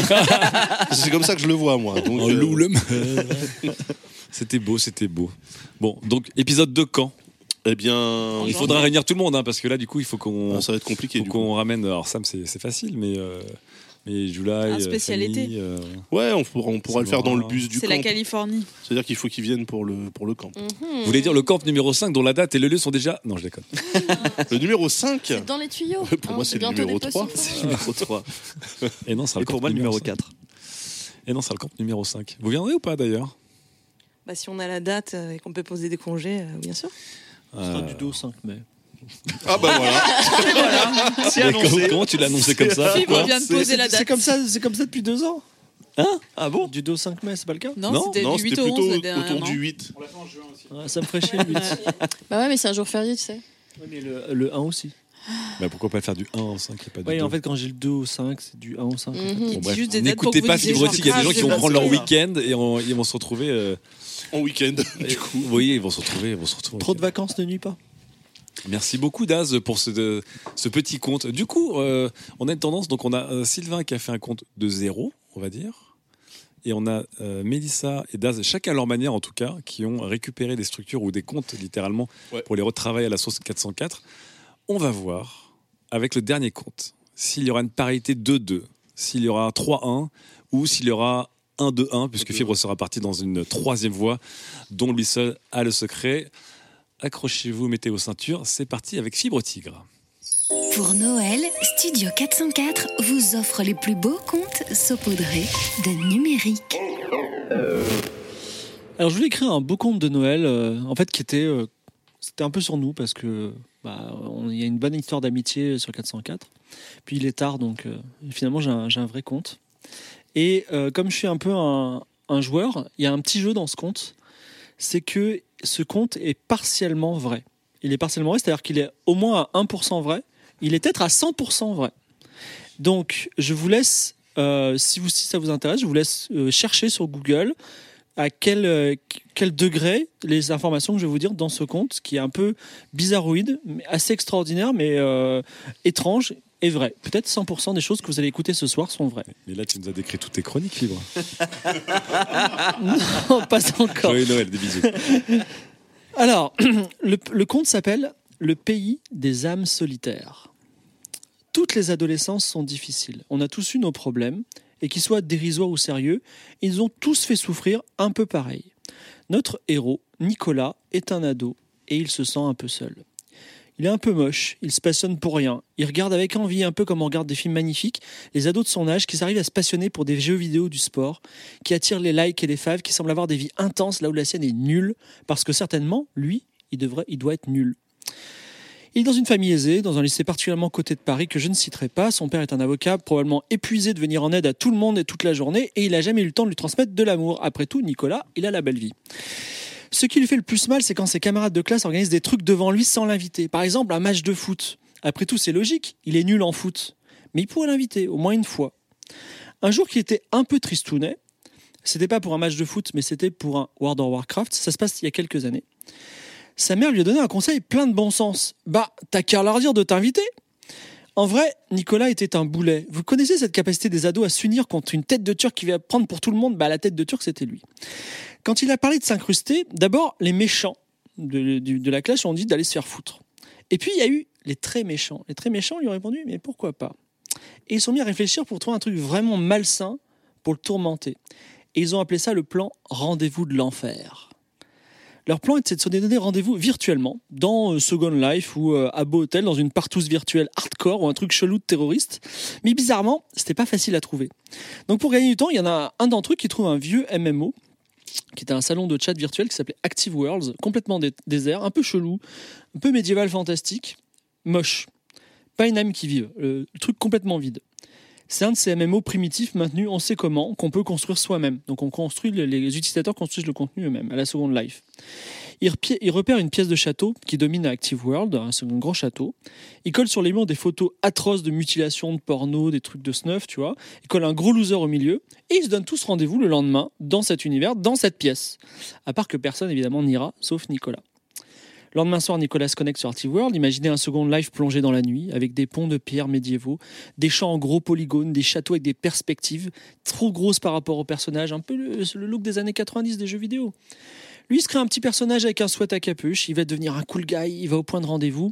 C'est comme ça que je le vois, moi. Donc, en euh... loup Lemeur. C'était beau, c'était beau. Bon, donc épisode deux quand ? Eh bien, il faudra réunir tout le monde, hein, parce que là, du coup, il faut qu'on. Ah, ça va être compliqué. Faut qu'on ramène. Alors Sam, c'est, c'est facile, mais euh, mais July, un spécial été. Euh... Ouais, on pourra, on pourra le faire dans le bus du c'est camp. C'est la Californie. C'est-à-dire qu'il faut qu'ils viennent pour le pour le camp. Mm-hmm. Vous voulez dire le camp numéro cinq dont la date et le lieu sont déjà. Non, je déconne. Le numéro cinq. C'est dans les tuyaux. Pour hein, moi, c'est, c'est le numéro trois. C'est le numéro trois. Et non, ça sera le pour moi le numéro quatre. Et non, ça sera le camp numéro cinq. Vous viendrez ou pas d'ailleurs ? Bah, si on a la date et qu'on peut poser des congés, euh, bien sûr. Ce sera du deux au cinq mai. Ah bah voilà. voilà. C'est annoncé. Comment, comment tu l'as annoncé comme ça ? Fibre vient de poser la date. C'est comme ça, c'est comme ça depuis deux ans. Hein ? Ah bon ? Du deux au cinq mai, c'est pas le cas ? Non, non, c'était non, du huit c'était au plutôt onze. autour du huit. On l'a fait en juin aussi. Ouais, ça me ferait chier le huit. Bah ouais, mais c'est un jour férié, tu sais. Ouais, mais le, le un aussi. Bah pourquoi pas faire du un au cinq et pas du ouais, deux. En fait, quand j'ai le deux au cinq, c'est du un au cinq. Mm-hmm. Bon, bref, juste des n'écoutez pas Fibrotique, il y a des gens qui vont prendre leur week week-end et on, ils vont se retrouver. Euh, en week-end, du coup. Vous voyez, ils vont se retrouver. Ils vont se retrouver Trop de vacances ne nuit pas. Merci beaucoup Daz pour ce, de, ce petit compte. Du coup, euh, on a une tendance, donc on a euh, Sylvain qui a fait un compte de zéro, on va dire, et on a euh, Mélissa et Daz, chacun à leur manière en tout cas, qui ont récupéré des structures ou des comptes littéralement ouais. pour les retravailler à la sauce quatre cent quatre. On va voir avec le dernier compte s'il y aura une parité deux deux, s'il y aura un trois un ou s'il y aura un deux un, puisque Fibre sera parti dans une troisième voie dont lui seul a le secret. Accrochez-vous, mettez vos ceintures, c'est parti avec Fibre Tigre. Pour Noël, Studio quatre cent quatre vous offre les plus beaux contes saupoudrés de numérique. Alors je voulais écrire un beau conte de Noël, euh, en fait qui était, euh, c'était un peu sur nous parce que bah, on, y a une bonne histoire d'amitié sur quatre cent quatre. Puis il est tard donc euh, finalement j'ai un, j'ai un vrai conte. Et euh, comme je suis un peu un, un joueur, il y a un petit jeu dans ce conte, c'est que ce conte est partiellement vrai. Il est partiellement vrai, c'est-à-dire qu'il est au moins à un pour cent vrai. Il est peut-être à cent pour cent vrai. Donc, je vous laisse, euh, si, vous, si ça vous intéresse, je vous laisse euh, chercher sur Google à quel, euh, quel degré les informations que je vais vous dire dans ce conte, qui est un peu bizarroïde, mais assez extraordinaire, mais euh, étrange et vrai. Peut-être cent pour cent des choses que vous allez écouter ce soir sont vraies. Mais là, tu nous as décrit toutes tes chroniques, Fibre. Non, pas encore. Joyeux Noël, des bisous. Alors, le, le conte s'appelle « Le pays des âmes solitaires ». Toutes les adolescences sont difficiles. On a tous eu nos problèmes, et qu'ils soient dérisoires ou sérieux, ils ont tous fait souffrir un peu pareil. Notre héros, Nicolas, est un ado, et il se sent un peu seul. Il est un peu moche, il se passionne pour rien. Il regarde avec envie, un peu comme on regarde des films magnifiques, les ados de son âge qui s'arrivent à se passionner pour des jeux vidéo du sport, qui attirent les likes et les faves, qui semblent avoir des vies intenses là où la sienne est nulle, parce que certainement, lui, il, devrait, il doit être nul. Il est dans une famille aisée, dans un lycée particulièrement coté de Paris que je ne citerai pas. Son père est un avocat, probablement épuisé de venir en aide à tout le monde et toute la journée, et il n'a jamais eu le temps de lui transmettre de l'amour. Après tout, Nicolas, il a la belle vie. Ce qui lui fait le plus mal, c'est quand ses camarades de classe organisent des trucs devant lui sans l'inviter. Par exemple, un match de foot. Après tout, c'est logique, il est nul en foot. Mais il pourrait l'inviter, au moins une fois. Un jour qu'il était un peu tristounet, c'était pas pour un match de foot, mais c'était pour un World of Warcraft, ça se passe il y a quelques années. Sa mère lui a donné un conseil plein de bon sens. Bah, t'as qu'à leur dire de t'inviter. En vrai, Nicolas était un boulet. Vous connaissez cette capacité des ados à s'unir contre une tête de Turc qui va prendre pour tout le monde? Bah, la tête de Turc, c'était lui. Quand il a parlé de s'incruster, d'abord, les méchants de, de, de la classe ont dit d'aller se faire foutre. Et puis, il y a eu les très méchants. Les très méchants lui ont répondu, mais pourquoi pas? Et ils sont mis à réfléchir pour trouver un truc vraiment malsain pour le tourmenter. Et ils ont appelé ça le plan Rendez-vous de l'enfer. Leur plan était de se donner rendez-vous virtuellement, dans Second Life ou à Beau Hôtel, dans une partouze virtuelle hardcore ou un truc chelou de terroriste. Mais bizarrement, c'était pas facile à trouver. Donc pour gagner du temps, il y en a un d'entre eux qui trouve un vieux M M O, qui était un salon de chat virtuel qui s'appelait Active Worlds, complètement dé- désert, un peu chelou, un peu médiéval fantastique, moche. Pas une âme qui vive, le truc complètement vide. C'est un de ces M M O primitifs maintenus on sait comment, qu'on peut construire soi-même. Donc on construit, les utilisateurs construisent le contenu eux-mêmes, à la Second Life. Ils, repi- ils repèrent une pièce de château qui domine à Active World, c'est un grand château. Ils collent sur les murs des photos atroces de mutilation, de porno, des trucs de snuff, tu vois. Ils collent un gros loser au milieu et ils se donnent tous rendez-vous le lendemain dans cet univers, dans cette pièce. À part que personne évidemment n'ira, sauf Nicolas. Le lendemain soir, Nicolas se connecte sur Active World. Imaginez un Second Life plongé dans la nuit, avec des ponts de pierre médiévaux, des champs en gros polygones, des châteaux avec des perspectives trop grosses par rapport au personnage, un peu le, le look des années quatre-vingt-dix des jeux vidéo. Lui, il se crée un petit personnage avec un sweat à capuche, il va devenir un cool guy, il va au point de rendez-vous,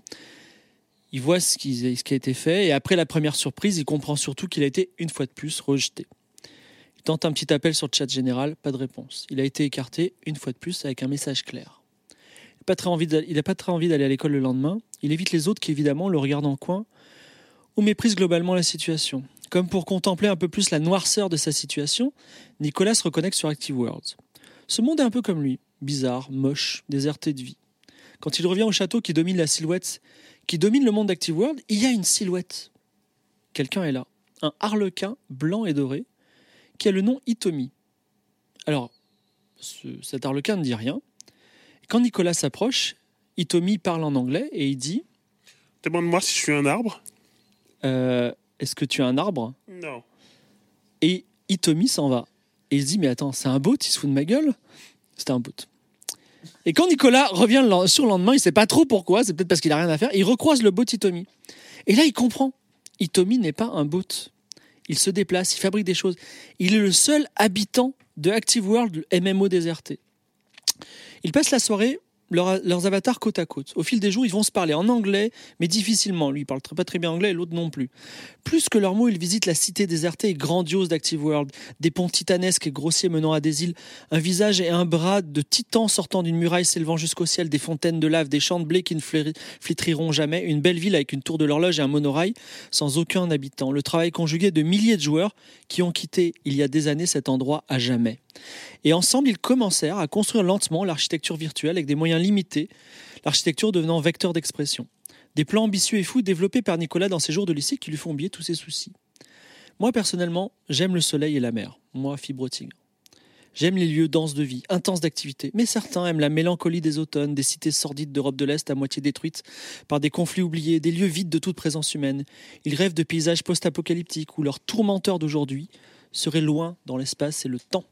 il voit ce qui, ce qui a été fait, et après la première surprise, il comprend surtout qu'il a été, une fois de plus, rejeté. Il tente un petit appel sur le chat général, pas de réponse. Il a été écarté, une fois de plus, avec un message clair. Pas très envie il n'a pas très envie d'aller à l'école le lendemain. Il évite les autres qui, évidemment, le regardent en coin ou méprisent globalement la situation. Comme pour contempler un peu plus la noirceur de sa situation, Nicolas se reconnecte sur Active Worlds. Ce monde est un peu comme lui, bizarre, moche, déserté de vie. Quand il revient au château qui domine la silhouette, qui domine le monde d'Active World, il y a une silhouette. Quelqu'un est là, un harlequin blanc et doré, qui a le nom Hitomi. Alors, ce, cet harlequin ne dit rien. Quand Nicolas s'approche, Hitomi parle en anglais et il dit « Demande-moi si je suis un arbre. Euh, »« Est-ce que tu es un arbre ?»« Non. » Et Hitomi s'en va. Et il se dit « Mais attends, c'est un bot, il se fout de ma gueule ?» C'était un bot. Et quand Nicolas revient le sur le lendemain, il ne sait pas trop pourquoi, c'est peut-être parce qu'il n'a rien à faire, il recroise le bot Hitomi. Et là, il comprend. Hitomi n'est pas un bot. Il se déplace, il fabrique des choses. Il est le seul habitant de Active World, le M M O déserté. Ils passent la soirée, leur, leurs avatars côte à côte. Au fil des jours, ils vont se parler en anglais, mais difficilement. Lui, il parle pas très bien anglais et l'autre non plus. Plus que leurs mots, ils visitent la cité désertée et grandiose d'Active World. Des ponts titanesques et grossiers menant à des îles. Un visage et un bras de titans sortant d'une muraille s'élevant jusqu'au ciel. Des fontaines de lave, des champs de blé qui ne flétriront jamais. Une belle ville avec une tour de l'horloge et un monorail sans aucun habitant. Le travail conjugué de milliers de joueurs qui ont quitté il y a des années cet endroit à jamais. Et ensemble, ils commencèrent à construire lentement l'architecture virtuelle avec des moyens limités, l'architecture devenant vecteur d'expression. Des plans ambitieux et fous développés par Nicolas dans ses jours de lycée qui lui font oublier tous ses soucis. Moi, personnellement, j'aime le soleil et la mer. Moi, fibre tigre. J'aime les lieux denses de vie, intenses d'activité. Mais certains aiment la mélancolie des automnes, des cités sordides d'Europe de l'Est à moitié détruites par des conflits oubliés, des lieux vides de toute présence humaine. Ils rêvent de paysages post-apocalyptiques où leur tourmenteur d'aujourd'hui serait loin dans l'espace et le temps.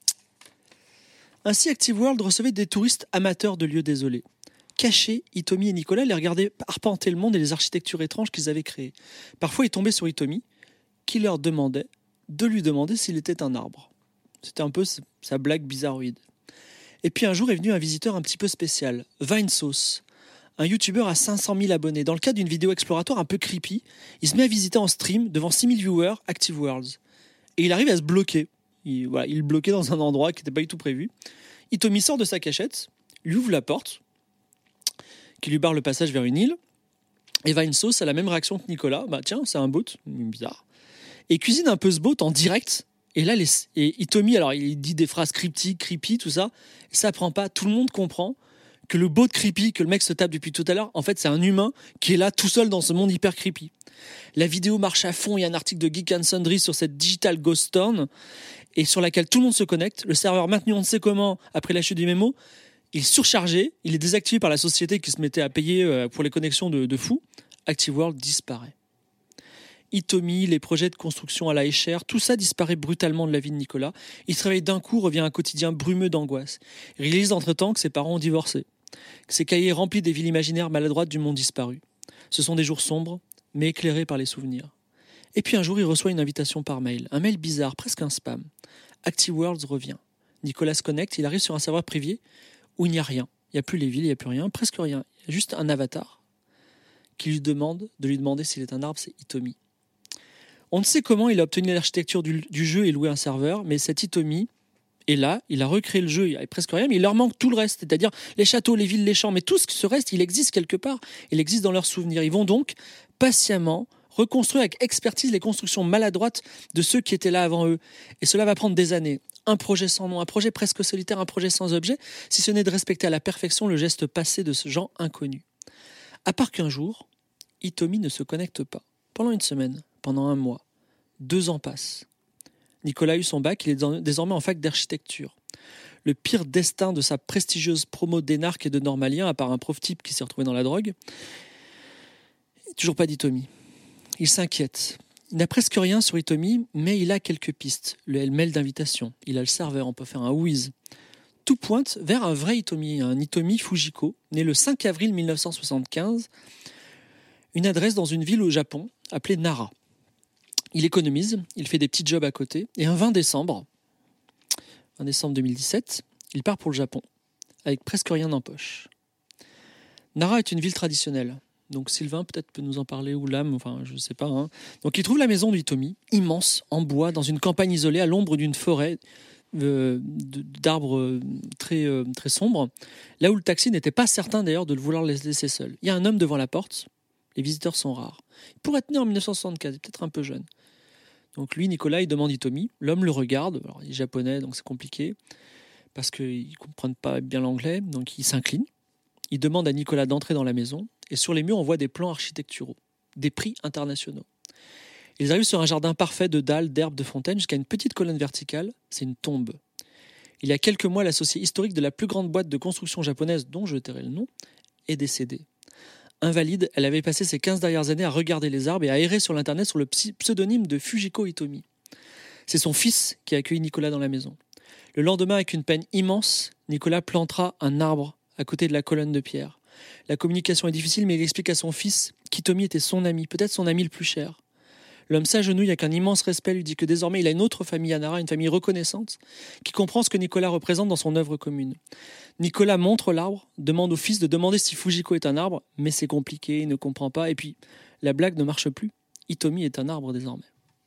Ainsi, Active World recevait des touristes amateurs de lieux désolés. Cachés, Hitomi et Nicolas les regardaient arpenter le monde et les architectures étranges qu'ils avaient créées. Parfois, ils tombaient sur Hitomi, qui leur demandait de lui demander s'il était un arbre. C'était un peu sa blague bizarroïde. Et puis un jour est venu un visiteur un petit peu spécial, Vinesauce, un youtubeur à cinq cent mille abonnés. Dans le cadre d'une vidéo exploratoire un peu creepy, il se met à visiter en stream devant six mille viewers Active Worlds. Et il arrive à se bloquer. Il, voilà, il est bloqué dans un endroit qui n'était pas du tout prévu. Hitomi sort de sa cachette, lui ouvre la porte, qui lui barre le passage vers une île. Et Vinesauce a la même réaction que Nicolas. Bah tiens, c'est un bot, bizarre. Et cuisine un peu ce bot en direct. Et là, les, et Hitomi, alors il dit des phrases cryptiques, creepy, tout ça. Ça prend pas. Tout le monde comprend que le bot creepy que le mec se tape depuis tout à l'heure, en fait, c'est un humain qui est là tout seul dans ce monde hyper creepy. La vidéo marche à fond. Il y a un article de Geek and Sundry sur cette Digital Ghost Town et sur laquelle tout le monde se connecte. Le serveur maintenu on ne sait comment après la chute du mémo, il est surchargé, il est désactivé par la société qui se mettait à payer pour les connexions de, de fous. Active World disparaît. Hitomi, les projets de construction à la échelle, tout ça disparaît brutalement de la vie de Nicolas. Il se réveille d'un coup, revient à un quotidien brumeux d'angoisse. Il réalise entre-temps que ses parents ont divorcé, que ses cahiers remplis des villes imaginaires maladroites du monde disparu. Ce sont des jours sombres, mais éclairé par les souvenirs. Et puis un jour, il reçoit une invitation par mail. Un mail bizarre, presque un spam. ActiWorlds revient. Nicolas se connecte, il arrive sur un serveur privé où il n'y a rien. Il n'y a plus les villes, il n'y a plus rien, presque rien. Il y a juste un avatar qui lui demande de lui demander s'il est un arbre, c'est Hitomi. On ne sait comment il a obtenu l'architecture du, du jeu et loué un serveur, mais cet Hitomi est là, il a recréé le jeu, il n'y a presque rien, mais il leur manque tout le reste, c'est-à-dire les châteaux, les villes, les champs, mais tout ce reste, il existe quelque part, il existe dans leurs souvenirs. Ils vont donc patiemment reconstruire avec expertise les constructions maladroites de ceux qui étaient là avant eux. Et cela va prendre des années. Un projet sans nom, un projet presque solitaire, un projet sans objet, si ce n'est de respecter à la perfection le geste passé de ce genre inconnu. À part qu'un jour, Hitomi ne se connecte pas. Pendant une semaine, pendant un mois, deux ans passent. Nicolas a eu son bac, il est désormais en fac d'architecture. Le pire destin de sa prestigieuse promo d'énarque et de normalien, à part un prof type qui s'est retrouvé dans la drogue, toujours pas d'Hitomi. Il s'inquiète. Il n'a presque rien sur Hitomi, mais il a quelques pistes. Le mail d'invitation, il a le serveur, on peut faire un whiz. Tout pointe vers un vrai Hitomi, un Hitomi Fujiko, né le cinq avril mille neuf cent soixante-quinze, une adresse dans une ville au Japon appelée Nara. Il économise, il fait des petits jobs à côté, et un vingt décembre, vingt décembre deux mille dix-sept, il part pour le Japon, avec presque rien en poche. Nara est une ville traditionnelle. Donc Sylvain peut-être peut nous en parler, ou Lame, enfin je ne sais pas. Hein. Donc il trouve la maison d'Hitomi, immense, en bois, dans une campagne isolée, à l'ombre d'une forêt euh, d'arbres très, euh, très sombres, là où le taxi n'était pas certain d'ailleurs de le vouloir les laisser seul. Il y a un homme devant la porte, les visiteurs sont rares. Il pourrait être né en mille neuf cent soixante-quinze, peut-être un peu jeune. Donc lui, Nicolas, il demande Hitomi, l'homme le regarde, alors il est japonais donc c'est compliqué, parce qu'ils ne comprennent pas bien l'anglais, donc il s'incline. Il demande à Nicolas d'entrer dans la maison, et sur les murs, on voit des plans architecturaux, des prix internationaux. Ils arrivent sur un jardin parfait de dalles, d'herbes, de fontaines, jusqu'à une petite colonne verticale. C'est une tombe. Il y a quelques mois, l'associé historique de la plus grande boîte de construction japonaise, dont je tairai le nom, est décédée. Invalide, elle avait passé ses quinze dernières années à regarder les arbres et à errer sur l'internet sur le pseudonyme de Fujiko Hitomi. C'est son fils qui a accueilli Nicolas dans la maison. Le lendemain, avec une peine immense, Nicolas plantera un arbre à côté de la colonne de pierre. La communication est difficile, mais il explique à son fils qu'Hitomi était son ami, peut-être son ami le plus cher. L'homme s'agenouille avec un immense respect, lui dit que désormais il a une autre famille à Nara, une famille reconnaissante, qui comprend ce que Nicolas représente dans son œuvre commune. Nicolas montre l'arbre, demande au fils de demander si Fujiko est un arbre, mais c'est compliqué, il ne comprend pas, et puis la blague ne marche plus. Hitomi est un arbre désormais.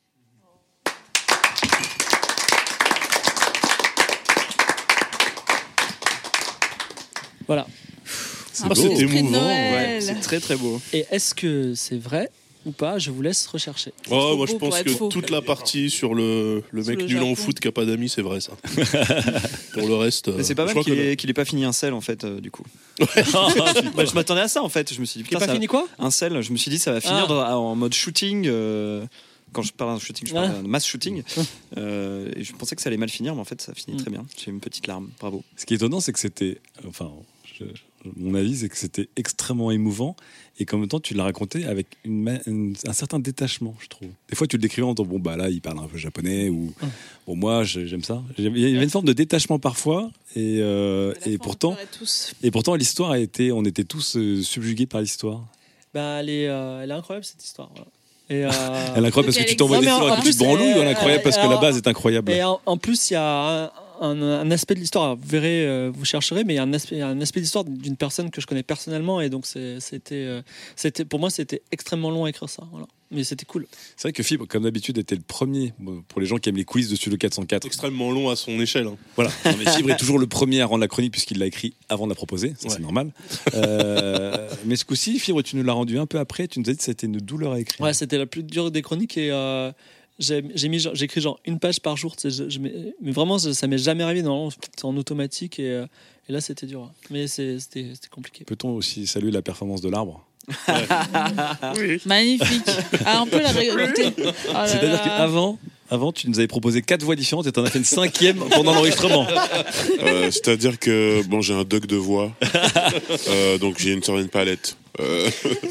Voilà. C'est beau. C'est émouvant. Ouais, c'est très très beau. Et est-ce que c'est vrai ou pas? Je vous laisse rechercher. Oh, moi je pense que toute la partie sur le, le mec nul en foot qui a pas d'amis, c'est vrai ça. Pour le reste. Mais c'est pas mal qu'il ait, qu'il ait pas fini un sel en fait, euh, du coup. Ouais. Bah, je m'attendais à ça en fait. Je me suis dit, putain, il a pas ça, fini quoi? Un sel. Je me suis dit, ça va finir ah. dans, en mode shooting. Euh, quand je parle d'un shooting, je parle ah. d'un mass shooting. Euh, et je pensais que ça allait mal finir, mais en fait, ça finit mm. très bien. J'ai une petite larme. Bravo. Ce qui est étonnant, c'est que c'était. Enfin. Je... Mon avis, c'est que c'était extrêmement émouvant et qu'en même temps, tu l'as raconté avec une, une, un certain détachement, je trouve. Des fois, tu le décrivais en disant, bon, bah là, il parle un peu japonais ou, mmh. bon, moi, j'aime ça. Il y avait une forme de détachement parfois et, euh, et, pourtant, et pourtant, l'histoire a été, on était tous euh, subjugués par l'histoire. Bah, elle, est, euh, elle est incroyable, cette histoire. Voilà. Et euh... Elle est incroyable parce que tu t'envoies des fleurs et que tu te branlouilles, ou elle est incroyable parce que la base est incroyable. Et en, en plus, il y a un, un, un aspect de l'histoire, vous verrez, euh, vous chercherez, mais il y a un aspect, un aspect de l'histoire d'une personne que je connais personnellement, et donc c'est, c'était, euh, c'était, pour moi, c'était extrêmement long à écrire ça. Voilà. Mais c'était cool. C'est vrai que Fibre, comme d'habitude, était le premier, pour les gens qui aiment les quiz de Studio quatre cent quatre. Extrêmement long à son échelle. Hein. Voilà. Non, mais Fibre est toujours le premier à rendre la chronique puisqu'il l'a écrit avant de la proposer, ça ouais. c'est normal. Euh, mais ce coup-ci, Fibre, tu nous l'as rendu un peu après, tu nous as dit que c'était une douleur à écrire. Ouais, c'était la plus dure des chroniques et euh, j'ai, j'ai mis, j'écris genre une page par jour. Je, je, mais vraiment, ça m'est jamais arrivé. Normalement, c'est en automatique et, euh, et là, c'était dur. Mais c'est, c'était, c'était compliqué. Peut-on aussi saluer la performance de l'arbre? Ouais. Oui. Magnifique. Ah, on peut la réécouter. Oh C'est-à-dire qu'avant, avant, tu nous avais proposé quatre voix différentes et tu en as fait une cinquième pendant l'enregistrement. Euh, c'est-à-dire que bon, j'ai un doc de voix, euh, donc j'ai une certaine palette. Euh...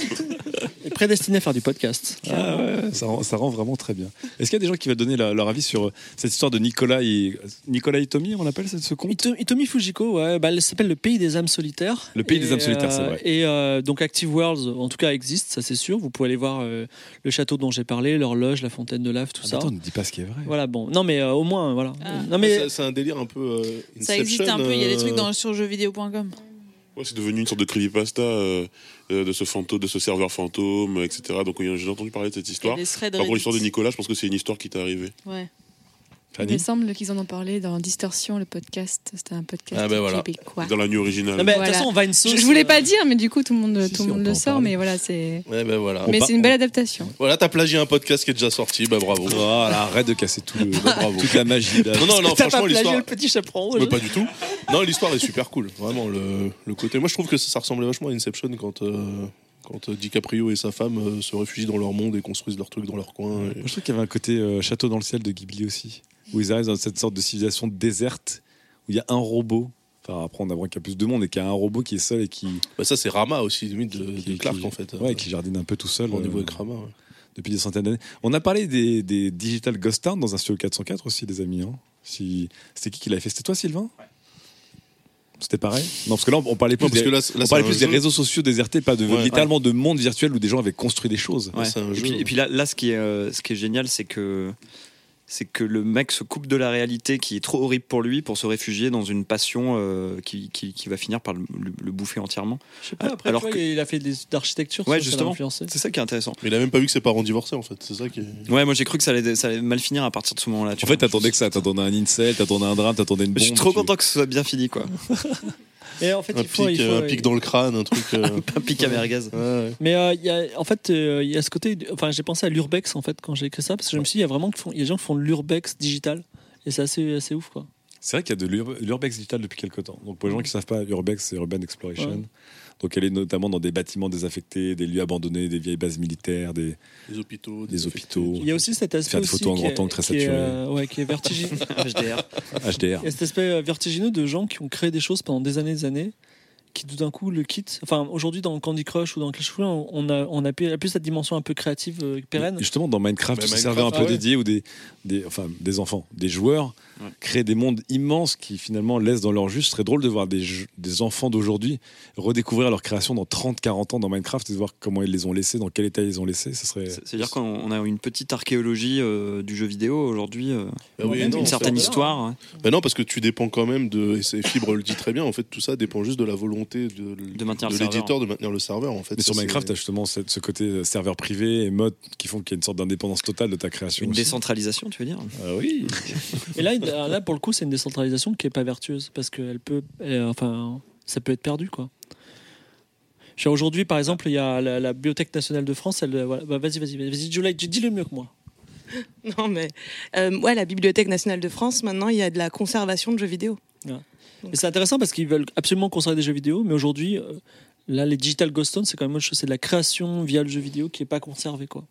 est prédestiné à faire du podcast. Ah ouais, ça, rend, ça rend vraiment très bien. Est-ce qu'il y a des gens qui veulent donner la, leur avis sur cette histoire de Nicolas et Nicolas Itomi, on appelle ce, ce conte Ito, Itomi Fujiko, ouais, bah, elle s'appelle Le Pays des âmes solitaires. Le Pays et, des âmes solitaires, c'est vrai. Et euh, donc Active Worlds, en tout cas, existe, ça c'est sûr. Vous pouvez aller voir euh, le château dont j'ai parlé, l'horloge, la fontaine de lave, tout ah, ça. Attends, ne dis pas ce qui est vrai. Voilà, bon, non mais euh, au moins, voilà. Ah. Non mais c'est, c'est un délire un peu. Euh, ça existe un peu. Il y a des trucs dans, sur jeux vidéo point com. Ouais, c'est devenu une sorte de creepypasta euh, euh, de ce fantôme, de ce serveur fantôme, et cetera. Donc j'ai entendu parler de cette histoire. Par contre, l'histoire de Nicolas, je pense que c'est une histoire qui t'est arrivée. Ouais. Fanny Il me semble qu'ils en ont parlé dans Distorsion, le podcast. C'était un podcast ah ben voilà. québécois. Dans la nuit originale. Non, mais de Voilà. toute façon, on va une sauce. Je, je voulais pas dire, mais du coup, tout le monde, Si, tout si, le on monde peut le en sort. parler. Mais voilà, c'est. Ouais, ben voilà. Mais par- c'est une belle adaptation. Voilà, t'as plagié un podcast qui est déjà sorti, bah bravo. Voilà, arrête de casser tout le, Bravo. toute la magie. Là. Non, non, non, T'as pas franchement, plagié l'histoire. le petit chaperon rouge. Mais pas du tout. Non, l'histoire est super cool. Vraiment, le, le côté. Moi, je trouve que ça, ça ressemblait vachement à Inception quand, euh, quand DiCaprio et sa femme euh, se réfugient dans leur monde et construisent leurs trucs dans leur coin. Et... Moi, je trouve qu'il y avait un côté euh, château dans le ciel de Ghibli aussi, où ils arrivent dans cette sorte de civilisation déserte, où il y a un robot. Enfin, après, on apprend qu'il y a plus de monde et qu'il y a un robot qui est seul et qui. Bah, ça, c'est Rama aussi, limite de, qui, de Clark qui- en fait. Ouais, qui jardine un peu tout seul. Au niveau euh, avec Rama. Ouais. Depuis des centaines d'années. On a parlé des, des Digital Ghost Town dans un studio quatre cent quatre aussi, les amis. Hein. Si... C'était qui qui l'avait fait C'était toi, Sylvain C'était pareil Non, parce que là, on parlait plus, Non, parce des, que là, là, on c'est parlait un plus des jeu. réseaux sociaux désertés, pas de Ouais. littéralement de monde virtuel où des gens avaient construit des choses. Ouais. C'est un et, jeu. puis, et puis là, là ce, qui est, euh, ce qui est génial, c'est que, c'est que le mec se coupe de la réalité qui est trop horrible pour lui pour se réfugier dans une passion euh, qui, qui, qui va finir par le, le- le bouffer entièrement. Je sais pas, après, Alors tu vois, que- il a fait des d'architecture. Ouais, ça, ça l'a justement. influencé. C'est ça qui est intéressant. Mais il a même pas vu que ses parents divorçaient en fait. C'est ça qui est. Ouais, moi j'ai cru que ça allait, ça allait mal finir à partir de ce moment-là. tu En fait, vois. t'attendais que ça, t'attendais un incel, t'attendais un drame, t'attendais une bombe. Je suis trop tu- content que ce soit bien fini, quoi. Et en fait, Un il faut, pic, il faut- un pic dans le crâne, un truc. euh, Un pic à merguez. ouais, ouais. Mais euh, il y a, en fait, euh, il y a ce côté. Enfin, j'ai pensé à l'urbex en fait quand j'ai écrit ça parce que je me suis dit, il y a vraiment, qui font- il y a des gens qui font de l'urbex digital et c'est assez, assez ouf quoi. C'est vrai qu'il y a de l'ur- l'urbex digital depuis quelques temps. Donc pour les gens qui ne savent pas, urbex c'est urban exploration. Ouais. Donc elle est notamment dans des bâtiments désaffectés, des lieux abandonnés, des vieilles bases militaires, des, Des hôpitaux. des hôpitaux. Il y a aussi cet aspect Faire des aussi photos en qui grand est- angle très qui est, saturées. euh, ouais, qui est vertigineux. H D R. H D R. Il y a cet aspect euh, vertigineux de gens qui ont créé des choses pendant des années et des années, qui tout d'un coup le quittent. Enfin, aujourd'hui, dans Candy Crush ou dans Clash Royale, on a, on a plus cette dimension un peu créative, euh, pérenne. Justement, dans Minecraft, Bah, ce Minecraft, serveur un peu ah ouais. dédié où des, des, enfin, des enfants, des joueurs Ouais. créent des mondes immenses qui finalement laissent dans leur jus. Ce serait drôle de voir des, jeux- des enfants d'aujourd'hui redécouvrir leur création dans trente quarante ans dans Minecraft et de voir comment ils les ont laissés, dans quel état ils les ont laissés. Ça serait... C'est- C'est-à-dire qu'on a une petite archéologie euh, du jeu vidéo aujourd'hui, euh, Bah oui, une non, certaine c'est- histoire. hein. Bah non, parce que tu dépends quand même de. Et c'est Fibre le dit très bien. En fait, tout ça dépend juste de la volonté de, De maintenir le l'éditeur serveur. de maintenir le serveur. En fait, Mais Ça, sur c'est- Minecraft, tu as justement cette- ce côté euh, serveur privé et mode qui font qu'il y a une sorte d'indépendance totale de ta création. Une aussi. décentralisation, tu veux dire Ah oui. Et là, il- là, pour le coup, c'est une décentralisation qui est pas vertueuse parce que elle peut, elle- enfin, ça peut être perdu, quoi. Je sais, aujourd'hui, par exemple, il y a la, la Bibliothèque nationale de France. Elle, voilà, bah, vas-y, vas-y, vas-y, Julie, dis-le mieux que moi. Non, mais euh, ouais, la Bibliothèque nationale de France, maintenant, il y a de la conservation de jeux vidéo. Et c'est intéressant parce qu'ils veulent absolument conserver des jeux vidéo, mais aujourd'hui, euh, là, les Digital Ghost Town, c'est quand même autre chose. C'est de la création via le jeu vidéo qui est pas conservée, quoi.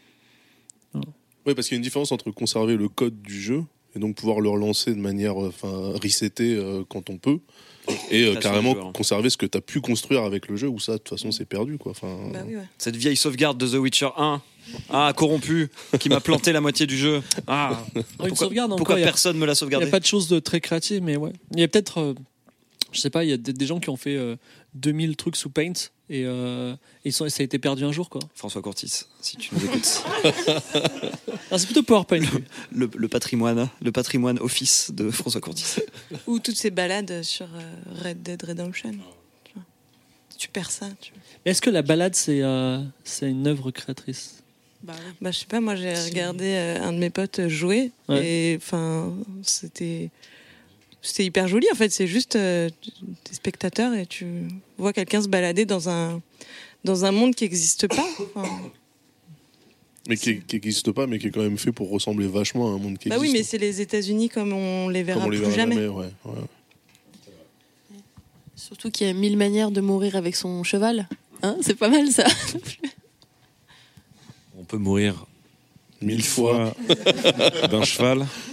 Oui, parce qu'il y a une différence entre conserver le code du jeu et donc pouvoir le relancer de manière, euh, enfin, resetter euh, quand on peut, et euh, Façon carrément de jeu, hein. conserver ce que tu as pu construire avec le jeu, où ça, de toute façon, c'est perdu, quoi. Enfin, Bah oui, ouais. Cette vieille sauvegarde de The Witcher un, ah, corrompu, qui m'a planté la moitié du jeu. Ah, Une pourquoi, sauvegarde, encore, pourquoi il y a- personne me l'a Il n'y sauvegardé a pas de choses de très créatives, mais ouais. Il y a peut-être, euh, je sais pas, il y a des, des gens qui ont fait euh, deux mille trucs sous Paint et, euh, et ils sont, ça a été perdu un jour, quoi. François Courtis, si tu nous écoutes. Non, c'est plutôt PowerPoint. Le, le patrimoine, le patrimoine office de François Courtis. Ou toutes ces balades sur euh, Red Dead Redemption. Tu vois. Tu perds ça. Tu... Mais est-ce que la balade, c'est euh, c'est une œuvre créatrice? Bah, bah, je sais pas, moi j'ai regardé euh, un de mes potes jouer Ouais. et enfin c'était c'était hyper joli en fait. C'est juste euh, t'es spectateur et tu vois quelqu'un se balader dans un dans un monde qui n'existe pas. Enfin, mais qui n'existe pas, mais qui est quand même fait pour ressembler vachement à un monde qui bah existe. oui, mais c'est les États-Unis comme on les verra Comme on les plus verra jamais. jamais, ouais, ouais. Surtout qu'il y a mille manières de mourir avec son cheval. Hein, c'est pas mal ça. On peut mourir Mille mille fois d'un cheval.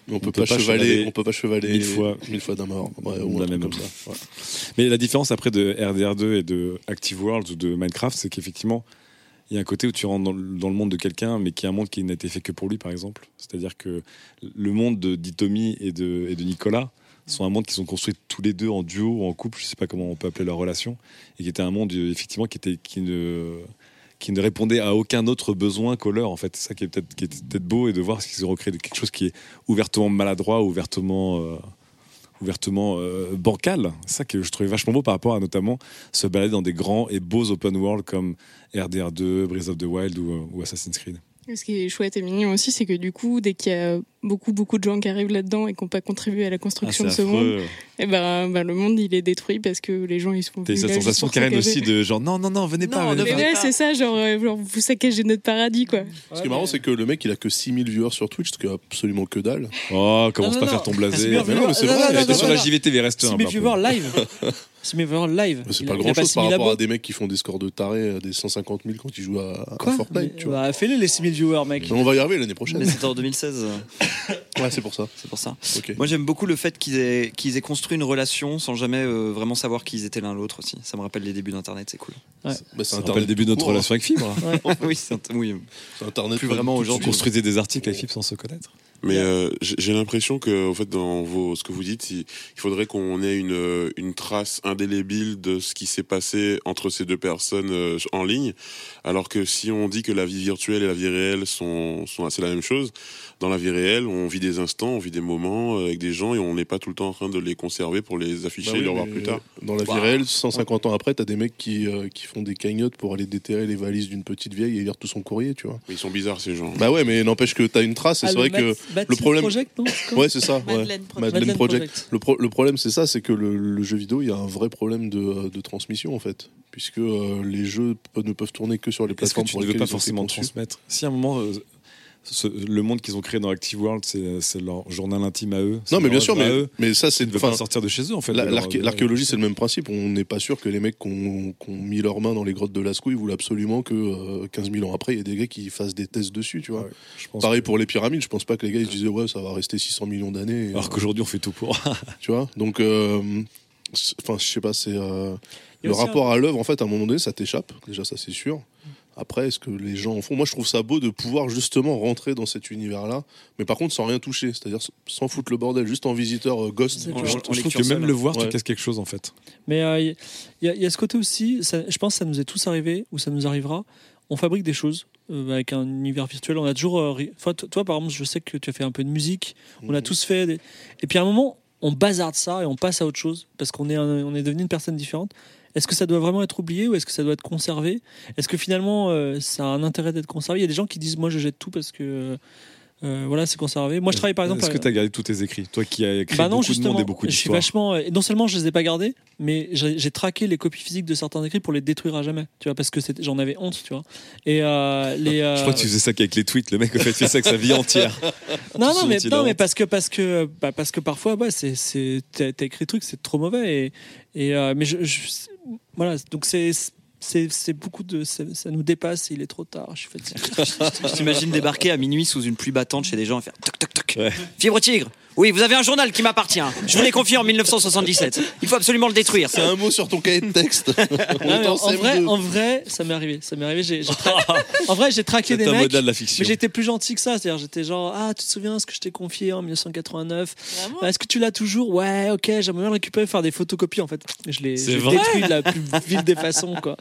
On, on peut, peut pas, pas chevaler, chevaler, on peut pas chevaler mille fois, mille fois d'un mort. Ouais, ou la même comme ça. Ouais. Mais la différence après de R D R deux et de Active Worlds ou de Minecraft, c'est qu'effectivement, il y a un côté où tu rentres dans le, dans le monde de quelqu'un, mais qui est un monde qui n'a été fait que pour lui, par exemple. C'est-à-dire que le monde de d'Itomi et de, et de Nicolas sont un monde qui sont construits tous les deux en duo ou en couple, je sais pas comment on peut appeler leur relation, et qui était un monde effectivement qui était qui ne qui ne répondait à aucun autre besoin qu'au leur, en fait. C'est ça qui est peut-être qui est peut-être beau, et de voir qu'ils ont recréé quelque chose qui est ouvertement maladroit, ouvertement euh, ouvertement euh, bancal. C'est ça que je trouvais vachement beau par rapport à notamment se balader dans des grands et beaux open world comme R D R deux, Breath of the Wild ou, ou Assassin's Creed. Ce qui est chouette et mignon aussi, c'est que du coup, dès qu'il y a beaucoup, beaucoup de gens qui arrivent là-dedans et qui n'ont pas contribué à la construction ah, de ce affreux. monde, et ben, ben, le monde, il est détruit parce que les gens, ils sont venus. T'as cette sensation, Karen, aussi de genre, non, non, non, venez non, pas, venez pas. Ouais, c'est ça, genre, genre, vous saccagez notre paradis, quoi. Ce qui est marrant, c'est que le mec, il a que six mille viewers sur Twitch, ce qui est absolument que dalle. Oh, commence non, pas à faire ton blasé. Mais non, mais c'est vrai, il était sur la J V T V, reste un. six mille viewers live. six mille viewers live. C'est pas grand chose par rapport à des mecs qui font des scores de tarés, des cent cinquante mille quand ils jouent à Fortnite, tu vois. Fais-les les six mille viewers, mec. On va y arriver l'année prochaine. Mais c'était en deux mille seize. Ouais, c'est pour ça. C'est pour ça. Okay. Moi, j'aime beaucoup le fait qu'ils aient, qu'ils aient construit une relation sans jamais euh, vraiment savoir qui ils étaient l'un l'autre aussi. Ça me rappelle les débuts d'Internet, c'est cool. Ouais. Bah, ça me rappelle le début de notre relation avec Fibre. Ouais. Oui, c'est, oui. c'est Internet. Plus vraiment aujourd'hui. On construisait des articles avec Fibre sans se connaître. Mais euh, j'ai l'impression que, en fait, dans vos, ce que vous dites, il, il faudrait qu'on ait une, une trace indélébile de ce qui s'est passé entre ces deux personnes euh, en ligne. Alors que si on dit que la vie virtuelle et la vie réelle sont, sont c'est la même chose, dans la vie réelle, on vit des instants, on vit des moments avec des gens et on n'est pas tout le temps en train de les conserver pour les afficher bah oui, et les revoir plus tard. Dans la vie wow. réelle, cent cinquante ans après, t'as des mecs qui, euh, qui font des cagnottes pour aller déterrer les valises d'une petite vieille et lire tout son courrier, tu vois. Mais ils sont bizarres, ces gens. Bah ouais, mais n'empêche que t'as une trace et ah, c'est vrai Mat- que le problème. Project, non ouais, c'est ça. Madeleine ouais. Project. Madeleine Project. Project. Le, pro- le problème, c'est ça, c'est que le, le jeu vidéo, il y a un vrai problème de, de transmission, en fait. Puisque euh, les jeux ne peuvent tourner que sur les plateformes. Est-ce que tu ne veux pas forcément transmettre ? Si à un moment, euh, ce, le monde qu'ils ont créé dans Active World, c'est, c'est leur journal intime à eux. Non, mais bien sûr, mais, eux, mais ça, c'est. Ils ne veulent pas sortir de chez eux, en fait. La, l'arché- l'archéologie, c'est le même principe. On n'est pas sûr que les mecs qui ont, qui ont mis leurs mains dans les grottes de Lascaux, ils voulaient absolument que euh, quinze mille ans après, il y ait des gars qui fassent des tests dessus, tu vois. Ouais, je pense Pareil que... pour les pyramides, je pense pas que les gars ils se disaient, ouais, ça va rester six cents millions d'années. Alors euh, qu'aujourd'hui, on fait tout pour. Tu vois, donc. Euh, Enfin, je sais pas, c'est euh, le rapport un... à l'œuvre. En fait, à un moment donné, ça t'échappe. Déjà, ça c'est sûr. Après, est-ce que les gens en font ? Moi, je trouve ça beau de pouvoir justement rentrer dans cet univers-là, mais par contre sans rien toucher, c'est-à-dire sans foutre le bordel, juste en visiteur euh, ghost. Je, je, je trouve que même le voir, ouais. tu casses quelque chose en fait. Mais il euh, y, y, y a ce côté aussi. Ça, je pense que ça nous est tous arrivé ou ça nous arrivera. On fabrique des choses euh, avec un univers virtuel. On a toujours. Euh, enfin, toi, toi, par exemple, je sais que tu as fait un peu de musique. On mmh. a tous fait. Des... Et puis à un moment, on bazarde ça et on passe à autre chose parce qu'on est, un, on est devenu une personne différente. Est-ce que ça doit vraiment être oublié ou est-ce que ça doit être conservé ? Est-ce que finalement euh, ça a un intérêt d'être conservé ? Il y a des gens qui disent moi je jette tout parce que euh, voilà c'est conservé. Moi je travaille par exemple. Est-ce que tu as gardé tous tes écrits ? Toi qui as écrit bah non, beaucoup de monde et beaucoup d'histoires. Je suis vachement. Non seulement je les ai pas gardés, mais j'ai, j'ai traqué les copies physiques de certains écrits pour les détruire à jamais. Tu vois parce que c'était, j'en avais honte, tu vois. Et euh, les. Euh... Je crois que tu faisais ça qu'avec les tweets. Le mec en fait fait ça avec sa vie entière. non non mais non mais parce que parce que bah, parce que parfois ouais c'est c'est t'as, t'as écrit des trucs c'est trop mauvais et et euh, mais je, je voilà, donc c'est, c'est, c'est beaucoup de. Ça, ça nous dépasse, il est trop tard, je suis fatigué. Je t'imagine débarquer à minuit sous une pluie battante chez des gens et faire toc toc toc. Ouais. Fibre Tigre, oui, vous avez un journal qui m'appartient. Je vous l'ai confié en dix-neuf cent soixante-dix-sept. Il faut absolument le détruire. C'est un mot sur ton cahier de texte. non, en, en, vrai, en vrai, ça m'est arrivé. Ça m'est arrivé. J'ai, j'ai tra... en vrai, j'ai traqué c'est des un mecs. Modèle de la fiction. Mais j'étais plus gentil que ça. C'est-à-dire, j'étais genre, ah, tu te souviens ce que je t'ai confié en dix-neuf cent quatre-vingt-neuf ? Vraiment ? Est-ce que tu l'as toujours ? Ouais, ok. J'aimerais bien le récupérer, faire des photocopies en fait. Je l'ai, je l'ai détruit de la plus vive des façons, quoi.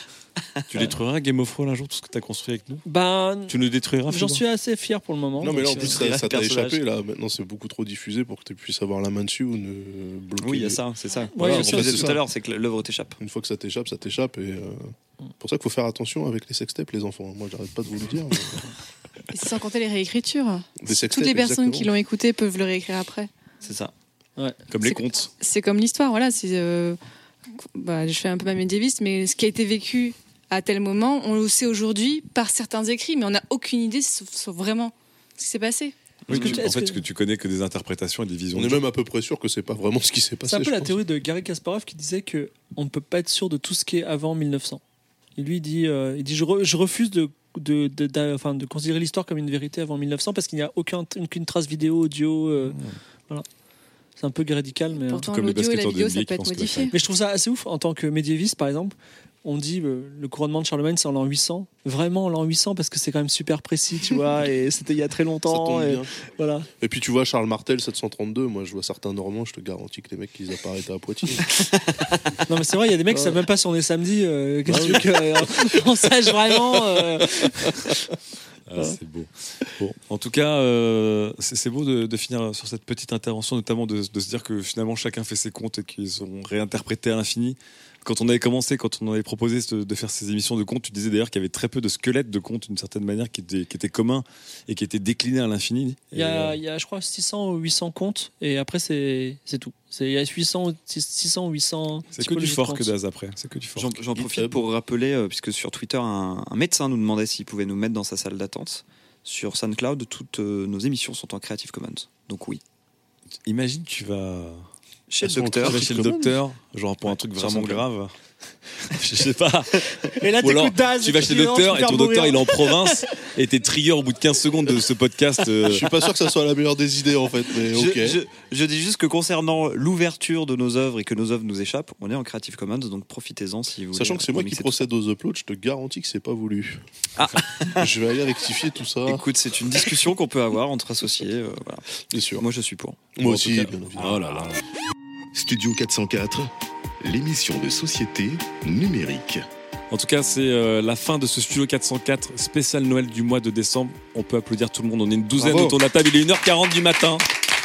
Tu détruiras Game of Thrones un jour tout ce que tu as construit avec nous ? Ben, tu nous détruiras. J'en suis assez fier pour le moment. Non mais là en plus ça, ça t'a échappé là. Maintenant c'est beaucoup trop diffusé pour que tu puisses avoir la main dessus ou ne bloquer. Oui il y a ça, c'est ça. Ouais, voilà, on disait tout à l'heure, c'est que l'œuvre t'échappe. Une fois que ça t'échappe, ça t'échappe et euh, pour ça qu'il faut faire attention avec les sextapes les enfants. Moi j'arrête pas de vous le dire. Mais... Et sans compter les réécritures. Des sextapes, toutes les personnes exactement. qui l'ont écouté peuvent le réécrire après. C'est ça. Ouais. Comme c'est les contes. C'est comme l'histoire, voilà. C'est, euh, bah, je fais un peu ma médiéviste, mais ce qui a été vécu à tel moment, on le sait aujourd'hui par certains écrits, mais on n'a aucune idée sur, sur vraiment ce qui s'est passé. Oui, que tu, en fait, que... que tu connais que des interprétations et des visions. On est même à peu près sûr que c'est pas vraiment ce qui s'est passé. C'est un peu la pense. théorie de Garry Kasparov qui disait que on ne peut pas être sûr de tout ce qui est avant mille neuf cents. Et lui il dit, euh, il dit je, re, je refuse de de, de, de, enfin, de considérer l'histoire comme une vérité avant mille neuf cents parce qu'il n'y a aucun, aucune trace vidéo, audio. Euh, mmh. Voilà. C'est un peu radical, mais pourtant l'audio et la vidéo ça peut être modifié. Mais je trouve ça assez ouf en tant que médiéviste, par exemple. On dit euh, le couronnement de Charlemagne c'est en l'an huit cents. Vraiment en l'an huit cents parce que c'est quand même super précis, tu vois, et c'était il y a très longtemps. Ça tombe et, bien. Voilà. Et puis tu vois Charles Martel sept cent trente-deux, moi je vois certains Normands, je te garantis que les mecs ils apparaissent à Poitiers. Non mais c'est vrai, il y a des mecs qui savent même pas si on est samedi. Euh, qu'est-ce que tu veux qu'on sache vraiment euh... Ah, c'est beau. Bon, en tout cas, euh, c'est, c'est beau de, de finir sur cette petite intervention, notamment de, de se dire que finalement chacun fait ses contes et qu'ils sont réinterprétés à l'infini. Quand on avait commencé, quand on avait proposé de faire ces émissions de contes, tu disais d'ailleurs qu'il y avait très peu de squelettes de contes d'une certaine manière qui étaient, qui étaient communs et qui étaient déclinés à l'infini. Il y a, il y a je crois, six cents ou huit cents contes et après c'est, c'est tout. C'est, il y a huit cents, six cents ou huit cents. C'est que du fork Daz après. C'est que du fork. J'en, j'en profite pour rappeler, euh, puisque sur Twitter, un, un médecin nous demandait s'il pouvait nous mettre dans sa salle d'attente. Sur SoundCloud, toutes euh, nos émissions sont en Creative Commons. Donc oui. Imagine, tu vas chez le docteur. Tu vas chez le docteur, genre pour un truc vraiment grave. Je sais pas. Et là, ou alors, Daz, tu vas chez le docteur et ton docteur il est en province et t'es trigger au bout de quinze secondes de ce podcast. Euh... Je suis pas sûr que ça soit la meilleure des idées en fait, mais ok. Je, je, je dis juste que concernant l'ouverture de nos œuvres et que nos œuvres nous échappent, on est en Creative Commons, donc profitez-en si vous. Sachant voulez, que c'est moi qui procède aux uploads, je te garantis que c'est pas voulu. Ah. Je vais aller rectifier tout ça. Écoute, c'est une discussion qu'on peut avoir entre associés. Euh, voilà. Bien sûr. Moi, je suis pour. Moi aussi. Bien évidemment. Oh là là. Studio quatre cent quatre, l'émission de société numérique. En tout cas, c'est euh, la fin de ce Studio quatre cent quatre spécial Noël du mois de décembre. On peut applaudir tout le monde. On est une douzaine Bravo. Autour de la table. Il est une heure quarante du matin.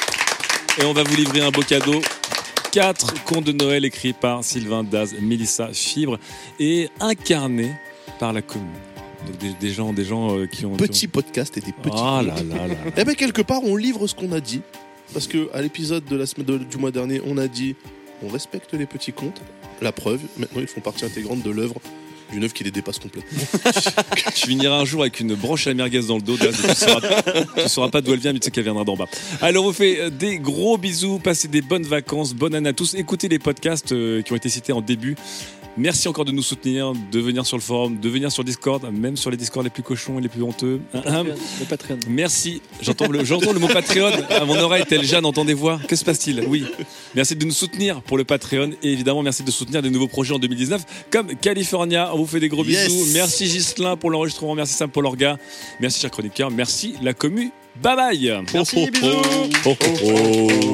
Et on va vous livrer un beau cadeau. Quatre contes de Noël écrits par Sylvain Daz, Mélissa Fibre et incarnés par la commune. Donc des, des gens, des gens euh, qui ont... Petits qui ont... podcasts et des petits... Ah là là là. Eh bien, quelque part, on livre ce qu'on a dit. Parce qu'à l'épisode de la semaine de, du mois dernier, on a dit on respecte les petits contes. La preuve, maintenant ils font partie intégrante de l'œuvre, d'une œuvre qui les dépasse complètement. Tu finiras un jour avec une broche à merguez dans le dos, Daz, tu ne sauras, tu sauras pas d'où elle vient, mais tu sais qu'elle viendra d'en bas. Alors on vous fait des gros bisous, passez des bonnes vacances, bonne année à tous. Écoutez les podcasts euh, qui ont été cités en début. Merci encore de nous soutenir, de venir sur le forum, de venir sur Discord, même sur les Discords les plus cochons et les plus honteux. Le Patreon. Le Patreon. Merci. J'entends le, j'entends le mot Patreon à mon oreille, tel Jeanne entend des voix. Que se passe-t-il ? Oui. Merci de nous soutenir pour le Patreon et évidemment merci de soutenir des nouveaux projets en deux mille dix-neuf comme California. On vous fait des gros yes. bisous. Merci Ghislain pour l'enregistrement. Merci Sam pour l'orga. Merci chers chroniqueurs. Merci la commu. Bye bye. Merci, oh, oh, bisous. Oh, oh, oh. Oh.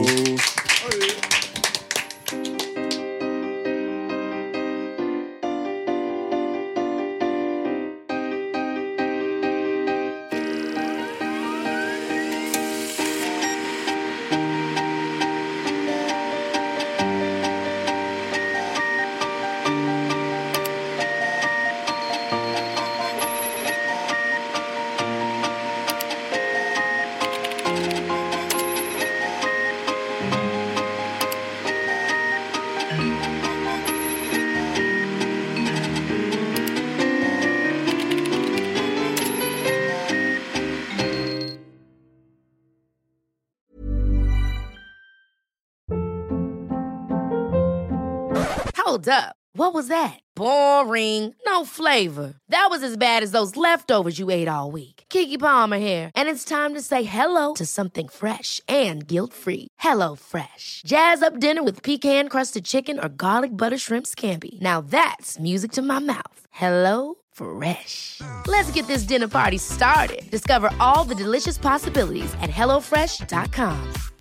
Hold up. What was that? Boring. No flavor. That was as bad as those leftovers you ate all week. Keke Palmer here, and it's time to say hello to something fresh and guilt-free. Hello Fresh. Jazz up dinner with pecan-crusted chicken or garlic butter shrimp scampi. Now that's music to my mouth. Hello Fresh. Let's get this dinner party started. Discover all the delicious possibilities at hello fresh dot com.